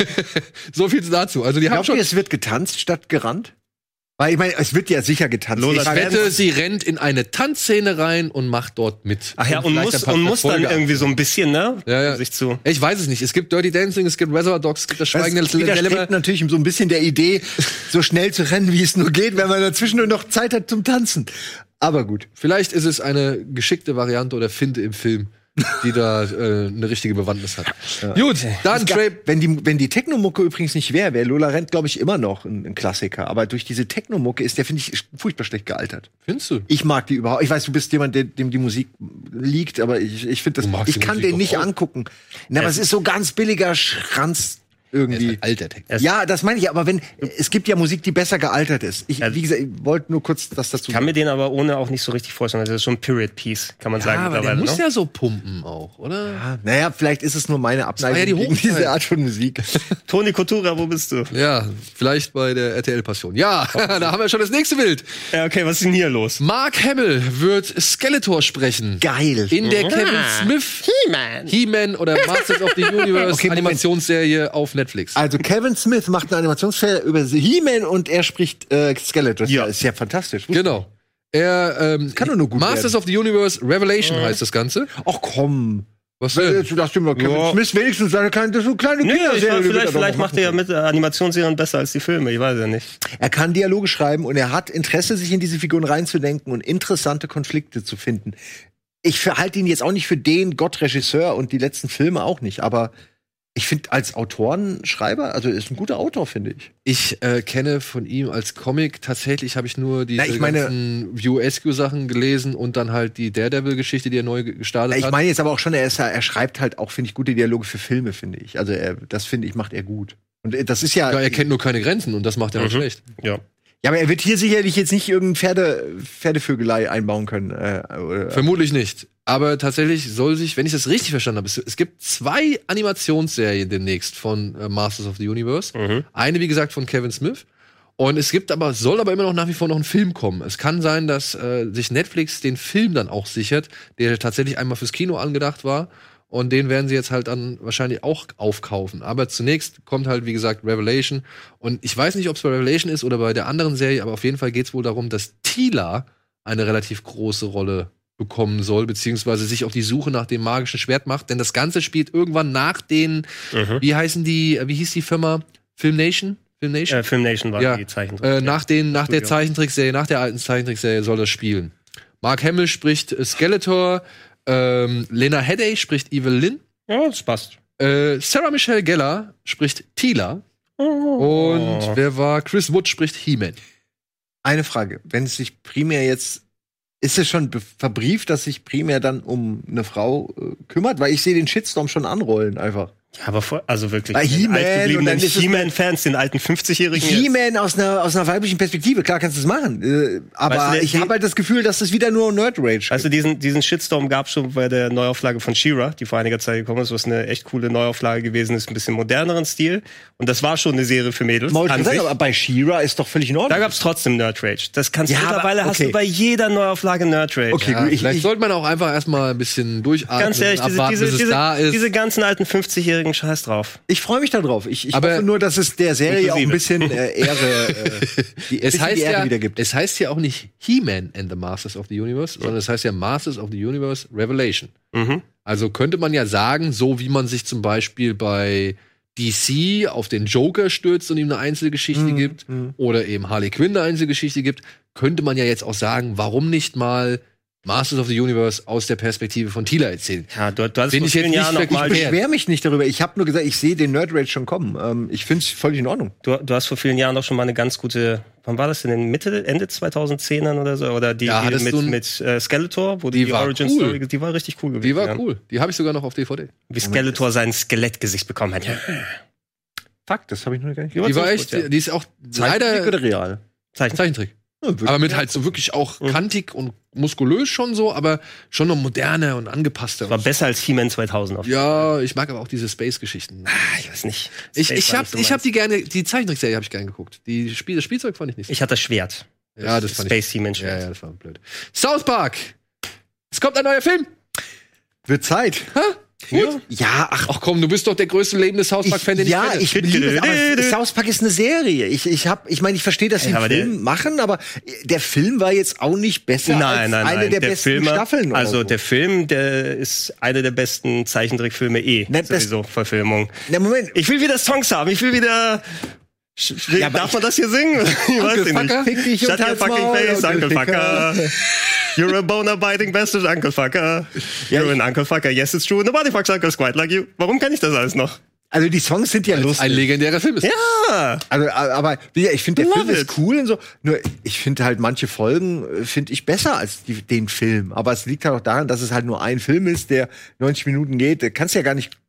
S1: So viel dazu. Also die haben
S4: Glaubt
S1: schon.
S4: ihr, es wird getanzt statt gerannt? Weil ich meine, es wird ja sicher getanzt.
S3: Lola
S1: Ich
S4: Ich
S1: wette, sie rennt in eine Tanzszene rein und macht dort mit.
S3: Ach ja, und
S1: vielleicht
S3: muss,
S1: ein paar
S3: und muss dann
S1: Folge-
S3: irgendwie so ein bisschen, ne?
S1: Ja, ja.
S3: Sich zu.
S1: Ich weiß es nicht. Es gibt Dirty Dancing, es gibt Reservoir Dogs, es gibt das Schweigen
S4: Das
S1: der
S4: widerstrebt
S1: Lämmer.
S4: natürlich so ein bisschen der Idee, so schnell zu rennen, wie es nur geht, wenn man dazwischen nur noch Zeit hat zum Tanzen. Aber gut.
S1: Vielleicht ist es eine geschickte Variante oder Finte im Film, die da äh, eine richtige Bewandtnis hat. Gut, dann
S4: Gar-
S1: Trey.
S4: Wenn die, wenn die Technomucke übrigens nicht wäre, wäre Lola Rent, glaube ich, immer noch ein, ein Klassiker. Aber durch diese Technomucke ist der, finde ich, furchtbar schlecht gealtert.
S1: Findest du?
S4: Ich mag die überhaupt. Ich weiß, du bist jemand, der, dem die Musik liegt, aber ich, ich finde
S1: Du
S4: das.
S1: magst
S4: Ich
S1: die
S4: kann
S1: Musik
S4: den nicht
S1: doch auch.
S4: angucken. Na, aber es ist so ganz billiger Schranz irgendwie.
S1: Alter Text.
S4: Ja, das meine ich. Aber wenn es gibt ja Musik, die besser gealtert ist. Ich,
S3: Ja.
S4: wie gesagt, ich wollte nur kurz das dazu.
S3: Ich kann mir den aber ohne auch nicht so richtig vorstellen. Das ist schon ein Period-Piece, kann man sagen.
S1: Ja, aber der
S3: mittlerweile,
S1: muss
S3: ne?
S1: ja so pumpen auch, oder?
S4: Ah, naja, vielleicht ist es nur meine Abneigung
S1: war ja die
S4: gegen
S1: Hochzeit.
S4: diese Art von Musik.
S3: Toni Kotura, wo bist du?
S1: Ja, vielleicht bei der R T L-Passion. Ja, da haben wir schon das nächste Bild.
S3: Ja, okay, was ist denn hier los?
S1: Mark Hamill wird Skeletor sprechen.
S4: Geil.
S1: In der Kevin Smith
S3: He-Man.
S1: He-Man oder Masters of the Universe
S4: Okay, Moment.
S1: Animationsserie auf Netflix.
S4: Also Kevin Smith macht eine Animationsserie über He-Man und er spricht äh, Skeletor.
S3: Ja.
S4: Das ist ja fantastisch.
S1: Genau. Er ähm,
S4: Kann doch nur gut
S1: Masters
S4: werden.
S1: of the Universe Revelation heißt das Ganze.
S4: Ach komm.
S1: Was
S4: Wenn
S1: denn?
S4: jetzt lass dir mal Kevin
S3: Ja.
S4: Smith wenigstens seine kleine, das ist so eine kleine
S3: Nee, ich
S4: Kinderserie,
S3: war,
S4: die wird
S3: vielleicht
S4: er doch
S3: vielleicht
S4: noch
S3: macht er ja
S4: machen
S3: mit äh, Animationsserien besser als die Filme, ich weiß ja nicht.
S4: können. Er kann Dialoge schreiben und er hat Interesse, sich in diese Figuren reinzudenken und interessante Konflikte zu finden. Ich halte ihn jetzt auch nicht für den Gott-Regisseur und die letzten Filme auch nicht, aber ich finde als Autorenschreiber, also ist ein guter Autor, finde ich.
S1: Ich äh, kenne von ihm als Comic tatsächlich habe ich nur diese
S4: Na, ich meine-
S1: ganzen View Askew Sachen gelesen und dann halt die Daredevil-Geschichte, die er neu gestartet
S4: Ich
S1: hat.
S4: meine jetzt aber auch schon, er, ist, ja- er schreibt halt auch, finde ich, gute Dialoge für Filme, finde ich. Also er, das finde ich, macht er gut. Und äh, das ist ja.
S1: Ja, er kennt nur keine Grenzen und das macht er halt
S3: Mhm.
S1: schlecht.
S3: Ja.
S4: Ja, aber er wird hier sicherlich jetzt nicht irgendein Pferde, Pferdevögelei einbauen können. Äh, oder,
S1: Vermutlich nicht. Aber tatsächlich soll sich, wenn ich das richtig verstanden habe, es, es gibt zwei Animationsserien demnächst von äh, Masters of the Universe.
S3: Mhm.
S1: Eine, wie gesagt, von Kevin Smith. Und es gibt aber, soll aber immer noch nach wie vor noch ein Film kommen. Es kann sein, dass äh, sich Netflix den Film dann auch sichert, der tatsächlich einmal fürs Kino angedacht war. Und den werden sie jetzt halt dann wahrscheinlich auch aufkaufen. Aber zunächst kommt halt, wie gesagt, Revelation. Und ich weiß nicht, ob es bei Revelation ist oder bei der anderen Serie, aber auf jeden Fall geht es wohl darum, dass Teela eine relativ große Rolle bekommen soll, beziehungsweise sich auf die Suche nach dem magischen Schwert macht. Denn das Ganze spielt irgendwann nach den,
S3: Mhm.
S1: wie heißen die, wie hieß die Firma? Filmnation? Filmnation?
S3: Äh, Filmnation war
S1: Ja,
S3: die Zeichentrick.
S1: Äh, nach, den, nach der
S3: Studio.
S1: Zeichentrickserie, nach der alten Zeichentrickserie soll das spielen. Mark Hamill spricht äh, Skeletor, ähm, Lena Headey spricht Evelyn,
S3: Ja, das passt.
S1: äh, Sarah Michelle Gellar spricht Teela
S3: Oh.
S1: und wer war? Chris Wood spricht He-Man.
S4: Eine Frage, wenn es sich primär jetzt, ist es schon be- verbrieft, dass sich primär dann um eine Frau äh, kümmert? Weil ich sehe den Shitstorm schon anrollen einfach.
S3: Ja, aber vor, also wirklich.
S4: Bei
S3: den
S4: He-Man
S3: altgebliebenen
S4: und dann ist es-
S3: He-Man-Fans, den alten fünfzigjährigen. jetzt.
S4: He-Man aus einer, aus einer weiblichen Perspektive, klar kannst du es machen. Äh, aber
S3: Weißt du, der-
S4: ich habe halt das Gefühl, dass es wieder nur Nerd-Rage
S3: Weißt du, diesen, diesen Shitstorm gab es schon bei der Neuauflage von She-Ra, die vor einiger Zeit gekommen ist, was eine echt coole Neuauflage gewesen ist, ein bisschen moderneren Stil. Und das war schon eine Serie für Mädels.
S4: Maul
S3: an
S4: gesagt,
S3: sich.
S4: aber bei She-Ra ist doch völlig in
S3: Da
S4: Ordnung.
S3: gab es trotzdem Nerd Rage. Das kannst
S4: Ja,
S3: du
S4: aber-
S3: mittlerweile hast
S4: okay.
S3: du bei jeder Neuauflage Nerd Rage.
S4: Okay,
S1: Ja,
S4: gut, ich-
S1: vielleicht
S4: ich-
S1: sollte man auch einfach erstmal ein bisschen durchatmen,
S3: Ganz ehrlich, diese,
S1: abwarten,
S3: diese,
S1: bis es
S3: diese,
S1: da ist.
S3: diese ganzen alten fünfzigjährigen Scheiß drauf.
S4: Ich freue mich darauf. Ich, ich
S1: Aber-
S4: hoffe nur, dass es der Serie auch ein
S3: Inklusive.
S4: bisschen äh, Ehre, äh, die,
S1: es
S4: bisschen
S1: heißt,
S4: die Ehre
S1: ja,
S4: wieder gibt.
S1: es heißt ja auch nicht He-Man and the Masters of the Universe, sondern es heißt ja Masters of the Universe Revelation.
S3: Mhm.
S1: Also könnte man ja sagen, so wie man sich zum Beispiel bei D C auf den Joker stürzt und ihm eine Einzelgeschichte
S4: Mhm,
S1: gibt oder eben Harley Quinn eine Einzelgeschichte gibt, könnte man ja jetzt auch sagen, warum nicht mal Masters of the Universe aus der Perspektive von Teela erzählen.
S3: Ja, du, du hast
S1: Finde
S3: vor
S1: ich jetzt
S3: vielen
S1: nicht
S3: Jahren noch
S1: wirklich
S3: mal,
S4: Ich
S1: verkehrt.
S4: beschwere mich nicht darüber. Ich habe nur gesagt, ich sehe den Nerd Rage schon kommen. Ähm, ich finde es völlig in Ordnung.
S3: du, du hast vor vielen Jahren doch schon mal eine ganz gute, wann war das denn, in Mitte, Ende zweitausendzehnern oder so? Oder die,
S1: Ja,
S3: die
S1: hattest
S3: mit,
S1: du ein-
S3: mit äh, Skeletor, wo
S1: Die
S3: die,
S1: war
S3: Origin
S1: cool.
S3: Story, die war richtig cool gewesen.
S1: Die war
S3: ja.
S1: cool. Die habe ich sogar noch auf D V D.
S3: Wie Skeletor sein Skelettgesicht bekommen hat.
S4: Fuck, das habe ich noch gar nicht
S1: Die war
S3: ziemlich
S1: echt,
S3: gut, ja.
S1: die ist auch
S4: Leider
S1: leider
S4: oder real?
S3: Zeichen.
S1: Zeichentrick. Aber mit halt so wirklich auch kantig und muskulös schon so, aber schon noch moderne und angepasster.
S3: War besser als He-Man zweitausend. Auf
S1: Ja, ich mag aber auch diese Space-Geschichten.
S3: Ah, ich weiß nicht.
S1: Ich,
S3: Space
S1: ich
S3: war
S1: hab,
S3: nicht so
S1: ich hab
S3: meins.
S1: die gerne, die Zeichentrickserie habe ich gerne geguckt. Die Spiel, das Spielzeug fand ich nicht so.
S3: Ich hatte das Schwert.
S1: Ja, das fand
S3: Space
S1: ich.
S3: He-Man
S1: Ja,
S3: Schwert.
S1: ja, das war blöd. South Park! Es kommt ein neuer Film!
S4: Wird Zeit.
S1: Ha?
S4: Gut. Ja, ach,
S1: Ach komm, du bist doch der größte lebende South Park-Fan, den ich
S4: ja,
S1: kenne.
S4: ich liebe es, aber South Park ist eine Serie. Ich, ich hab, ich meine, ich verstehe, dass sie
S3: Ja,
S4: einen
S3: aber der-
S4: Film machen, aber der Film war jetzt auch nicht besser
S3: Nein,
S4: als
S3: nein,
S4: eine
S3: nein.
S4: der, besten
S3: Filmer-
S4: Staffeln. oder
S3: Also
S4: so.
S3: der Film, der ist eine der besten Zeichentrickfilme eh.
S4: Ne, das-
S3: sowieso, Verfilmung.
S4: Na, Moment.
S3: Ich will wieder Songs haben. Ich will wieder. Sch- will-
S4: Ja, aber
S3: Darf
S4: ich-
S3: man das hier singen? Ich weiß
S1: Uncle
S3: nicht.
S1: Fucker?
S4: Fick dich und
S3: Shut your
S4: halt's
S3: fucking
S4: Maul,
S3: face,
S4: Uncle
S3: Uncle
S4: Fucker.
S3: Fucker. You're a boner-biting bastard, Uncle Fucker.
S4: Ja,
S3: You're
S4: ich-
S3: an Uncle Fucker. Yes, it's true. Nobody fucks uncles quite like you. Warum kann ich das alles noch?
S4: Also die Songs sind ja
S1: Ein
S4: lustig.
S1: legendärer Film ist.
S3: Ja.
S4: Also, aber wie gesagt, ich finde, der
S3: Love
S4: Film
S3: it.
S4: ist cool und so. Nur ich finde halt manche Folgen äh, finde ich besser als die, den Film. Aber es liegt halt auch daran, dass es halt nur ein Film ist, der neunzig Minuten geht. Da kannst du ja gar nicht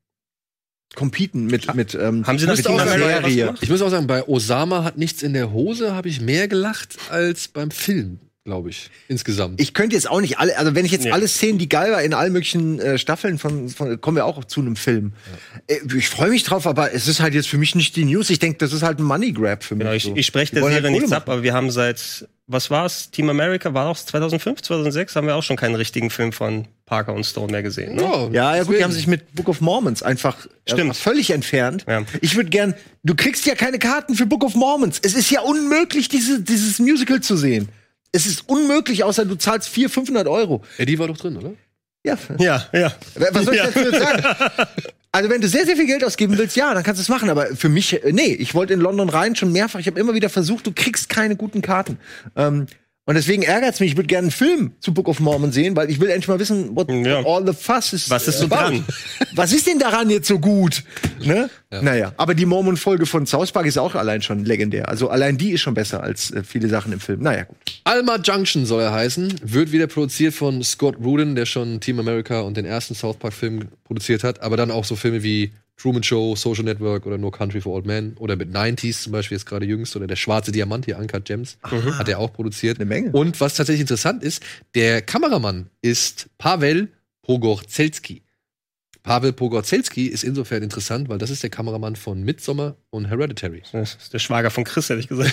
S4: competen mit mit ähm,
S3: Haben Sie
S4: mit
S3: nach
S4: einer
S3: Team America was
S4: Serie.
S3: gemacht?
S1: Ich muss auch sagen, bei Osama hat nichts in der Hose, habe ich mehr gelacht als beim Film, glaube ich, insgesamt.
S4: Ich könnte jetzt auch nicht alle, also wenn ich jetzt
S3: Nee.
S4: alle Szenen, die geil war in allen möglichen äh, Staffeln von, von, kommen wir auch zu einem Film. Äh, ich freue mich drauf, aber es ist halt jetzt für mich nicht die News. Ich denke, das ist halt ein Money Grab für mich.
S3: Genau, ich,
S4: so.
S3: ich spreche
S4: Die
S3: der
S4: wollen
S3: Serie
S4: halt Kohle
S3: nichts ab,
S4: machen.
S3: aber wir haben seit, was war's? Team America war auch zweitausendfünf, zweitausendsechs, haben wir auch schon keinen richtigen Film von Parker und Stone mehr gesehen. Ne?
S1: Ja,
S4: Ja, ja gut, die
S1: deswegen.
S4: haben sich mit Book of Mormons einfach äh,
S3: Stimmt.
S4: völlig entfernt.
S3: Ja.
S4: Ich würde gern, du kriegst ja keine Karten für Book of Mormons. Es ist ja unmöglich, diese, dieses Musical zu sehen. Es ist unmöglich, außer du zahlst vierhundert, fünfhundert Euro.
S1: Eddie war doch drin, oder?
S4: Ja,
S3: Ja, ja.
S4: was soll ich
S3: Ja.
S4: dazu jetzt sagen? Also wenn du sehr, sehr viel Geld ausgeben willst, ja, dann kannst du es machen. Aber für mich, äh, nee, ich wollte in London rein schon mehrfach. Ich habe immer wieder versucht, du kriegst keine guten Karten. Ähm, und deswegen ärgert's mich. Ich würde gerne einen Film zu Book of Mormon sehen, weil ich will endlich mal wissen, what
S3: Ja.
S4: all the fuss is.
S3: Was ist so
S4: about.
S3: dran?
S4: Was ist denn daran jetzt so gut? Ne? Naja, aber die Mormon-Folge von South Park ist auch allein schon legendär. Also allein die ist schon besser als äh, viele Sachen im Film. Naja, gut.
S1: Alma Junction soll er heißen. Wird wieder produziert von Scott Rudin, der schon Team America und den ersten South Park-Film produziert hat. Aber dann auch so Filme wie Truman Show, Social Network oder No Country for Old Men. Oder mit neunziger zum Beispiel jetzt gerade jüngst. Oder Der schwarze Diamant, hier Uncut Gems. Hat er auch produziert.
S4: Eine Menge.
S1: Und was tatsächlich interessant ist, der Kameramann ist Paweł Pogorzelski. Paweł Pogorzelski ist insofern interessant, weil das ist der Kameramann von Midsommar und Hereditary.
S3: Das ist der Schwager von Chris, hätte ich gesagt.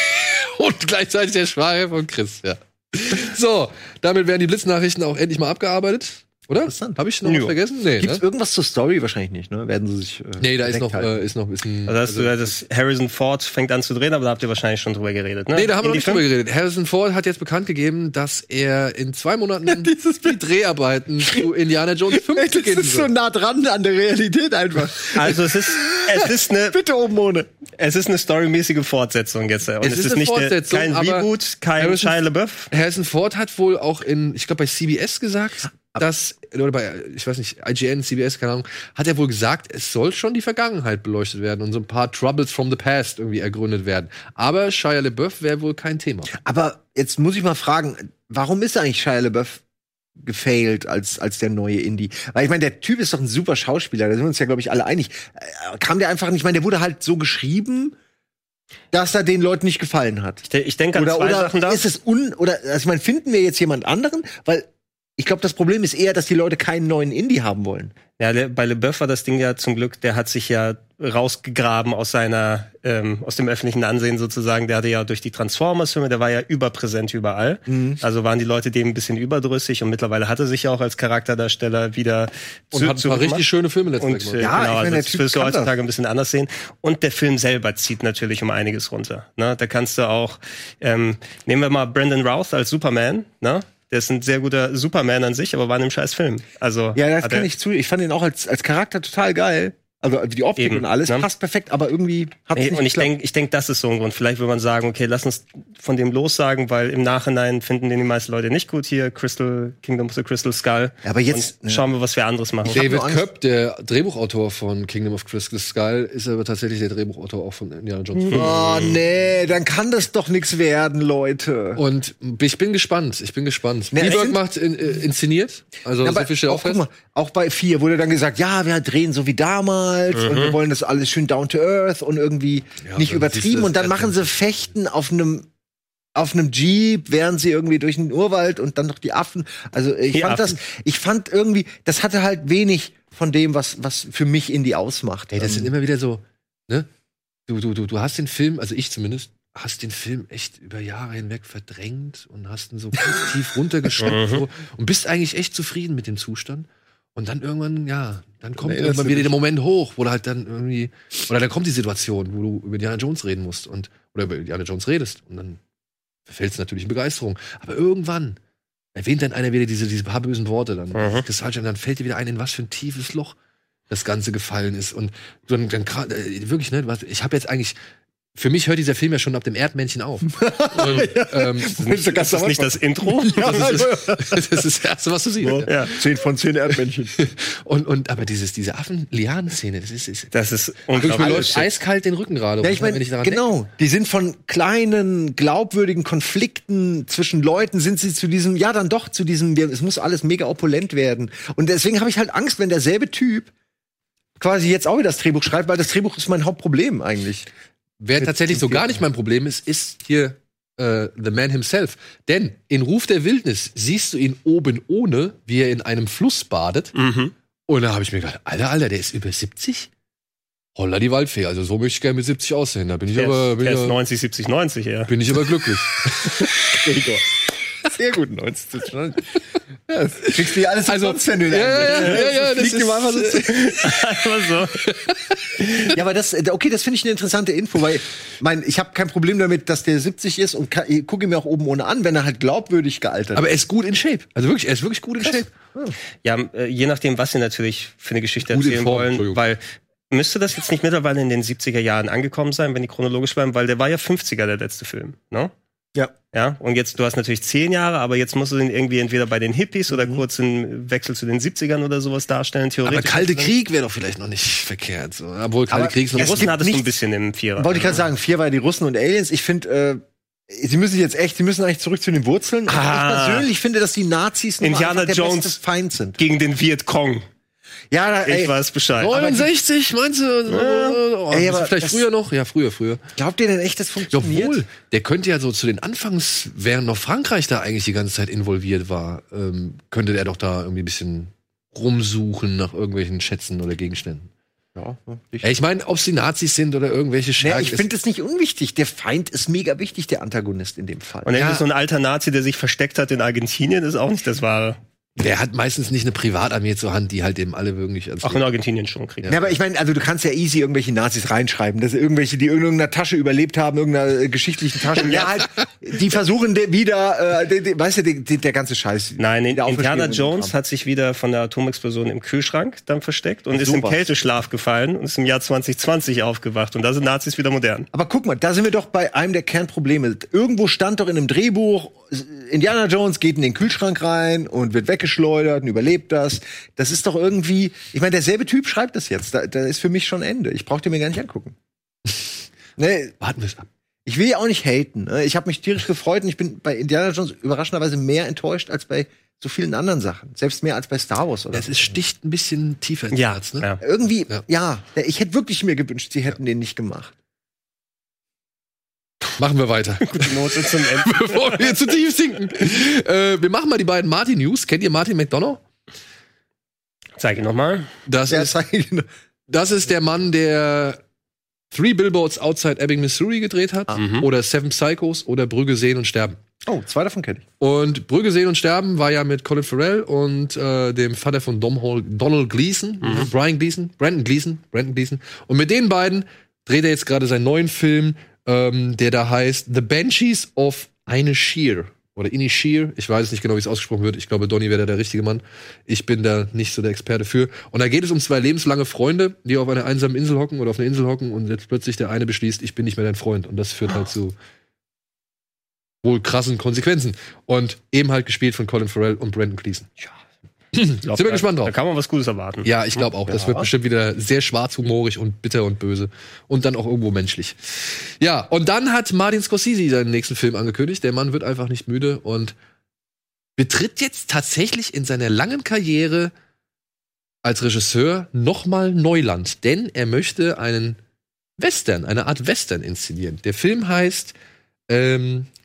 S1: Und gleichzeitig der Schwager von Chris, ja. So, damit werden die Blitznachrichten auch endlich mal abgearbeitet. Oder?
S4: Interessant.
S1: Habe ich noch was
S3: Jo.
S1: vergessen? Nee,
S4: Gibt's
S1: ne?
S4: irgendwas zur Story? Wahrscheinlich nicht, ne? Werden sie sich. Äh,
S1: Nee, da ist
S4: bedeckt
S1: noch,
S4: halten.
S1: äh, ist noch ein bisschen.
S3: Also hast du ja das Harrison Ford fängt an zu drehen, aber da habt ihr wahrscheinlich schon drüber geredet, ne?
S1: Nee, da haben wir noch nicht
S3: Indie-Film?
S1: drüber geredet. Harrison Ford hat jetzt bekannt gegeben, dass er in zwei Monaten die Dreharbeiten zu Indiana Jones fünf
S4: Das
S1: beginnen
S4: ist so
S1: wird.
S4: nah dran an der Realität einfach.
S3: Also es ist, es ist eine,
S4: Bitte oben ohne.
S3: es ist eine storymäßige Fortsetzung jetzt. Und
S1: Es
S3: es,
S1: ist
S3: ist,
S1: eine
S3: nicht der,
S1: Fortsetzung,
S3: kein
S1: aber
S3: Reboot, kein
S1: Harrison-
S3: Shia LaBeouf.
S1: Harrison Ford hat wohl auch in, ich glaube bei C B S gesagt, dass, oder bei, ich weiß nicht, I G N, C B S, keine Ahnung, hat er wohl gesagt, es soll schon die Vergangenheit beleuchtet werden und so ein paar Troubles from the Past irgendwie ergründet werden. Aber Shia LaBeouf wäre wohl kein Thema.
S4: Aber jetzt muss ich mal fragen, warum ist eigentlich Shia LaBeouf gefailt als, als der neue Indie? Weil ich meine, der Typ ist doch ein super Schauspieler, da sind wir uns ja, glaube ich, alle einig. Äh, Kam der einfach nicht, ich meine, der wurde halt so geschrieben, dass er den Leuten nicht gefallen hat.
S3: Ich, de- ich denke an
S4: Oder,
S3: zwei
S4: oder
S3: Sachen da.
S4: ist es un, oder, also ich meine, finden wir jetzt jemand anderen? Weil ich glaube, das Problem ist eher, dass die Leute keinen neuen Indie haben wollen.
S3: Ja, Le- bei LeBeouf war das Ding ja zum Glück, der hat sich ja rausgegraben aus seiner, ähm, aus dem öffentlichen Ansehen sozusagen. Der hatte ja durch die Transformers-Filme, der war ja überpräsent überall.
S4: Mhm.
S3: Also waren die Leute dem ein bisschen überdrüssig und mittlerweile hat er sich ja auch als Charakterdarsteller wieder
S1: Und
S3: zu,
S1: hat ein
S3: zu
S1: paar
S3: gemacht.
S1: richtig schöne Filme letztes
S3: Und
S1: Mal
S3: äh,
S1: gemacht.
S4: Ja, ich
S3: genau,
S4: meine,
S3: also
S4: der
S3: das
S4: Typ
S3: wirst du
S4: kann
S3: heutzutage
S4: das.
S3: ein bisschen anders sehen. Und der Film selber zieht natürlich um einiges runter. Ne? Da kannst du auch, ähm, nehmen wir mal Brandon Routh als Superman, ne? Der ist ein sehr guter Superman an sich, aber war in einem scheiß Film. Also,
S4: Ja, das
S3: hat
S4: kann
S3: er-
S4: ich zu. Ich fand ihn auch als, als Charakter total geil. Also die Optik
S3: Eben,
S4: und alles
S3: ne?
S4: passt perfekt, aber irgendwie hat es
S3: Nee,
S4: nicht
S3: und ich
S4: geklappt.
S3: denke, ich denk, das ist so ein Grund. Vielleicht will man sagen, okay, lass uns von dem lossagen, weil im Nachhinein finden den die meisten Leute nicht gut hier, Crystal, Kingdom of the Crystal Skull.
S4: Ja, aber jetzt-
S3: Und schauen wir, was wir anderes machen.
S1: David
S4: nur Angst-
S1: Köpp, der Drehbuchautor von Kingdom of Crystal Skull, ist aber tatsächlich der Drehbuchautor auch von Indiana Jones fünf.
S4: Oh nee, dann kann das doch nichts werden, Leute.
S1: Und ich bin gespannt, ich bin gespannt.
S4: Ne, es
S1: Spielberg
S4: sind-
S1: macht in, äh, inszeniert, also
S4: Ja,
S1: so
S4: aber
S1: viel steht auch
S4: auch, guck
S1: fest.
S4: mal, auch bei vier wurde dann gesagt, ja, wir drehen so wie damals und wir wollen das alles schön down to earth und irgendwie
S1: Ja,
S4: nicht
S1: dann siehst du
S4: übertrieben.
S1: das
S4: Und dann
S1: Bett
S4: machen
S1: nicht.
S4: sie Fechten auf einem auf einem Jeep, während sie irgendwie durch den Urwald und dann noch die Affen. Also ich
S3: Die
S4: fand
S3: Affen.
S4: das, ich fand irgendwie, das hatte halt wenig von dem, was, was für mich Indie ausmacht.
S1: Ey, das
S4: Ähm,
S1: sind immer wieder so, ne? Du, du, du, du hast den Film, also ich zumindest, hast den Film echt über Jahre hinweg verdrängt und hast ihn so ganz tief runtergeschraubt so, und bist eigentlich echt zufrieden mit dem Zustand. Und dann irgendwann, ja, dann kommt
S4: erinnerst
S1: irgendwann
S4: du
S1: wieder
S4: dich?
S1: der Moment hoch, wo du halt dann irgendwie, oder dann kommt die Situation, wo du über Indiana Jones reden musst und, oder über Indiana Jones redest und dann verfällst du natürlich in Begeisterung. Aber irgendwann erwähnt dann einer wieder diese, diese paar bösen Worte dann.
S3: Mhm.
S1: Und dann fällt dir wieder ein, in was für ein tiefes Loch das Ganze gefallen ist. Und dann, dann gra- äh, wirklich, ne, was- ich habe jetzt eigentlich, für mich hört dieser Film ja schon ab dem Erdmännchen auf. und, ähm,
S3: Ist das nicht das Intro?
S1: das, ist, das ist das Erste, was du siehst.
S3: Ja.
S4: zehn von zehn Erdmännchen.
S1: Und, und, aber dieses, diese Affen-Lianen-Szene, das ist, ist
S3: Das ist
S1: wirklich, mir
S3: unglaublich.
S1: läuft eiskalt den Rücken gerade.
S4: Ja,
S1: runter,
S4: ich meine,
S1: wenn daran
S4: genau. Die sind von kleinen, glaubwürdigen Konflikten zwischen Leuten, sind sie zu diesem, ja, dann doch zu diesem, wir, es muss alles mega opulent werden. Und deswegen habe ich halt Angst, wenn derselbe Typ quasi jetzt auch wieder das Drehbuch schreibt, weil das Drehbuch ist mein Hauptproblem eigentlich.
S1: Wer tatsächlich so gar nicht mein Problem ist, ist hier äh, The Man himself. Denn in Ruf der Wildnis siehst du ihn oben ohne, wie er in einem Fluss badet.
S3: Mhm.
S1: Und da habe ich mir gedacht, Alter, Alter, der ist über siebzig? Holla die Waldfee. Also so möchte ich gerne mit siebzig aussehen. Da bin ich
S3: Der
S1: aber,
S3: ist,
S1: bin
S3: der
S1: ich
S3: ist
S1: aber,
S3: neunzig, siebzig, neunzig, ja.
S1: bin ich aber glücklich.
S4: Gregor. Sehr gut, neunzig. Ja, das kriegst du ja alles
S1: Also,
S4: umsonst, wenn du ihn
S1: ja, ja,
S4: einsetzt.
S1: ja, ja, das
S4: fliegt ihm
S1: ist,
S4: einfach so zu.
S3: Einfach so.
S4: Ja, aber das, okay, das finde ich eine interessante Info, weil mein, ich habe kein Problem damit, dass der siebzig ist und ka- ich gucke ihn mir auch oben ohne an, wenn er halt glaubwürdig gealtert
S1: Aber er ist gut in Shape. Also wirklich, er ist wirklich gut in Shape.
S3: Ja, äh, je nachdem, was sie natürlich für eine Geschichte
S1: Gut in
S3: erzählen
S1: Form,
S3: wollen,
S1: Entschuldigung.
S3: weil müsste das jetzt nicht mittlerweile in den siebziger Jahren angekommen sein, wenn die chronologisch bleiben, weil der war ja fünfziger, der letzte Film, ne?
S4: Ja.
S3: Ja, und jetzt, du hast natürlich zehn Jahre, aber jetzt musst du den irgendwie entweder bei den Hippies oder
S1: Mhm.
S3: kurz einen Wechsel zu den siebzigern oder sowas darstellen,
S1: Aber
S3: theoretisch.
S1: Kalte Krieg wäre doch vielleicht noch nicht verkehrt. So. Obwohl, Kalte
S4: Aber
S1: Krieg ist noch
S3: Die
S4: es
S3: Russen
S4: gibt
S3: hattest du ein
S4: nichts-
S3: bisschen im Vierer.
S4: Wollte ich gerade sagen, vier war die Russen und Aliens. Ich finde, äh, sie müssen jetzt echt, sie müssen eigentlich zurück zu den Wurzeln.
S3: Ah.
S4: Ich persönlich finde, dass die Nazis nun mal
S3: Indiana
S4: einfach der
S3: Jones.
S4: beste Feind sind.
S3: Gegen den Vietcong.
S4: Ja, da,
S3: Ich
S4: ey,
S3: weiß Bescheid.
S1: neunundsechzig, meinst du? Oh,
S4: Ey,
S1: ey,
S4: aber
S1: vielleicht
S4: das-
S1: früher noch? Ja, früher, früher.
S4: glaubt ihr denn echt, das funktioniert?
S1: Jawohl, der könnte ja so zu den Anfangs, während noch Frankreich da eigentlich die ganze Zeit involviert war, ähm, könnte der doch da irgendwie ein bisschen rumsuchen nach irgendwelchen Schätzen oder Gegenständen.
S4: Ja, ich,
S1: Ey, ich meine, ob es die Nazis sind oder irgendwelche
S4: ja,
S1: Schergen.
S4: ich finde es nicht unwichtig. Der Feind ist mega wichtig, der Antagonist in dem Fall.
S3: Und irgendwie
S1: Ja.
S3: so ein alter Nazi, der sich versteckt hat in Argentinien, ist auch nicht das Wahre.
S1: der hat meistens nicht eine Privatarmee zur Hand, die halt eben alle wirklich ans
S3: Auch in Argentinien schon kriegen.
S4: Ja, aber ich meine, also du kannst ja easy irgendwelche Nazis reinschreiben, dass irgendwelche, die in irgendeiner Tasche überlebt haben, irgendeiner äh, geschichtlichen Tasche. Ja, halt, die versuchen de- wieder, äh, de, de, weißt du, de, de, der ganze Scheiß.
S3: Nein, in,
S4: der
S3: Indiana
S4: Auferstehung und
S3: Jones
S4: Kram.
S3: hat sich wieder von der Atomexplosion im Kühlschrank dann versteckt und ist im
S4: sowas.
S3: Kälteschlaf gefallen und ist im Jahr zwanzig zwanzig aufgewacht. Und da sind Nazis wieder modern.
S4: Aber guck mal, da sind wir doch bei einem der Kernprobleme. Irgendwo stand doch in einem Drehbuch, Indiana Jones geht in den Kühlschrank rein und wird weggeschleudert und überlebt das. Das ist doch irgendwie, ich meine, derselbe Typ schreibt das jetzt. Da, da ist für mich schon Ende. Ich brauche den mir gar nicht angucken. Nee,
S1: Warten wir es ab.
S4: ich will ja auch nicht haten. ne? Ich habe mich tierisch gefreut und ich bin bei Indiana Jones überraschenderweise mehr enttäuscht als bei so vielen anderen Sachen. Selbst mehr als bei Star Wars oder
S1: Das
S4: so.
S1: ist, sticht ein bisschen tiefer ins
S3: Ja,
S1: Herz, ne?
S3: ja.
S4: Irgendwie,
S1: Ja.
S4: ja. ich hätte wirklich mir gewünscht, sie hätten den nicht gemacht.
S1: Machen wir weiter.
S3: Gute Note zum Ende.
S1: Bevor wir zu tief sinken. Äh, wir machen mal die beiden Martin-News. Kennt ihr Martin McDonough?
S3: Zeig ihn nochmal.
S1: Das
S4: Der
S1: ist,
S4: zeigt-
S1: das ist der Mann, der Three Billboards Outside Ebbing, Missouri gedreht hat.
S3: Mhm.
S1: Oder Seven Psychos oder Brügge sehen und sterben.
S4: Oh, zwei davon kenne ich.
S1: Und Brügge sehen und sterben war ja mit Colin Farrell und äh, dem Vater von Dom Hall, Donald Gleason, Brian Gleason, Brandon Gleason, Brandon Gleason. Und mit den beiden dreht er jetzt gerade seinen neuen Film, ähm, der da heißt The Banshees of Inisheer. Oder Inisheer, ich weiß nicht genau, wie es ausgesprochen wird. Ich glaube, Donny wäre da der richtige Mann. Ich bin da nicht so der Experte für. Und da geht es um zwei lebenslange Freunde, die auf einer einsamen Insel hocken oder auf einer Insel hocken und jetzt plötzlich der eine beschließt, ich bin nicht mehr dein Freund. Und das führt halt zu wohl krassen Konsequenzen. Und eben halt gespielt von Colin Farrell und Brandon Gleason.
S3: Sind
S1: wir gespannt drauf.
S3: Da kann man was Gutes erwarten.
S1: Ja, ich glaube auch. Das wird bestimmt wieder sehr schwarzhumorig und bitter und böse. Und dann auch irgendwo menschlich. Ja, und dann hat Martin Scorsese seinen nächsten Film angekündigt. Der Mann wird einfach nicht müde und betritt jetzt tatsächlich in seiner langen Karriere als Regisseur nochmal Neuland. Denn er möchte einen Western, eine Art Western inszenieren. Der Film heißt ähm,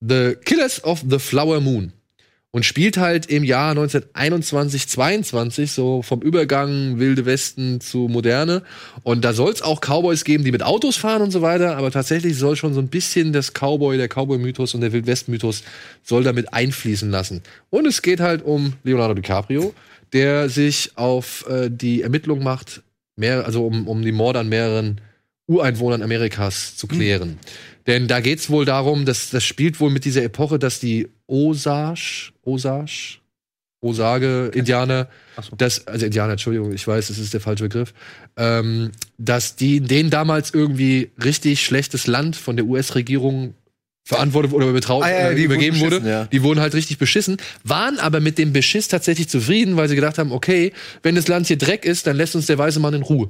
S1: The Killers of the Flower Moon. Und spielt halt im Jahr neunzehnhunderteinundzwanzig, zweiundzwanzig, so vom Übergang Wilde Westen zu Moderne. Und da soll es auch Cowboys geben, die mit Autos fahren und so weiter. Aber tatsächlich soll schon so ein bisschen das Cowboy, der Cowboy-Mythos und der Wildwest-Mythos soll damit einfließen lassen. Und es geht halt um Leonardo DiCaprio, der sich auf äh, die Ermittlung macht, mehr, also um, um die Morde an mehreren Ureinwohnern Amerikas zu klären. Mhm. Denn da geht's wohl darum, dass das spielt wohl mit dieser Epoche, dass die Osage, Osage, Osage-Indianer, so. das, also Indianer, Entschuldigung, ich weiß, das ist der falsche Begriff, ähm, dass die denen damals irgendwie richtig schlechtes Land von der U S-Regierung verantwortet oder betraut, ah, ja, äh, die übergeben wurde. Ja. Die wurden halt richtig beschissen, waren aber mit dem Beschiss tatsächlich zufrieden, weil sie gedacht haben, okay, wenn das Land hier Dreck ist, dann lässt uns der weiße Mann in Ruhe.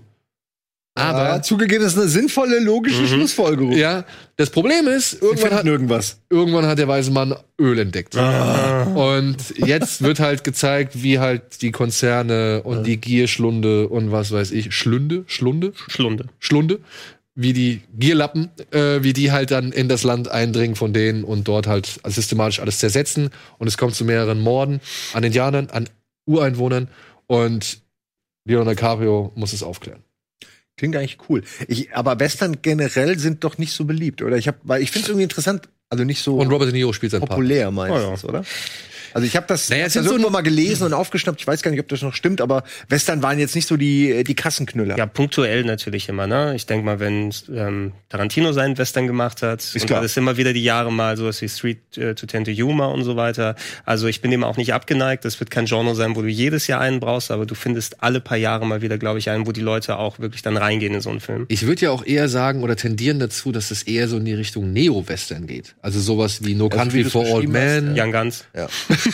S1: Aber
S4: ja, zugegeben, das ist eine sinnvolle, logische mhm. Schlussfolgerung.
S1: Ja, das Problem ist, irgendwann hat,
S4: irgendwas.
S1: irgendwann hat der weiße Mann Öl entdeckt. Ah. Und jetzt wird halt gezeigt, wie halt die Konzerne und ah. die Gierschlunde und was weiß ich, Schlünde, Schlunde?
S3: Schlunde.
S1: Schlunde. Wie die Gierlappen, äh, wie die halt dann in das Land eindringen von denen und dort halt systematisch alles zersetzen. Und es kommt zu mehreren Morden an Indianern, an Ureinwohnern. Und Leonardo DiCaprio muss es aufklären.
S4: Klingt eigentlich cool. Ich, aber Western generell sind doch nicht so beliebt, oder? Ich hab, weil ich finde es irgendwie interessant, also nicht so
S1: und Robert De Niro spielt sein
S4: populär meistens, oh, ja. oder? Also ich habe das, naja, das irgendwo so mal gelesen und aufgeschnappt. Ich weiß gar nicht, ob das noch stimmt, aber Western waren jetzt nicht so die die Kassenknüller.
S3: Ja, punktuell natürlich immer, ne? Ich denke mal, wenn ähm, Tarantino seinen Western gemacht hat, ist und klar. Das immer wieder die Jahre mal sowas wie Street äh, to Tend to Yuma und so weiter. Also ich bin dem auch nicht abgeneigt. Das wird kein Genre sein, wo du jedes Jahr einen brauchst, aber du findest alle paar Jahre mal wieder, glaube ich, einen, wo die Leute auch wirklich dann reingehen in so einen Film.
S1: Ich würde ja auch eher sagen oder tendieren dazu, dass es eher so in die Richtung Neo-Western geht. Also sowas wie No Country for Old Men.
S3: Young Guns.
S4: Ja.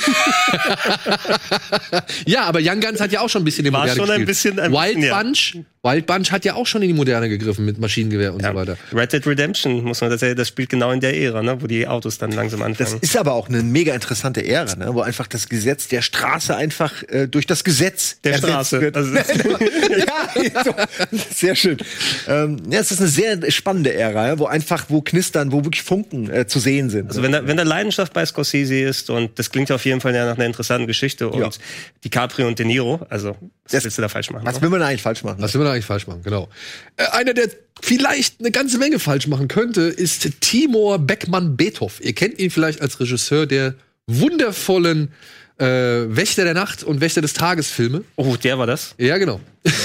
S1: Ja, aber Young Guns hat ja auch schon ein bisschen in die
S3: War
S1: Moderne
S3: schon ein
S1: gespielt.
S3: bisschen, ein
S1: Wild
S3: bisschen, ja.
S1: Bunch, Wild Bunch hat ja auch schon in die Moderne gegriffen mit Maschinengewehr und
S3: ja.
S1: so weiter.
S3: Red Dead Redemption, muss man das sagen, das spielt genau in der Ära, ne, wo die Autos dann langsam anfangen.
S4: Das ist aber auch eine mega interessante Ära, ne, wo einfach das Gesetz der Straße einfach äh, durch das Gesetz
S3: der Straße wird. Also
S4: ja, so, sehr schön. Ähm, ja, es ist eine sehr spannende Ära, ja, wo einfach, wo knistern, wo wirklich Funken äh, zu sehen sind.
S3: Also wenn da, wenn da Leidenschaft bei Scorsese ist, und das klingt auf jeden Fall ja nach einer interessanten Geschichte, und ja. DiCaprio und De Niro, also was das, willst du da falsch machen?
S4: Was
S3: ne?
S4: will man da eigentlich falsch machen?
S1: Was will man da eigentlich falsch machen, genau. Äh, einer, der vielleicht eine ganze Menge falsch machen könnte, ist Timur Bekmambetov. Ihr kennt ihn vielleicht als Regisseur der wundervollen äh, Wächter der Nacht und Wächter des Tages Filme.
S3: Oh, der war das?
S1: Ja, genau.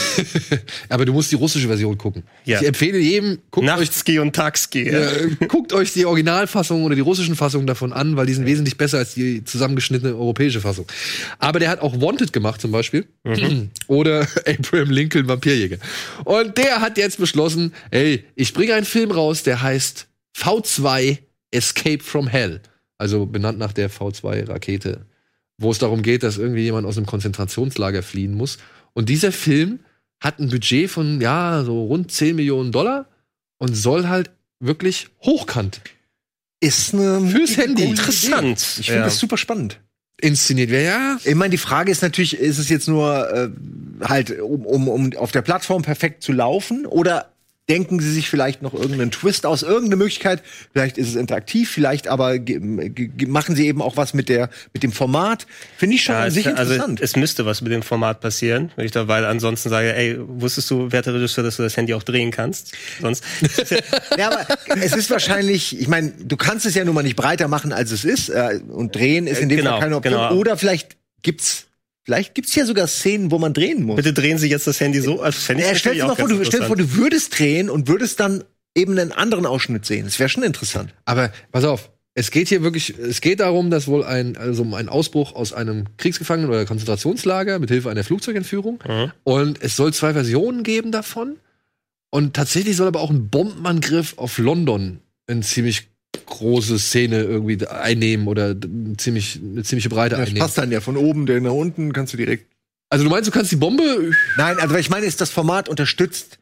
S1: Aber du musst die russische Version gucken.
S3: Ja.
S1: Ich empfehle jedem, guckt
S3: Nachtski und Tagski.
S1: Äh, guckt euch die Originalfassung oder die russischen Fassungen davon an, weil die sind wesentlich besser als die zusammengeschnittene europäische Fassung. Aber der hat auch Wanted gemacht zum Beispiel. Mhm. Oder Abraham Lincoln, Vampirjäger. Und der hat jetzt beschlossen, ey, ich bringe einen Film raus, der heißt V zwei Escape from Hell. Also benannt nach der V zwei Rakete. Wo es darum geht, dass irgendwie jemand aus einem Konzentrationslager fliehen muss. Und dieser Film hat ein Budget von, ja, so rund zehn Millionen Dollar und soll halt wirklich hochkant.
S4: Ist eine
S1: fürs Handy.
S3: Interessant.
S4: Ich finde ja. das super spannend.
S1: Inszeniert wäre ja.
S4: Ich meine, die Frage ist natürlich, ist es jetzt nur äh, halt, um, um, um auf der Plattform perfekt zu laufen, oder denken Sie sich vielleicht noch irgendeinen Twist aus, irgendeine Möglichkeit? Vielleicht ist es interaktiv, vielleicht aber ge- ge- machen Sie eben auch was mit der mit dem Format. Finde ich schon
S3: ja,
S4: an sich
S3: also
S4: interessant.
S3: Es müsste was mit dem Format passieren, wenn ich da, weil ansonsten sage, ey, wusstest du, werter Regisseur, dass du das Handy auch drehen kannst? Sonst.
S4: Ja, aber es ist wahrscheinlich, ich meine, du kannst es ja nun mal nicht breiter machen, als es ist. Äh, und drehen ist in dem
S3: genau,
S4: Fall keine Option.
S3: Genau.
S4: Oder vielleicht gibt's Vielleicht gibt's ja sogar Szenen, wo man drehen muss.
S3: Bitte drehen Sie jetzt das Handy so. Also das
S4: ja, stell dir mal vor, du, stell dir vor, du würdest drehen und würdest dann eben einen anderen Ausschnitt sehen. Das wäre schon interessant.
S1: Aber pass auf, es geht hier wirklich, es geht darum, dass wohl ein, also um einen Ausbruch aus einem Kriegsgefangenen- oder Konzentrationslager mit Hilfe einer Flugzeugentführung. Mhm. Und es soll zwei Versionen geben davon. Und tatsächlich soll aber auch ein Bombenangriff auf London ein ziemlich große Szene irgendwie einnehmen oder ziemlich, eine ziemliche Breite
S4: ja, das
S1: einnehmen.
S4: Passt dann ja von oben, der nach unten kannst du direkt.
S1: Also du meinst, du kannst die Bombe.
S4: Nein, also ich meine, ist das Format unterstützt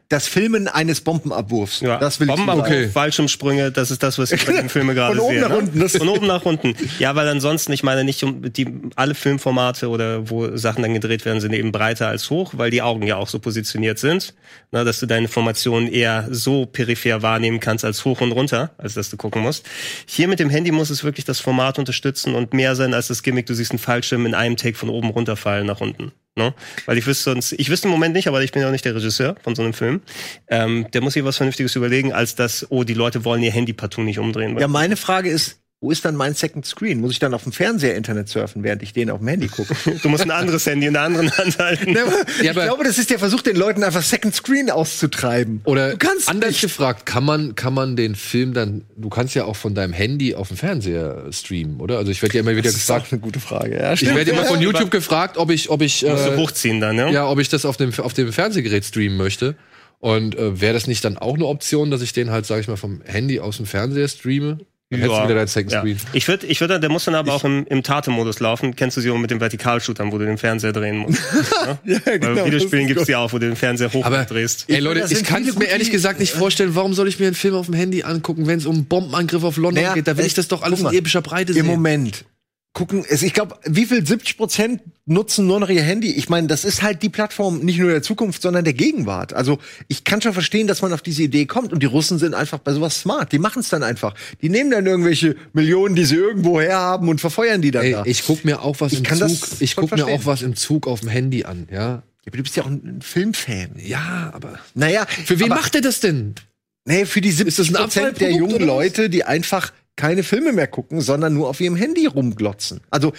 S4: das Filmen eines Bombenabwurfs.
S3: Ja.
S4: Das will ich
S3: Bombenabwurf,
S1: Okay.
S3: Fallschirmsprünge, das ist das, was ich bei den Filmen gerade
S4: Von oben
S3: sehe.
S4: nach
S3: ne?
S4: unten, das-
S3: Von oben nach unten. Ja, weil ansonsten, ich meine nicht, um die alle Filmformate oder wo Sachen dann gedreht werden, sind eben breiter als hoch, weil die Augen ja auch so positioniert sind, na, dass du deine Informationen eher so peripher wahrnehmen kannst als hoch und runter, als dass du gucken musst. Hier mit dem Handy muss es wirklich das Format unterstützen und mehr sein als das Gimmick, du siehst einen Fallschirm in einem Take von oben runterfallen nach unten. No? Weil ich wüsste sonst, ich wüsste im Moment nicht, aber ich bin ja auch nicht der Regisseur von so einem Film. Ähm, der muss sich was Vernünftiges überlegen, als dass, oh, die Leute wollen ihr Handy partout nicht umdrehen.
S4: Ja, meine Frage ist, wo ist dann mein Second Screen? Muss ich dann auf dem Fernseher Internet surfen, während ich den auf dem Handy gucke?
S3: Du musst ein anderes Handy in der anderen Hand halten.
S1: Ja,
S4: ich
S1: aber-
S4: glaube, das ist der Versuch, den Leuten einfach Second Screen auszutreiben.
S1: Oder
S4: du kannst
S1: anders
S4: nicht.
S1: gefragt, kann man, kann man den Film dann, du kannst ja auch von deinem Handy auf dem Fernseher streamen, oder? Also ich werde ja immer wieder
S4: Das ist auch
S1: gefragt,
S4: eine gute Frage. Ja,
S1: ich werde immer von
S3: Ja,
S1: YouTube
S3: aber-
S1: gefragt, ob ich, ob ich,
S3: Musst du
S1: äh,
S3: hochziehen dann, ne?
S1: ja, ob ich das auf dem, auf dem Fernsehgerät streamen möchte. Und äh, wäre das nicht dann auch eine Option, dass ich den halt, sag ich mal, vom Handy aus dem Fernseher streame? Dann hättest du wieder deinen Second
S3: ja.
S1: Screen.
S3: Ich würde, ich würde, der muss dann aber auch im, im Tate-Modus laufen. Kennst du sie auch mit dem Vertikalshootern, wo du den Fernseher drehen musst? ja?
S4: Ja,
S3: Bei
S4: genau,
S3: Videospielen
S4: das ist
S3: gibt's die auch, wo du den Fernseher
S1: Aber,
S3: hochdrehst.
S1: ey Leute,
S4: das
S1: ich
S4: sind
S1: kann
S4: viele
S1: es mir
S4: gute
S1: ehrlich gesagt nicht vorstellen, warum soll ich mir einen Film auf dem Handy angucken, wenn es um einen Bombenangriff auf London
S4: Naja,
S1: geht? Da will
S4: äh,
S1: ich das doch alles
S4: guck
S1: in
S4: mal,
S1: epischer Breite
S4: Im
S1: sehen.
S4: Moment. Gucken, es- ich glaube, wie viel siebzig Prozent nutzen nur noch ihr Handy? Ich meine, das ist halt die Plattform nicht nur der Zukunft, sondern der Gegenwart. Also ich kann schon verstehen, dass man auf diese Idee kommt und die Russen sind einfach bei sowas smart. Die machen es dann einfach. Die nehmen dann irgendwelche Millionen, die sie irgendwo herhaben und verfeuern die dann
S1: Ey,
S4: da.
S1: ich guck mir auch was
S4: Ich
S1: im
S4: kann
S1: Zug,
S4: das
S1: ich
S4: schon
S1: guck mir
S4: verstehen.
S1: auch was im Zug auf dem Handy an, ja?
S4: Ja, aber du bist ja auch ein Filmfan.
S1: Ja, aber
S4: Naja,
S1: für wen
S4: aber,
S1: macht er das denn?
S4: Nee, für die
S1: Ist das
S4: siebzig
S1: ein
S4: Prozent der
S1: Abfallprodukt
S4: jungen
S1: oder was?
S4: Leute, die einfach keine Filme mehr gucken, sondern nur auf ihrem Handy rumglotzen. Also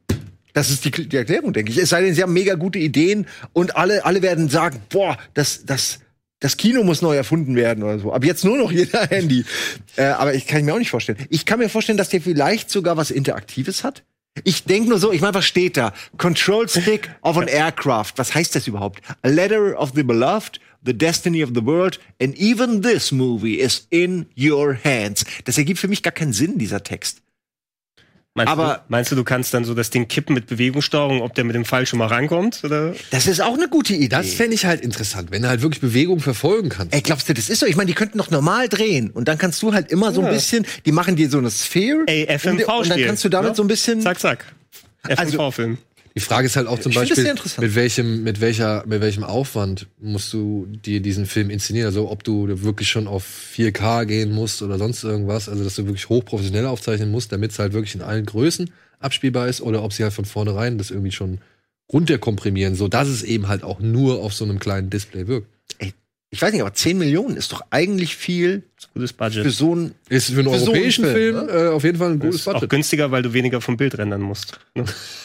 S4: das ist die, die Erklärung, denke ich. Es sei denn, sie haben mega gute Ideen und alle, alle werden sagen, boah, das, das, das Kino muss neu erfunden werden oder so. Ab jetzt nur noch jeder Handy. Äh, aber ich kann ich mir auch nicht vorstellen. Ich kann mir vorstellen, dass der vielleicht sogar was Interaktives hat. Ich denke nur so, ich meine, was steht da? Control Stick of an Aircraft. Was heißt das überhaupt? A letter of the beloved, the destiny of the world, and even this movie is in your hands. Das ergibt für mich gar keinen Sinn, dieser Text.
S3: Meinst,
S4: aber-
S3: du, meinst du, du kannst dann so das Ding kippen mit Bewegungssteuerung, ob der mit dem Pfeil schon mal rankommt? Oder?
S4: Das ist auch eine gute Idee.
S1: Das fände ich halt interessant, wenn du halt wirklich Bewegung verfolgen kannst.
S4: Ey, glaubst du, das ist so? Ich meine, die könnten doch normal drehen. Und dann kannst du halt immer so ein
S3: Ja.
S4: bisschen, die machen dir so eine Sphäre.
S3: Ey, F M V-Spiel.
S4: Und dann kannst du damit
S3: ne?
S4: so ein bisschen.
S3: Zack, zack. F M V-Film.
S1: Die Frage ist halt auch zum
S4: Ich find das
S1: Beispiel,
S4: sehr interessant.
S1: mit welchem, mit welcher, mit welchem Aufwand musst du dir diesen Film inszenieren? Also ob du wirklich schon auf vier K gehen musst oder sonst irgendwas, also dass du wirklich hochprofessionell aufzeichnen musst, damit es halt wirklich in allen Größen abspielbar ist, oder ob sie halt von vornherein das irgendwie schon runterkomprimieren, so dass es eben halt auch nur auf so einem kleinen Display wirkt.
S4: Ich weiß nicht, aber zehn Millionen ist doch eigentlich viel
S3: Gutes
S4: für
S3: Budget.
S4: so ein.
S1: Ist für einen
S4: Für so einen
S1: europäischen
S4: Film,
S1: Film, äh, auf jeden Fall ein gutes
S3: Ist auch
S1: Budget.
S3: günstiger, weil du weniger vom Bild rendern musst. Ne?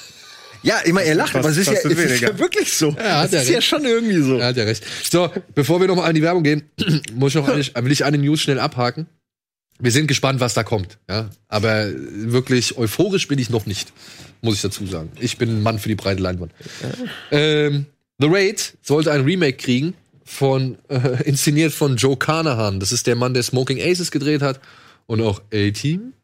S4: Ja, ich meine, er lacht, aber es ist ja,
S3: kostet
S4: es ist ja
S3: weniger.
S4: wirklich so.
S1: Ja,
S4: es
S1: hat er
S4: ist ja
S1: recht.
S4: schon irgendwie so.
S1: Ja, hat ja recht. So, bevor wir noch mal an die Werbung gehen, muss ich noch eine, will ich eine News schnell abhaken. Wir sind gespannt, was da kommt. Ja, aber wirklich euphorisch bin ich noch nicht, muss ich dazu sagen. Ich bin ein Mann für die breite Leinwand. Ähm, The Raid sollte ein Remake kriegen, von äh, inszeniert von Joe Carnahan. Das ist der Mann, der Smoking Aces gedreht hat und auch A-Team.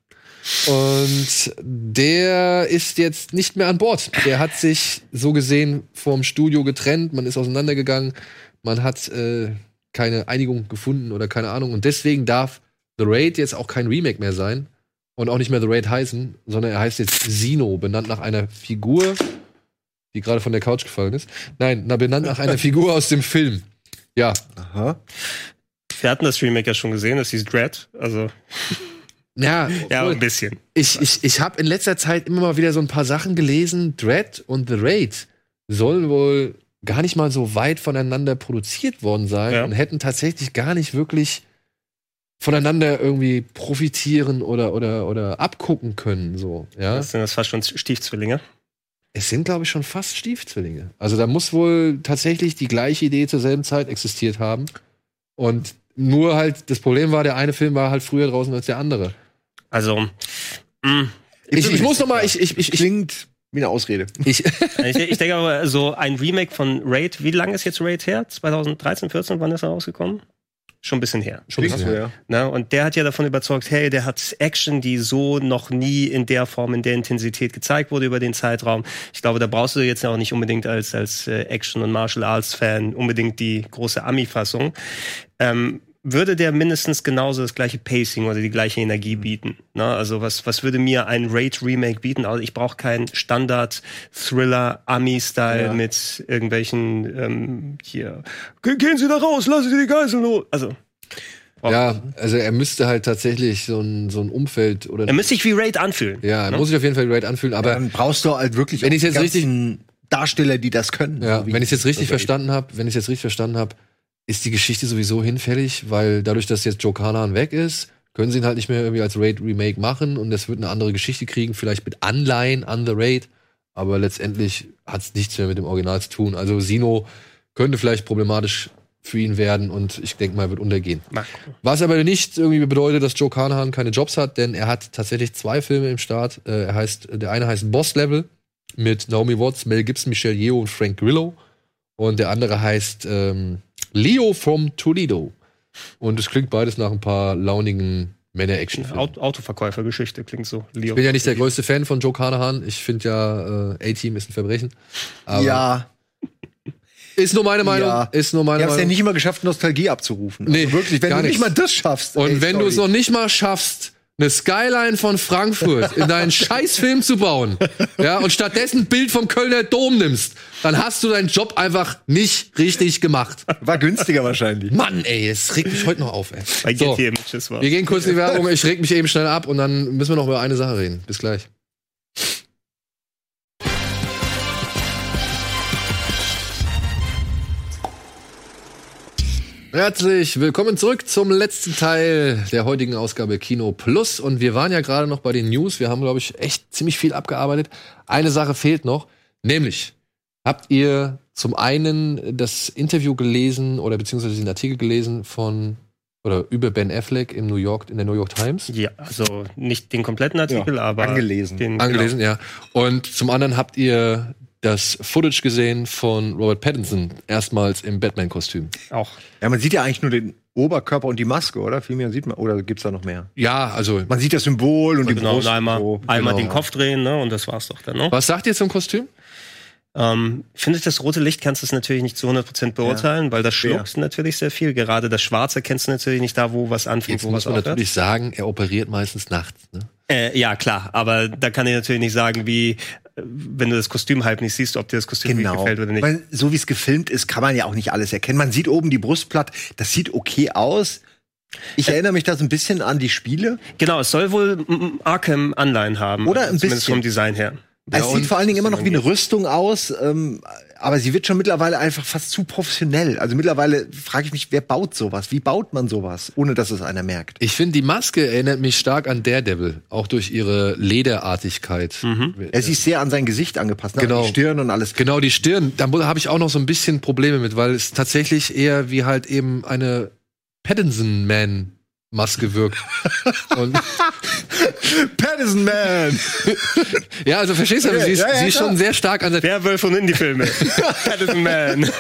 S1: Und der ist jetzt nicht mehr an Bord. Der hat sich so gesehen vom Studio getrennt. Man ist auseinandergegangen. Man hat äh, keine Einigung gefunden oder keine Ahnung. Und deswegen darf The Raid jetzt auch kein Remake mehr sein. Und auch nicht mehr The Raid heißen, sondern er heißt jetzt Xeno, benannt nach einer Figur, die gerade von der Couch gefallen ist. Nein, na, benannt nach einer Figur aus dem Film. Ja.
S4: Aha.
S3: Wir hatten das Remake ja schon gesehen, das hieß Dread. Also,
S1: Ja,
S3: ja,
S1: obwohl-
S3: ein bisschen.
S1: Ich, ich, ich habe in letzter Zeit immer mal wieder so ein paar Sachen gelesen. Dread und The Raid sollen wohl gar nicht mal so weit voneinander produziert worden sein
S3: Ja.
S1: und hätten tatsächlich gar nicht wirklich voneinander irgendwie profitieren oder, oder, oder abgucken können. So, ja?
S3: Das sind das fast schon Stiefzwillinge.
S1: Es sind, glaube ich, schon fast Stiefzwillinge. Also da muss wohl tatsächlich die gleiche Idee zur selben Zeit existiert haben. Und nur halt, das Problem war, der eine Film war halt früher draußen als der andere.
S3: Also, mh,
S1: Ich, ich muss noch mal, ich, ich, ich, ich,
S4: Klingt wie eine Ausrede.
S1: ich
S3: ich, ich denke aber, so ein Remake von Raid, wie lange ist jetzt Raid her? zwanzig dreizehn, vierzehn, wann ist er rausgekommen? schon ein bisschen her.
S1: Schon ein bisschen
S4: so,
S1: her.
S4: ja.
S3: Na, und der hat ja davon überzeugt, hey, der hat Action, die so noch nie in der Form, in der Intensität gezeigt wurde über den Zeitraum. Ich glaube, da brauchst du jetzt auch nicht unbedingt als, als äh, Action- und Martial-Arts-Fan unbedingt die große Ami-Fassung. Ähm, würde der mindestens genauso das gleiche Pacing oder die gleiche Energie bieten? Na, also was, was würde mir ein Raid-Remake bieten? Also ich brauche keinen Standard-Thriller-Ami-Style
S4: Ja.
S3: mit irgendwelchen ähm, hier, "Ge- gehen Sie da raus, lassen Sie die Geiseln los. Also
S1: Ja, also er müsste halt tatsächlich so ein, so ein Umfeld oder.
S3: er müsste sich wie Raid anfühlen.
S1: Ja, er
S3: Ne?
S1: muss sich auf jeden Fall Raid anfühlen, aber
S4: Dann brauchst du halt wirklich
S1: Wenn
S4: auch
S1: ich's jetzt
S4: die
S1: richtig-
S4: ganzen Darsteller, die das können.
S1: ja,
S4: So wie
S1: wenn ich es jetzt richtig
S4: das
S1: verstanden habe, wenn ich es jetzt richtig verstanden habe, ist die Geschichte sowieso hinfällig, weil dadurch, dass jetzt Joe Carnahan weg ist, können sie ihn halt nicht mehr irgendwie als Raid-Remake machen und es wird eine andere Geschichte kriegen, vielleicht mit Anleihen an The Raid, aber letztendlich hat es nichts mehr mit dem Original zu tun. Also Sino könnte vielleicht problematisch für ihn werden und ich denke mal, er wird untergehen.
S3: Mal gucken.
S1: Was aber nicht irgendwie bedeutet, dass Joe Carnahan keine Jobs hat, denn er hat tatsächlich zwei Filme im Start. Äh, er heißt, der eine heißt Boss Level mit Naomi Watts, Mel Gibson, Michelle Yeoh und Frank Grillo. Und der andere heißt ähm, Leo from Toledo. Und es klingt beides nach ein paar launigen Männer-Action-Filmen.
S3: Aut- Autoverkäufergeschichte klingt so. Leo.
S1: Ich bin ja nicht der größte Fan von Joe Carnahan. Ich finde ja, äh, A-Team ist ein Verbrechen. Aber
S4: Ja,
S1: ist nur meine Meinung.
S4: Ja.
S1: Ist nur meine
S4: ich hab's ja
S1: Meinung.
S4: nicht immer geschafft, Nostalgie abzurufen.
S1: Nee,
S4: also wirklich, wenn
S1: gar
S4: du nicht
S1: nichts.
S4: mal das schaffst.
S1: Und
S4: ey,
S1: wenn du
S4: sorry.
S1: es noch nicht mal schaffst, eine Skyline von Frankfurt in deinen Scheißfilm zu bauen, ja, und stattdessen ein Bild vom Kölner Dom nimmst, dann hast du deinen Job einfach nicht richtig gemacht.
S4: War günstiger wahrscheinlich.
S1: Mann, ey, es regt mich heute noch auf, ey.
S3: Bei
S1: So,
S3: G T Images war.
S1: wir gehen kurz in die Werbung, ich reg mich eben schnell ab und dann müssen wir noch über eine Sache reden. Bis gleich. Herzlich willkommen zurück zum letzten Teil der heutigen Ausgabe Kino Plus. Und wir waren ja gerade noch bei den News. Wir haben, glaube ich, echt ziemlich viel abgearbeitet. Eine Sache fehlt noch, nämlich habt ihr zum einen das Interview gelesen oder beziehungsweise den Artikel gelesen von oder über Ben Affleck im New York, in der New York Times?
S3: Ja, also nicht den kompletten Artikel,
S4: Ja,
S3: aber
S4: angelesen.
S3: Den,
S1: Angelesen, ja. Und zum anderen habt ihr das Footage gesehen von Robert Pattinson, erstmals im Batman-Kostüm.
S3: Genau, auch.
S4: Ja, man sieht ja eigentlich nur den Oberkörper und die Maske, oder? Viel mehr sieht man. Oder gibt's da noch mehr?
S1: Ja, also,
S4: Man sieht das Symbol und, die
S3: Genau,
S4: Brust.
S3: und einmal,
S4: so.
S3: einmal
S4: Genau.
S3: den Kopf drehen, ne? Und das war's doch dann, ne?
S1: was sagt ihr zum Kostüm?
S3: Ähm, finde ich, das rote Licht kannst du es natürlich nicht zu hundert Prozent beurteilen, weil das
S4: Schwer.
S3: schluckt natürlich sehr viel. Gerade das Schwarze kennst du natürlich nicht da, wo was anfängt,
S1: Jetzt
S3: wo
S1: muss
S3: was
S1: man
S3: aufhört.
S1: natürlich sagen, er operiert meistens nachts. Ne?
S3: Äh, ja, klar, aber da kann ich natürlich nicht sagen, wie, äh, wenn du das Kostüm halb nicht siehst, ob dir das Kostüm
S4: Genau.
S3: gefällt oder nicht.
S4: Weil so wie es gefilmt ist, kann man ja auch nicht alles erkennen. Man sieht oben die Brustplatte, das sieht okay aus. Ich erinnere mich da so ein bisschen an die Spiele.
S3: Genau, es soll wohl mm, Arkham-Anleihen haben.
S4: Oder
S3: also
S4: ein
S3: zumindest
S4: bisschen.
S3: vom Design her.
S4: Es
S1: und
S4: sieht vor allen Dingen immer noch wie eine
S3: angeht.
S4: Rüstung aus, ähm, aber sie wird schon mittlerweile einfach fast zu professionell. Also mittlerweile frage ich mich, wer baut sowas? Wie baut man sowas, ohne dass es einer merkt?
S1: Ich finde, die Maske erinnert mich stark an Daredevil, auch durch ihre Lederartigkeit.
S4: Es ist sehr an sein Gesicht angepasst, ne?
S1: Genau.
S4: An die Stirn und alles.
S1: Genau, die Stirn, da habe ich auch noch so ein bisschen Probleme mit, weil es tatsächlich eher wie halt eben eine Pattinson-Man-Maske wirkt. Und
S4: Pattinson Man!
S1: ja, also verstehst du,
S4: Okay,
S1: sie ist,
S4: ja, ja,
S1: sie ist
S4: klar.
S1: schon sehr stark an der
S3: Werwolf und Indie-Filme. Pattinson Man.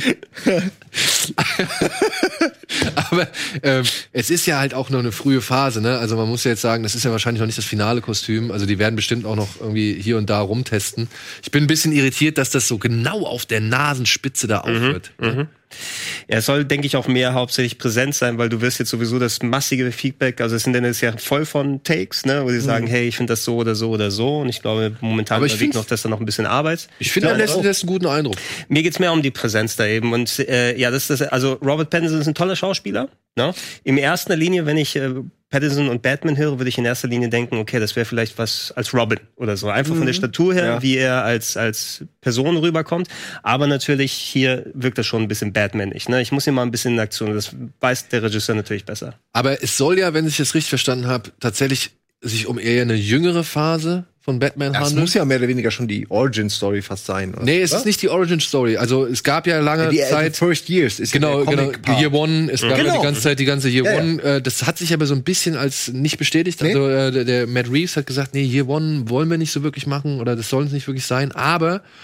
S1: Aber ähm, es ist ja halt auch noch eine frühe Phase, ne? Also man muss ja jetzt sagen, das ist ja wahrscheinlich noch nicht das finale Kostüm. Also die werden bestimmt auch noch irgendwie hier und da rumtesten. Ich bin ein bisschen irritiert, dass das so genau auf der Nasenspitze da aufhört.
S3: Ja, es soll, denke ich, auch mehr hauptsächlich präsent sein, weil du wirst jetzt sowieso das massige Feedback, also es sind dann jetzt ja voll von Takes, ne, wo sie sagen, hey, ich finde das so oder so oder so. Und ich glaube, momentan
S1: Aber ich
S3: überwiegt
S1: find's-
S3: noch, dass da noch ein bisschen Arbeit.
S1: Ich finde,
S3: Ja,
S1: er lässt,
S3: auch.
S1: lässt einen guten Eindruck.
S3: Mir geht's mehr um die Präsenz da eben. Und äh, ja, das ist das, also Robert Pattinson ist ein toller Schauspieler. Ne? In erster Linie, wenn ich äh, Pattinson und Batman höre, würde ich in erster Linie denken, okay, das wäre vielleicht was als Robin oder so. Einfach von der Statur her,
S4: Ja.
S3: wie er als, als Person rüberkommt. Aber natürlich, hier wirkt er schon ein bisschen Batmanig. Ne? Ich muss ihn mal ein bisschen in Aktion. Das weiß der Regisseur natürlich besser.
S1: Aber es soll ja, wenn ich es richtig verstanden habe, tatsächlich sich um eher eine jüngere Phase von Batman
S4: Das
S1: handeln.
S4: muss ja mehr oder weniger schon die Origin-Story fast sein. Oder?
S1: Nee, es
S4: Oder?
S1: ist nicht die Origin Story. Also es gab ja lange
S4: die, äh,
S1: Zeit.
S4: die First Years ist
S1: Genau,
S4: ja der
S1: genau.
S4: Comic-Part.
S1: Year One, es gab ja
S4: Genau.
S1: die ganze Zeit die ganze Year
S4: Ja, ja.
S1: One. Äh, das hat sich aber so ein bisschen als nicht bestätigt.
S4: Nee.
S1: Also äh, der, der Matt Reeves hat gesagt, nee, Year One wollen wir nicht so wirklich machen oder das soll es nicht wirklich sein. Aber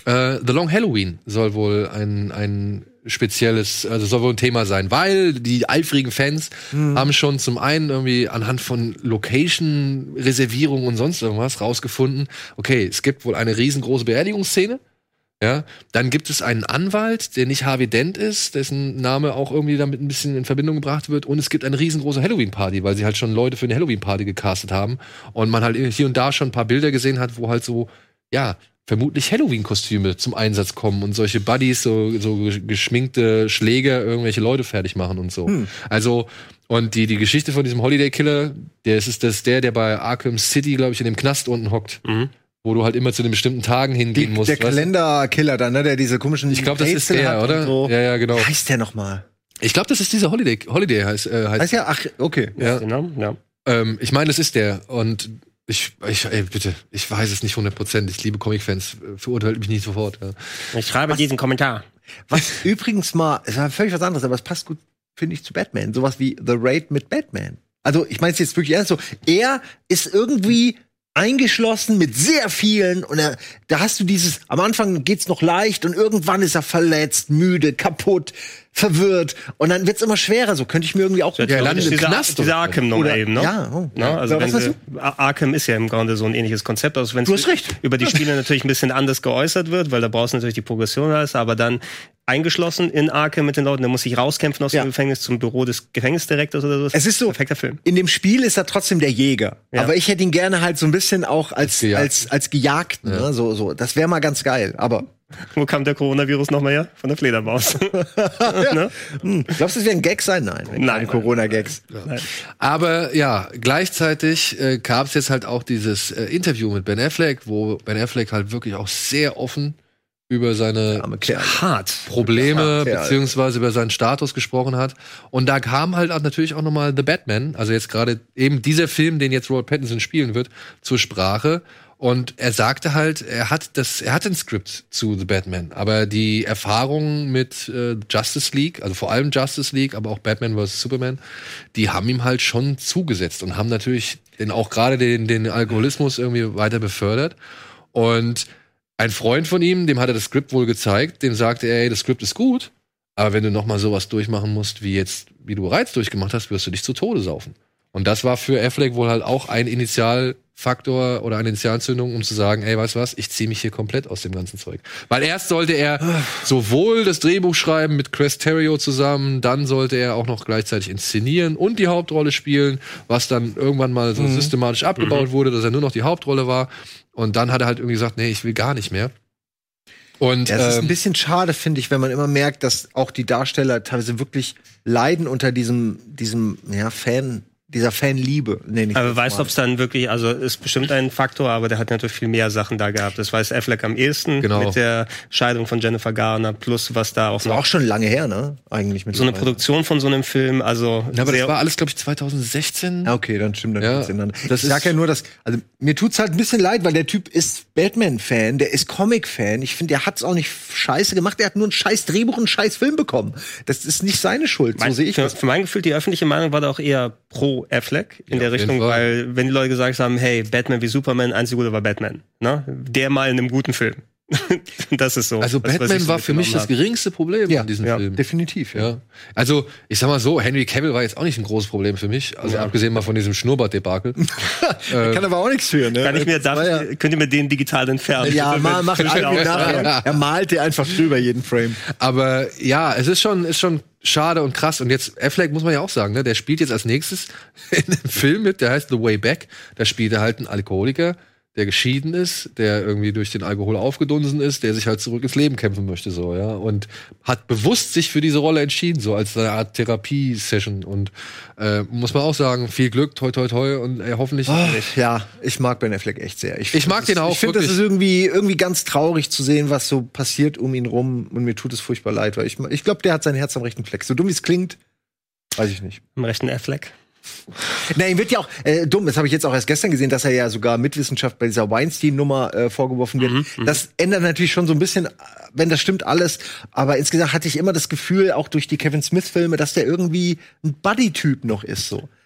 S1: Äh, The Long Halloween soll wohl ein, ein spezielles, also soll wohl ein Thema sein, weil die eifrigen Fans mhm. haben schon zum einen irgendwie anhand von Location-Reservierungen und sonst irgendwas rausgefunden, okay, es gibt wohl eine riesengroße Beerdigungsszene. Ja, dann gibt es einen Anwalt, der nicht Harvey Dent ist, dessen Name auch irgendwie damit ein bisschen in Verbindung gebracht wird. Und es gibt eine riesengroße Halloween-Party, weil sie halt schon Leute für eine Halloween-Party gecastet haben. Und man halt hier und da schon ein paar Bilder gesehen hat, wo halt so, ja, vermutlich Halloween-Kostüme zum Einsatz kommen und solche Buddies, so, so geschminkte Schläger, irgendwelche Leute fertig machen und so. Hm. Also, und die, die Geschichte von diesem Holiday-Killer, der ist das der, der bei Arkham City, glaube ich, in dem Knast unten hockt. Mhm. Wo du halt immer zu den bestimmten Tagen hingehen
S4: die,
S1: musst.
S4: Der Kalenderkiller dann, ne? Der diese komischen
S1: Ich glaube, das ist der, oder?
S4: So.
S1: Ja, ja, genau.
S4: Wie heißt der nochmal?
S1: Ich glaube, das ist dieser Holiday. Holiday heißt. Äh, heißt,
S4: heißt ja, ach, okay.
S1: Ja,
S3: genau, ja.
S1: Ähm, ich meine, das ist der. Und ich, ich, ey, bitte, ich weiß es nicht hundert Prozent. Ich liebe Comic-Fans. Verurteilt mich nicht sofort. Ja.
S3: Ich schreibe was, diesen Kommentar.
S4: Was übrigens mal, es war völlig was anderes, aber es passt gut, finde ich, zu Batman. Sowas wie The Raid mit Batman. Also, ich meine es jetzt wirklich ernst so. Er ist irgendwie eingeschlossen mit sehr vielen und er, da hast du dieses, am Anfang geht's noch leicht und irgendwann ist er verletzt, müde, kaputt, verwirrt und dann wird's immer schwerer, so könnte ich mir irgendwie auch
S1: ja, er landet im Knast.
S3: Diese Arkham-Nummer eben, ne?
S4: Ja, oh,
S3: ja.
S4: ja.
S3: Also
S4: was
S3: wenn sie, Arkham ist ja im Grunde so ein ähnliches Konzept, also wenn es über die Spiele natürlich ein bisschen anders geäußert wird, weil da brauchst du natürlich die Progression alles, aber dann eingeschlossen in Arkham mit den Leuten, der muss sich rauskämpfen aus ja. dem Gefängnis zum Büro des Gefängnisdirektors oder so.
S4: Es ist so,
S3: perfekter Film.
S4: In dem Spiel ist er trotzdem der Jäger, ja. aber ich hätte ihn gerne halt so ein bisschen auch als als als, als Gejagten, ja. ne? so so. Das wäre mal ganz geil, aber
S3: wo kam der Coronavirus nochmal her? Von der Fledermaus.
S4: ja. ne? hm. Glaubst du, es wäre ein Gag sein? Nein,
S3: nein,
S4: Corona-Gags.
S1: Ja. Aber ja, gleichzeitig äh, gab es jetzt halt auch dieses äh, Interview mit Ben Affleck, wo Ben Affleck halt wirklich auch sehr offen über seine
S3: hart.
S1: Probleme
S4: hart,
S1: beziehungsweise über seinen Status gesprochen hat. Und da kam halt auch natürlich auch nochmal The Batman, also jetzt gerade eben dieser Film, den jetzt Robert Pattinson spielen wird, zur Sprache. Und er sagte halt, er hat das, er hat ein Skript zu The Batman, aber die Erfahrungen mit äh, Justice League, also vor allem Justice League, aber auch Batman versus Superman, die haben ihm halt schon zugesetzt und haben natürlich den, auch gerade den, den Alkoholismus irgendwie weiter befördert. Und ein Freund von ihm, dem hat er das Skript wohl gezeigt, dem sagte er, ey, das Skript ist gut, aber wenn du noch mal sowas durchmachen musst, wie jetzt, wie du bereits durchgemacht hast, wirst du dich zu Tode saufen. Und das war für Affleck wohl halt auch ein Initialfaktor oder eine Initialzündung, um zu sagen, ey, weißt du was, ich ziehe mich hier komplett aus dem ganzen Zeug. Weil erst sollte er sowohl das Drehbuch schreiben mit Chris Terrio zusammen, dann sollte er auch noch gleichzeitig inszenieren und die Hauptrolle spielen, was dann irgendwann mal so mhm. systematisch abgebaut mhm. wurde, dass er nur noch die Hauptrolle war. Und dann hat er halt irgendwie gesagt, nee, ich will gar nicht mehr. Und
S4: ja, das ist
S1: ähm,
S4: ein bisschen schade, finde ich, wenn man immer merkt, dass auch die Darsteller teilweise wirklich leiden unter diesem, diesem, ja, Fan, dieser Fanliebe, nenne ich.
S3: Aber weißt du, ob es dann wirklich, also ist bestimmt ein Faktor, aber der hat natürlich viel mehr Sachen da gehabt. Das weiß Affleck am ehesten
S1: genau.
S3: mit der Scheidung von Jennifer Garner, plus was da auch
S4: das
S3: noch.
S4: war auch schon lange her, ne? Eigentlich mit
S3: so eine Produktion von so einem Film, also.
S1: Ja, aber das war alles, glaube ich, zwanzig sechzehn.
S4: Okay, dann stimmt das
S1: ja,
S4: miteinander. Das ich sag ja nur, dass, also mir tut's halt ein bisschen leid, weil der Typ ist Batman-Fan, der ist Comic-Fan. Ich finde, der hat's auch nicht scheiße gemacht. Der hat nur ein scheiß Drehbuch, einen scheiß Film bekommen. Das ist nicht seine Schuld, so sehe ich
S3: für,
S4: das.
S3: Für mein Gefühl, die öffentliche Meinung war da auch eher pro Affleck in ja, der Richtung, weil wenn die Leute gesagt haben, hey, Batman wie Superman, einzig Gute war Batman, ne? Der mal in einem guten Film. Das ist so.
S1: Also
S3: das,
S1: Batman war für mich das geringste Problem
S4: ja,
S1: in diesem
S4: ja,
S1: Film.
S4: Definitiv, ja.
S1: ja. Also, ich sag mal so, Henry Cavill war jetzt auch nicht ein großes Problem für mich. Also, ja. abgesehen mal von diesem Schnurrbart-Debakel.
S4: äh, kann aber auch nichts für, ne?
S3: Kann ich mir, darf, ja. Könnt ihr mir den digital entfernen?
S4: Ja, mal, mach ihn nachher. Er malt dir einfach drüber jeden Frame.
S1: Aber ja, es ist schon, ist schon schade und krass. Und jetzt, Affleck muss man ja auch sagen, ne? Der spielt jetzt als nächstes in einem Film mit, der heißt The Way Back. Da spielt er halt einen Alkoholiker, der geschieden ist, der irgendwie durch den Alkohol aufgedunsen ist, der sich halt zurück ins Leben kämpfen möchte, so, ja. Und hat bewusst sich für diese Rolle entschieden, so als eine Art Therapie-Session. Und äh, muss man auch sagen, viel Glück, toi, toi, toi. Und äh, hoffentlich.
S4: Oh, ja, ich mag Ben Affleck echt sehr. Ich,
S1: ich mag den auch.
S4: Ich finde, das ist irgendwie, irgendwie ganz traurig zu sehen, was so passiert um ihn rum. Und mir tut es furchtbar leid, weil ich, ich glaube, der hat sein Herz am rechten Fleck. So dumm wie es klingt, weiß ich nicht.
S3: Am rechten Affleck?
S4: Na, ihm wird ja auch, äh, dumm, das habe ich jetzt auch erst gestern gesehen, dass er ja sogar Mitwissenschaft bei dieser Weinstein-Nummer äh, vorgeworfen wird. Mhm, das ändert natürlich schon so ein bisschen, wenn das stimmt, alles. Aber insgesamt hatte ich immer das Gefühl, auch durch die Kevin Smith-Filme, dass der irgendwie ein Buddy-Typ noch ist, so.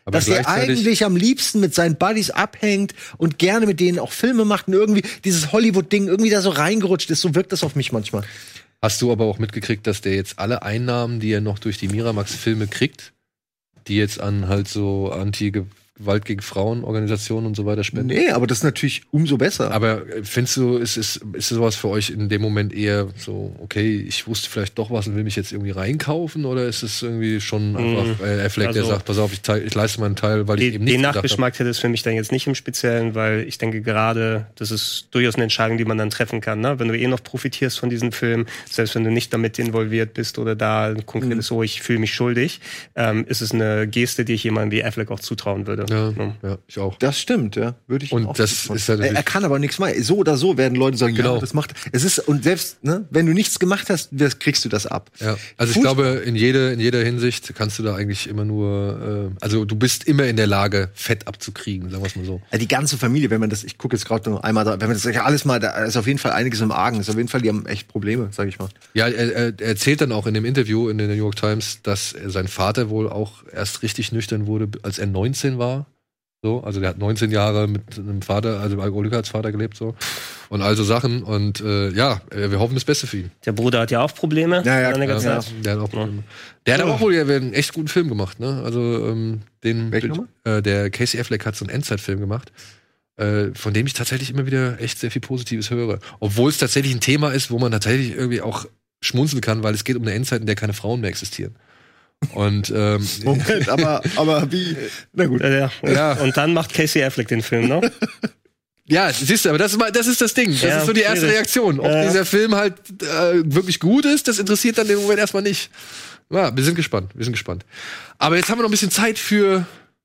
S1: Aber
S4: dass er eigentlich am liebsten mit seinen Buddies abhängt und gerne mit denen auch Filme macht und irgendwie dieses Hollywood-Ding irgendwie da so reingerutscht ist. So wirkt das auf mich manchmal.
S1: Hast du aber auch mitgekriegt, dass der jetzt alle Einnahmen, die er noch durch die Miramax-Filme kriegt, die jetzt an halt so Anti-Gewalt gegen Frauen-Organisationen und so weiter spenden?
S4: Nee, aber das ist natürlich umso besser.
S1: Aber findest du, ist, ist, ist sowas für euch in dem Moment eher so, okay, ich wusste vielleicht doch was und will mich jetzt irgendwie reinkaufen? Oder ist es irgendwie schon einfach äh, Affleck,
S3: Also,
S1: der sagt, pass auf, ich, teil, ich leiste meinen Teil, weil ich
S3: Die,
S1: eben nicht
S3: den
S1: gedacht
S3: Nachgeschmack hätte es für mich dann jetzt nicht im Speziellen, weil ich denke gerade, das ist durchaus eine Entscheidung, die man dann treffen kann. Ne? Wenn du eh noch profitierst von diesem Film, selbst wenn du nicht damit involviert bist oder da ein konkretes, so, ich fühle mich schuldig, ähm, ist es eine Geste, die ich jemandem wie Affleck auch zutrauen würde.
S1: Ja,
S3: Ja.
S1: ja, ich auch.
S4: Das stimmt, ja. Würde ich
S1: Und
S4: auch
S1: das
S4: zutrauen.
S1: ist ja
S4: er,
S1: natürlich-
S4: er kann aber nichts machen. So oder so werden Leute sagen,
S1: Genau.
S4: ja, das macht. Es ist, und selbst, ne, wenn du nichts gemacht hast, das, kriegst du das ab.
S1: Ja, also ich
S4: Fuß-
S1: glaube, in, jede, in jeder Hinsicht kannst du da eigentlich immer nur, äh, also du bist immer in der Lage, Fett abzukriegen, sagen wir es mal so.
S4: Ja, die ganze Familie, wenn man das, ich gucke jetzt gerade noch einmal da, wenn man das ja alles mal, da ist auf jeden Fall einiges im Argen. Ist auf jeden Fall, die haben echt Probleme, sag ich mal.
S1: Ja, er, er er erzählt dann auch in dem Interview in der New York Times, dass sein Vater wohl auch erst richtig nüchtern wurde, als er neunzehn war. So, also der hat neunzehn Jahre mit einem Vater, also Alkoholiker als Vater gelebt, so. Und all so Sachen. Und äh, ja, äh, wir hoffen das Beste für ihn.
S3: Der Bruder hat ja auch Probleme.
S4: Ja, ja,
S3: in der
S1: Ja,
S3: Zeit.
S1: der hat auch Probleme. Der hat aber auch wohl ja, einen echt guten Film gemacht, ne? Also ähm, den
S4: Welchen nochmal?
S1: äh, der Casey Affleck hat so einen Endzeitfilm gemacht, äh, von dem ich tatsächlich immer wieder echt sehr viel Positives höre. Obwohl es tatsächlich ein Thema ist, wo man tatsächlich irgendwie auch schmunzeln kann, weil es geht um eine Endzeit, in der keine Frauen mehr existieren. Und ähm,
S4: Moment, aber, aber wie, na gut.
S3: Ja, ja.
S1: Ja.
S3: Und dann macht Casey Affleck den Film, ne?
S1: ja, siehst du, aber das ist, mal, das ist das Ding. Das
S3: Ja,
S1: ist so die erste
S3: schwierig.
S1: Reaktion. Ob
S3: Ja.
S1: dieser Film halt äh, wirklich gut ist, das interessiert dann den Moment erstmal nicht. Ja, wir sind gespannt. Wir sind gespannt. Aber jetzt haben wir noch ein bisschen Zeit für.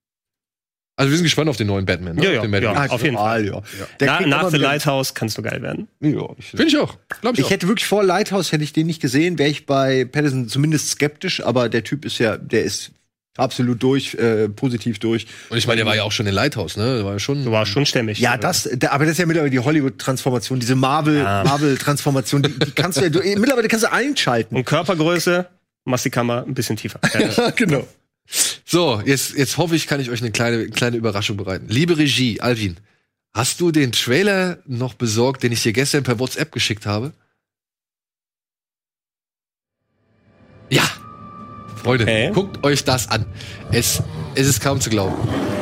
S1: Also wir sind gespannt auf den neuen Batman. Ne?
S3: Ja, ja,
S1: Auf den Batman.
S3: ja.
S4: Ah,
S3: auf jeden Fall.
S4: Ja. Der
S3: Na,
S4: kriegt
S3: nach
S4: aber
S3: The
S4: wieder-
S3: Lighthouse kannst du geil werden.
S4: Ja, ich,
S1: Finde ich auch. Glaub ich,
S4: ich
S1: auch.
S4: hätte wirklich vor Lighthouse, hätte ich den nicht gesehen, wäre ich bei Pattinson zumindest skeptisch, aber der Typ ist ja, der ist absolut durch, äh, positiv durch.
S1: Und ich meine, der war ja auch schon in Lighthouse, ne? Der war ja schon.
S3: Du warst schon stämmig.
S4: Ja, das, da, aber das ist ja mittlerweile die Hollywood-Transformation, diese Marvel,
S3: Ja.
S4: Marvel-Transformation, die, die kannst du ja, du, mittlerweile kannst du einschalten.
S3: Und Körpergröße, machst die Kamera ein bisschen tiefer. Ja, ja.
S4: genau.
S1: So, jetzt, jetzt hoffe ich, kann ich euch eine kleine, kleine Überraschung bereiten. Liebe Regie, Alvin, hast du den Trailer noch besorgt, den ich dir gestern per WhatsApp geschickt habe? Ja! Freunde,
S3: Okay.
S1: guckt euch das an. Es, es ist kaum zu glauben.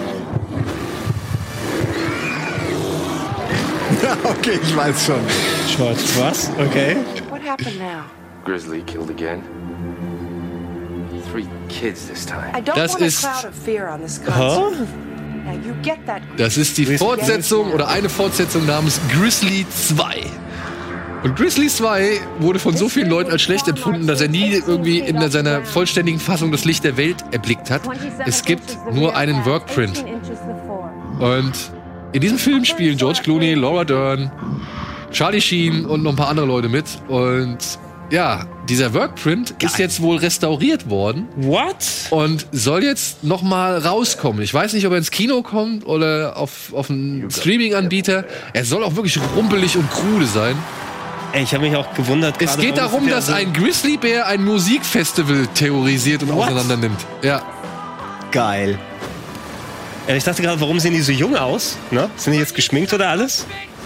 S4: Ja, okay, ich weiß schon.
S3: Schwarz, was? Okay.
S7: What happened now?
S8: Grizzly killed again. Three kids this time.
S7: I don't
S1: Das
S7: want a
S1: ist-
S7: cloud of fear on this
S3: Huh?
S7: concert. Now you get that.
S1: Das ist die Fortsetzung oder eine Fortsetzung namens Grizzly zwei. Und Grizzly zwei wurde von so vielen Leuten als schlecht empfunden, dass er nie irgendwie in seiner vollständigen Fassung das Licht der Welt erblickt hat. Es gibt nur einen Workprint. Und in diesem Film spielen George Clooney, Laura Dern, Charlie Sheen und noch ein paar andere Leute mit. Und ja, dieser Workprint ist jetzt wohl restauriert worden
S3: What?
S1: und soll jetzt noch mal rauskommen. Ich weiß nicht, ob er ins Kino kommt oder auf, auf einen Streaming-Anbieter. Er soll auch wirklich rumpelig und krude sein.
S3: Ey, ich habe mich auch gewundert.
S1: Es
S3: gerade,
S1: geht
S3: warum
S1: darum,
S3: der
S1: dass
S3: so-
S1: ein Grizzlybär ein Musikfestival terrorisiert und
S3: What?
S1: auseinander nimmt. Ja.
S4: Geil.
S3: Ja, ich dachte gerade, warum sehen die so jung aus? Ne? Sind die jetzt geschminkt oder alles?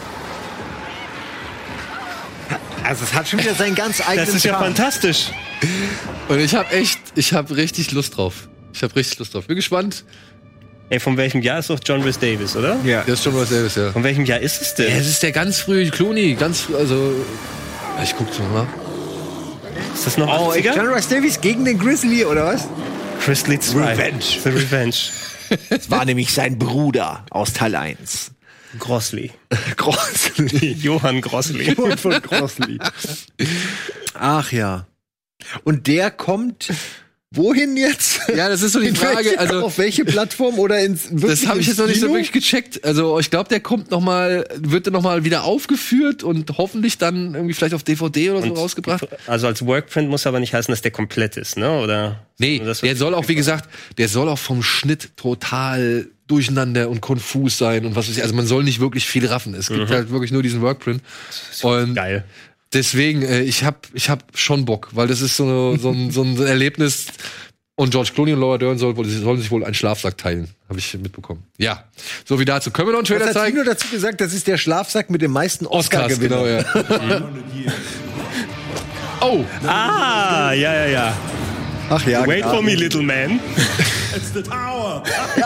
S4: Also es hat schon wieder seinen ganz eigenen
S3: Das ist ja
S4: Charme.
S3: fantastisch.
S1: Und ich habe echt, ich habe richtig Lust drauf. Ich habe richtig Lust drauf. Bin gespannt.
S3: Ey, von welchem Jahr ist doch John Rhys Davis, oder?
S4: Ja.
S1: Der ist schon was selbes, ja.
S3: Von welchem Jahr ist es denn?
S1: Ja, es ist der ganz frühe Clooney, ganz früh, also ich guck's noch mal.
S3: Ist das noch
S4: Oh, ey,
S3: achtziger?
S4: John Rice Davies gegen den Grizzly, oder was?
S3: Grizzly zwei.
S4: Revenge.
S3: The Revenge.
S4: Das war nämlich sein Bruder aus Teil eins.
S3: Grossley.
S4: Grossley.
S3: Johann Grossley.
S4: Und von Grossley. Ach ja. Und der kommt wohin jetzt?
S1: Ja, das ist so die
S4: In
S1: Frage,
S4: welche,
S1: also
S4: auf welche Plattform oder ins wirklich
S1: das habe ich
S4: ins
S1: jetzt noch nicht so
S4: Kino?
S1: wirklich gecheckt. Also ich glaube, der kommt noch mal, wird dann noch mal wieder aufgeführt und hoffentlich dann irgendwie vielleicht auf D V D oder so
S3: Und
S1: rausgebracht.
S3: Also als Workprint muss aber nicht heißen, dass der komplett ist, ne? Oder?
S1: Nee,
S3: das
S1: der soll auch, wie gesagt, der soll auch vom Schnitt total durcheinander und konfus sein und was weiß ich. Also man soll nicht wirklich viel raffen. Es gibt halt wirklich nur diesen Workprint. Und
S3: geil.
S1: deswegen, äh, ich hab, ich hab schon Bock, weil das ist so, so, ein, so ein Erlebnis, Und George Clooney und Laura Dern soll, sollen sich wohl einen Schlafsack teilen. Habe ich mitbekommen. Ja. So wie dazu. Können wir noch einen Trailer
S4: Was hat
S1: zeigen?
S4: Tino dazu gesagt, das ist der Schlafsack mit dem meisten Oscar-Gewinner.
S1: genau, ja. Oh.
S3: Ah, ja, ja, ja.
S4: Ach ja,
S3: Wait
S4: genau.
S3: for me, little man.
S9: It's the tower.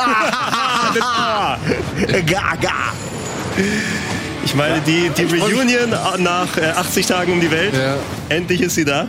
S4: Gaga.
S3: Ich meine, die, die Reunion nach äh, achtzig Tagen um die Welt.
S1: Ja.
S3: Endlich ist sie da.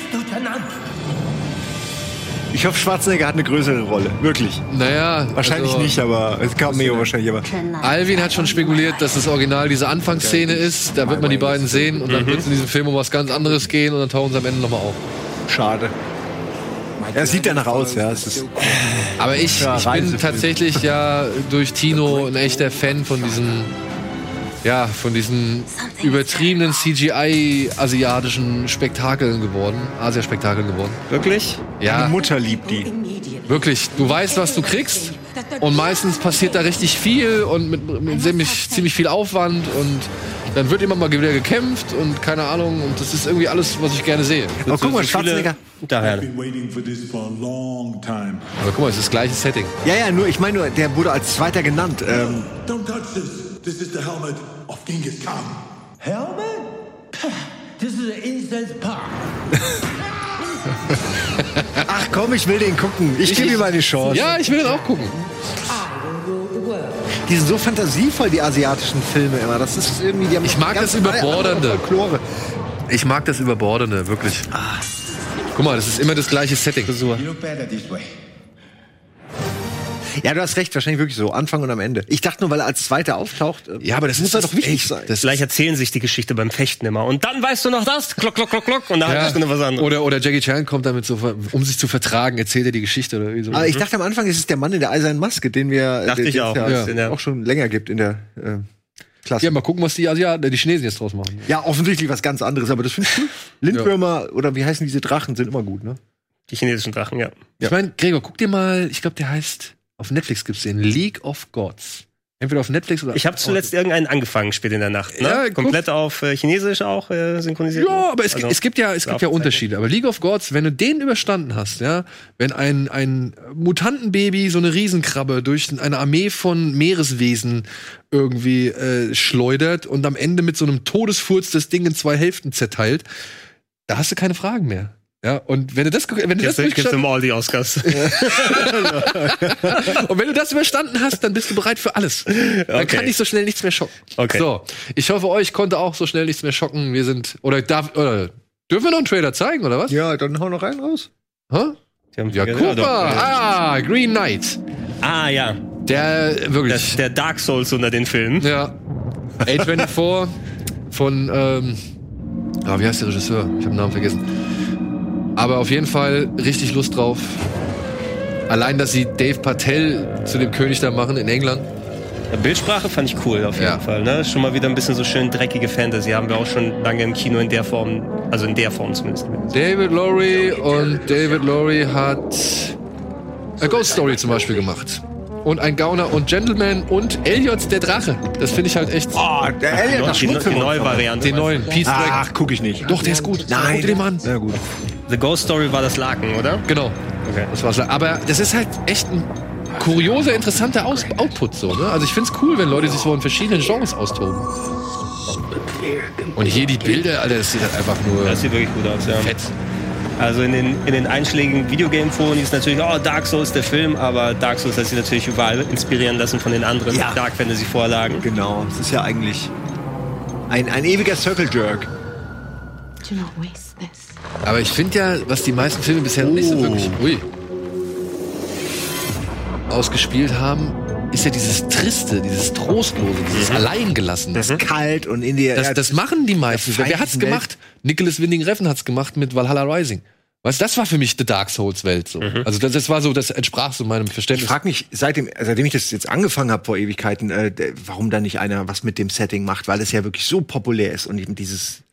S4: Ich hoffe, Schwarzenegger hat eine größere Rolle. Wirklich.
S1: Naja.
S4: Wahrscheinlich
S1: also,
S4: nicht, aber es kam mir wahrscheinlich. Aber
S1: Alvin hat schon spekuliert, dass das Original diese Anfangsszene ist. Da wird man die beiden sehen und dann wird es in diesem Film um was ganz anderes gehen und dann tauchen sie am Ende nochmal auf.
S4: schade. Ja, es sieht danach aus, ja. Es ist
S1: Aber ich,
S4: Ja,
S1: ich bin
S4: Reisefilm.
S1: tatsächlich ja durch Tino ein echter Fan von diesen, ja, von diesen übertriebenen C G I-asiatischen Spektakeln geworden, Asia-Spektakeln geworden.
S3: Wirklich?
S1: Ja,
S4: Meine Mutter liebt die.
S1: wirklich. Du weißt, was du kriegst und meistens passiert da richtig viel und mit, mit ziemlich, ziemlich viel Aufwand und dann wird immer mal wieder gekämpft und keine Ahnung und das ist irgendwie alles, was ich gerne sehe.
S4: Aber guck mal,
S3: So viele-
S4: Schwarzenegger.
S3: Daher.
S9: Been waiting for this for a long time.
S1: Aber guck mal, es ist das gleiche Setting.
S4: Ja, ja, nur, ich meine nur, der wurde als Zweiter genannt. Ähm,
S9: Don't touch this. This is the helmet of Genghis Khan.
S10: Helmet? This is an incense park.
S4: ach komm, ich will den gucken. Ich gebe ihm eine Chance.
S1: Ja, ich will den auch gucken.
S4: Die sind so fantasievoll, die asiatischen Filme immer. Das ist irgendwie, die haben
S1: Ich mag
S4: ganz
S1: das Überbordende.
S4: Folklore.
S1: Ich mag das Überbordende, wirklich. Guck mal, das ist immer das gleiche Setting.
S10: You look better this way.
S4: Ja, du hast recht, wahrscheinlich wirklich so, Anfang und am Ende. Ich dachte nur, weil er als Zweiter auftaucht, äh,
S1: Ja, aber das
S4: muss
S1: ist
S4: er doch wichtig
S1: echt-
S4: sein.
S1: das-
S3: Vielleicht erzählen sich die Geschichte beim Fechten immer. Und dann weißt du noch das. Klock, klock, klock, klock. Und dann
S1: Ja.
S3: hast du noch was anderes.
S1: Oder, oder Jackie Chan kommt damit so, um sich zu vertragen, erzählt er die Geschichte oder wie so.
S4: Aber ich dachte am Anfang, es ist der Mann in der eisernen Maske, den wir
S3: Dachte
S4: den
S3: ich
S4: es
S3: auch.
S4: ja,
S1: Ja.
S4: es ja auch schon länger gibt in der äh, Klasse.
S1: Ja, mal gucken, was die Asiaten, äh, die Chinesen jetzt draus machen.
S4: Ja, offensichtlich was ganz anderes, aber das finde ich cool. Lindwürmer oder wie heißen diese Drachen sind immer gut, ne?
S3: Die chinesischen Drachen, ja.
S1: Ich meine, Gregor, guck dir mal, ich glaube, der heißt, auf Netflix gibt's den, League of Gods. Entweder auf Netflix oder
S3: Ich habe zuletzt irgendeinen angefangen, spät in der Nacht. Ne?
S1: Ja, guck.
S3: Komplett auf äh, Chinesisch auch äh, synchronisiert.
S1: Ja, aber es,
S3: Also,
S1: es gibt ja, es gibt ja Unterschiede. Aber League of Gods, wenn du den überstanden hast, ja, wenn ein, ein Mutantenbaby so eine Riesenkrabbe durch eine Armee von Meereswesen irgendwie äh, schleudert und am Ende mit so einem Todesfurz das Ding in zwei Hälften zerteilt, da hast du keine Fragen mehr. Ja, und wenn du das, wenn du das
S3: Gibt's, gibt's
S1: durchgestanden,
S3: im all die Oscars.
S1: und wenn du das überstanden hast, dann bist du bereit für alles. Dann
S3: Okay.
S1: kann dich so schnell nichts mehr schocken.
S3: Okay.
S1: So, ich hoffe, euch konnte auch so schnell nichts mehr schocken. Wir sind, oder darf, oder dürfen wir noch einen Trailer zeigen, oder was?
S4: Ja, dann hau noch einen raus.
S1: Hä?
S3: Die haben-
S1: Ja, guck
S3: doch.
S1: mal. Ah, Green Knight.
S3: Ah, ja.
S1: Der, wirklich.
S3: Das, der Dark Souls unter den Filmen.
S1: ja. A vierundzwanzig von, ähm, ah, wie heißt der Regisseur? Ich habe den Namen vergessen. Aber auf jeden Fall richtig Lust drauf. Allein, dass sie Dave Patel zu dem König da machen in England.
S3: Ja, Bildsprache fand ich cool, auf jeden
S1: Ja.
S3: Fall. Ne? Schon mal wieder ein bisschen so schön dreckige Fantasy. Haben wir auch schon lange im Kino in der Form, also in der Form zumindest.
S1: David Lowry und David Lowry hat A Ghost Story zum Beispiel gemacht. Und ein Gauner und Gentleman und Elliot der Drache. Das finde ich halt echt.
S4: Oh, der Elliot,
S3: Die,
S4: das
S3: die, die
S4: Schmutzfilm.
S3: neue Variante.
S1: Den neuen Peace Dragon.
S4: Ach, guck ich nicht.
S1: Doch, der ist gut.
S4: Nein.
S1: Guck dir den mal an.
S4: Ja, gut.
S3: The Ghost Story war das Laken, oder?
S1: Genau.
S3: Okay.
S1: Das war's. Aber das ist halt echt ein kurioser, interessanter Aus Output so, ne? Also ich find's cool, wenn Leute sich so in verschiedenen Genres austoben. Und hier die Bilder, Alter, das sieht halt einfach nur
S3: Das sieht wirklich gut aus, ja.
S1: fett.
S3: Also in den, in den einschlägigen Videogame-Foren ist natürlich, oh, Dark Souls der Film, aber Dark Souls hat sich natürlich überall inspirieren lassen von den anderen
S4: Ja.
S3: Dark Fantasy-Vorlagen.
S4: Genau, es ist ja eigentlich ein, ein ewiger Circle Jerk.
S5: Do not waste this.
S1: Aber ich finde ja, was die meisten Filme bisher noch nicht so wirklich ui, ausgespielt haben, ist ja dieses Triste, dieses Trostlose, dieses Alleingelassene.
S4: Das ist kalt und in der.
S1: Das,
S4: ja,
S1: das machen die meisten.
S4: der
S1: Wer hat's
S4: feindlichen
S1: gemacht? Nicholas Winding Refn hat's gemacht mit Valhalla Rising. Weißt, das war für mich die Dark Souls Welt so. Also das, das war so, das entsprach so meinem
S4: Ich
S1: Verständnis.
S4: frage mich, seitdem, seitdem ich das jetzt angefangen habe vor Ewigkeiten, äh, der- warum da nicht einer was mit dem Setting macht, weil es ja wirklich so populär ist und eben dieses.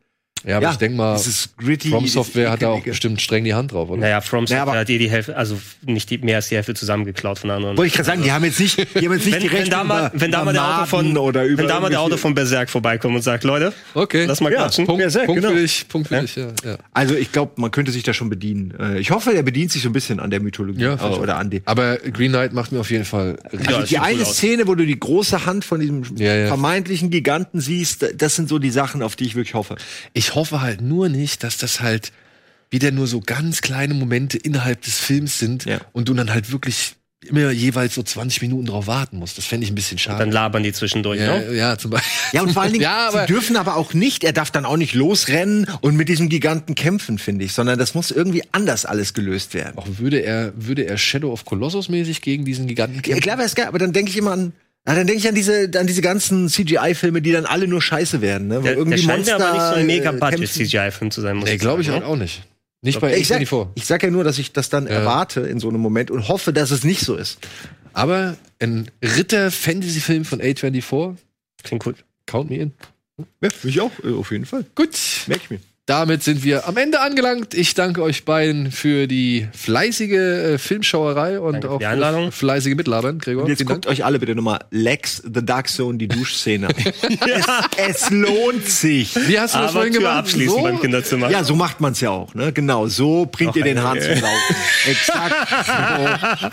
S1: Ja, aber
S4: Ja,
S1: ich denke mal,
S4: dieses gritty,
S1: From Software
S4: dieses
S1: hat da auch
S4: ekelige.
S1: bestimmt streng die Hand drauf, oder?
S3: Naja, From
S4: Naja,
S3: Software
S4: aber-
S3: hat eh die Hälfte, also nicht die, mehr als die Hälfte zusammengeklaut von anderen.
S4: Wollte ich gerade sagen, die haben jetzt nicht, die haben jetzt nicht
S3: wenn,
S4: die Rechte
S3: wenn da mal,
S4: über,
S3: wenn da
S4: über
S3: mal der Auto von,
S4: Maden oder über
S3: wenn da mal der Auto
S4: irgendwelche-
S3: von Berserk vorbeikommt und sagt, Leute,
S1: Okay.
S3: lass mal
S4: Ja,
S3: quatschen.
S1: Punkt,
S4: Berserk,
S1: Punkt
S4: genau.
S1: für dich, Punkt für dich, ja. ja.
S4: Also ich glaube, man könnte sich da schon bedienen. Äh, Ich hoffe, der bedient sich so ein bisschen an der Mythologie
S1: Ja,
S4: äh,
S1: vielleicht
S4: oder an dem.
S1: Aber Green Knight macht mir auf jeden Fall richtig
S3: Ja,
S4: Die
S3: sieht
S4: eine
S3: cool aus.
S4: Szene, wo du die große Hand von diesem
S1: Ja, ja.
S4: vermeintlichen Giganten siehst, das sind so die Sachen, auf die ich wirklich hoffe.
S1: Ich hoffe halt nur nicht, dass das halt wieder nur so ganz kleine Momente innerhalb des Films sind
S4: Ja.
S1: und du dann halt wirklich immer jeweils so zwanzig Minuten drauf warten musst. Das fände ich ein bisschen schade.
S3: Dann labern die zwischendurch,
S1: ja,
S3: ne?
S1: ja, zum Beispiel.
S4: Ja, und vor allen Dingen,
S1: Ja, aber-
S4: sie dürfen aber auch nicht, er darf dann auch nicht losrennen und mit diesem Giganten kämpfen, finde ich, sondern das muss irgendwie anders alles gelöst werden.
S1: Auch würde er, würde er Shadow of Colossus mäßig gegen diesen Giganten
S4: Ja,
S1: kämpfen?
S4: klar wäre es geil, aber dann denke ich immer an, ja, dann denke ich an diese, an diese ganzen C G I-Filme, die dann alle nur scheiße werden, ne? Wo
S3: Der, der
S4: irgendwie
S3: scheint ja
S4: Monster,
S3: aber nicht so ein
S4: äh,
S3: mega-Budget-C
S4: kämpfen.
S3: G I-Film zu sein, muss
S1: Nee, glaube ich
S3: sagen,
S1: halt auch nicht. Nicht bei
S4: Ja, ich, sag,
S1: A vierundzwanzig.
S4: ich sag ja nur, dass ich das dann
S1: Ja.
S4: erwarte in so einem Moment und hoffe, dass es nicht so ist.
S1: Aber ein Ritter-Fantasy-Film von A vierundzwanzig,
S3: Klingt cool.
S1: count me in.
S4: Ja, ich auch, äh, auf jeden Fall.
S1: Gut.
S4: Merk ich mir.
S1: Damit sind wir am Ende angelangt. Ich danke euch beiden für die fleißige äh, Filmschauerei und
S3: Danke für
S1: auch
S3: die Einladung.
S1: das fleißige Mitlabern. Gregor,
S4: Und jetzt
S1: vielen
S4: guckt
S1: Dank.
S4: euch alle bitte nochmal Lex, The Dark Zone, die Duschszene. es, es lohnt sich.
S1: Wie hast du das
S3: Aber
S1: vorhin
S3: Tür
S1: gemacht?
S3: abschließen
S1: So?
S3: beim Kinderzimmer.
S4: Ja, so macht man's ja auch, ne? Genau, so bringt
S3: Noch
S4: ihr den
S3: eine.
S4: Hahn zum Laufen. Exakt.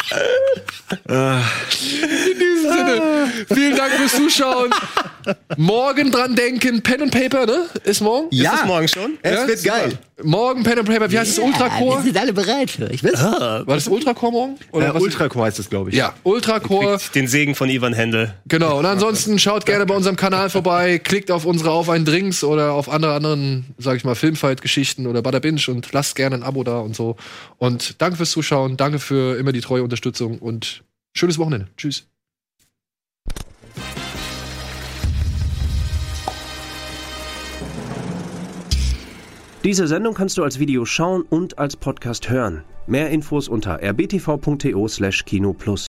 S1: In diesem Sinne, vielen Dank fürs Zuschauen. Morgen dran denken, Pen and Paper, ne? Ist morgen?
S4: Ja,
S3: Ist das morgen schon?
S4: es
S1: Ja,
S4: wird
S1: super.
S4: geil.
S1: Morgen Pen and Paper. Wie heißt es? Ultracore?
S4: sind alle bereit für. Ich weiß.
S1: War das Ultracore morgen? Oder
S4: Äh,
S1: was?
S4: Ultracore heißt das, glaube ich.
S1: Ja, Ultracore.
S3: Den Segen von Ivan Händel.
S1: Genau. Und ansonsten schaut gerne bei unserem Kanal vorbei, klickt auf unsere Auf einen Drinks oder auf andere anderen, sag ich mal, Filmfight-Geschichten oder Bada Binge und lasst gerne ein Abo da und so. Und danke fürs Zuschauen, danke für immer die treue Unterstützung und schönes Wochenende. Tschüss.
S11: Diese Sendung kannst du als Video schauen und als Podcast hören. Mehr Infos unter r b t v punkt t o slash kino plus.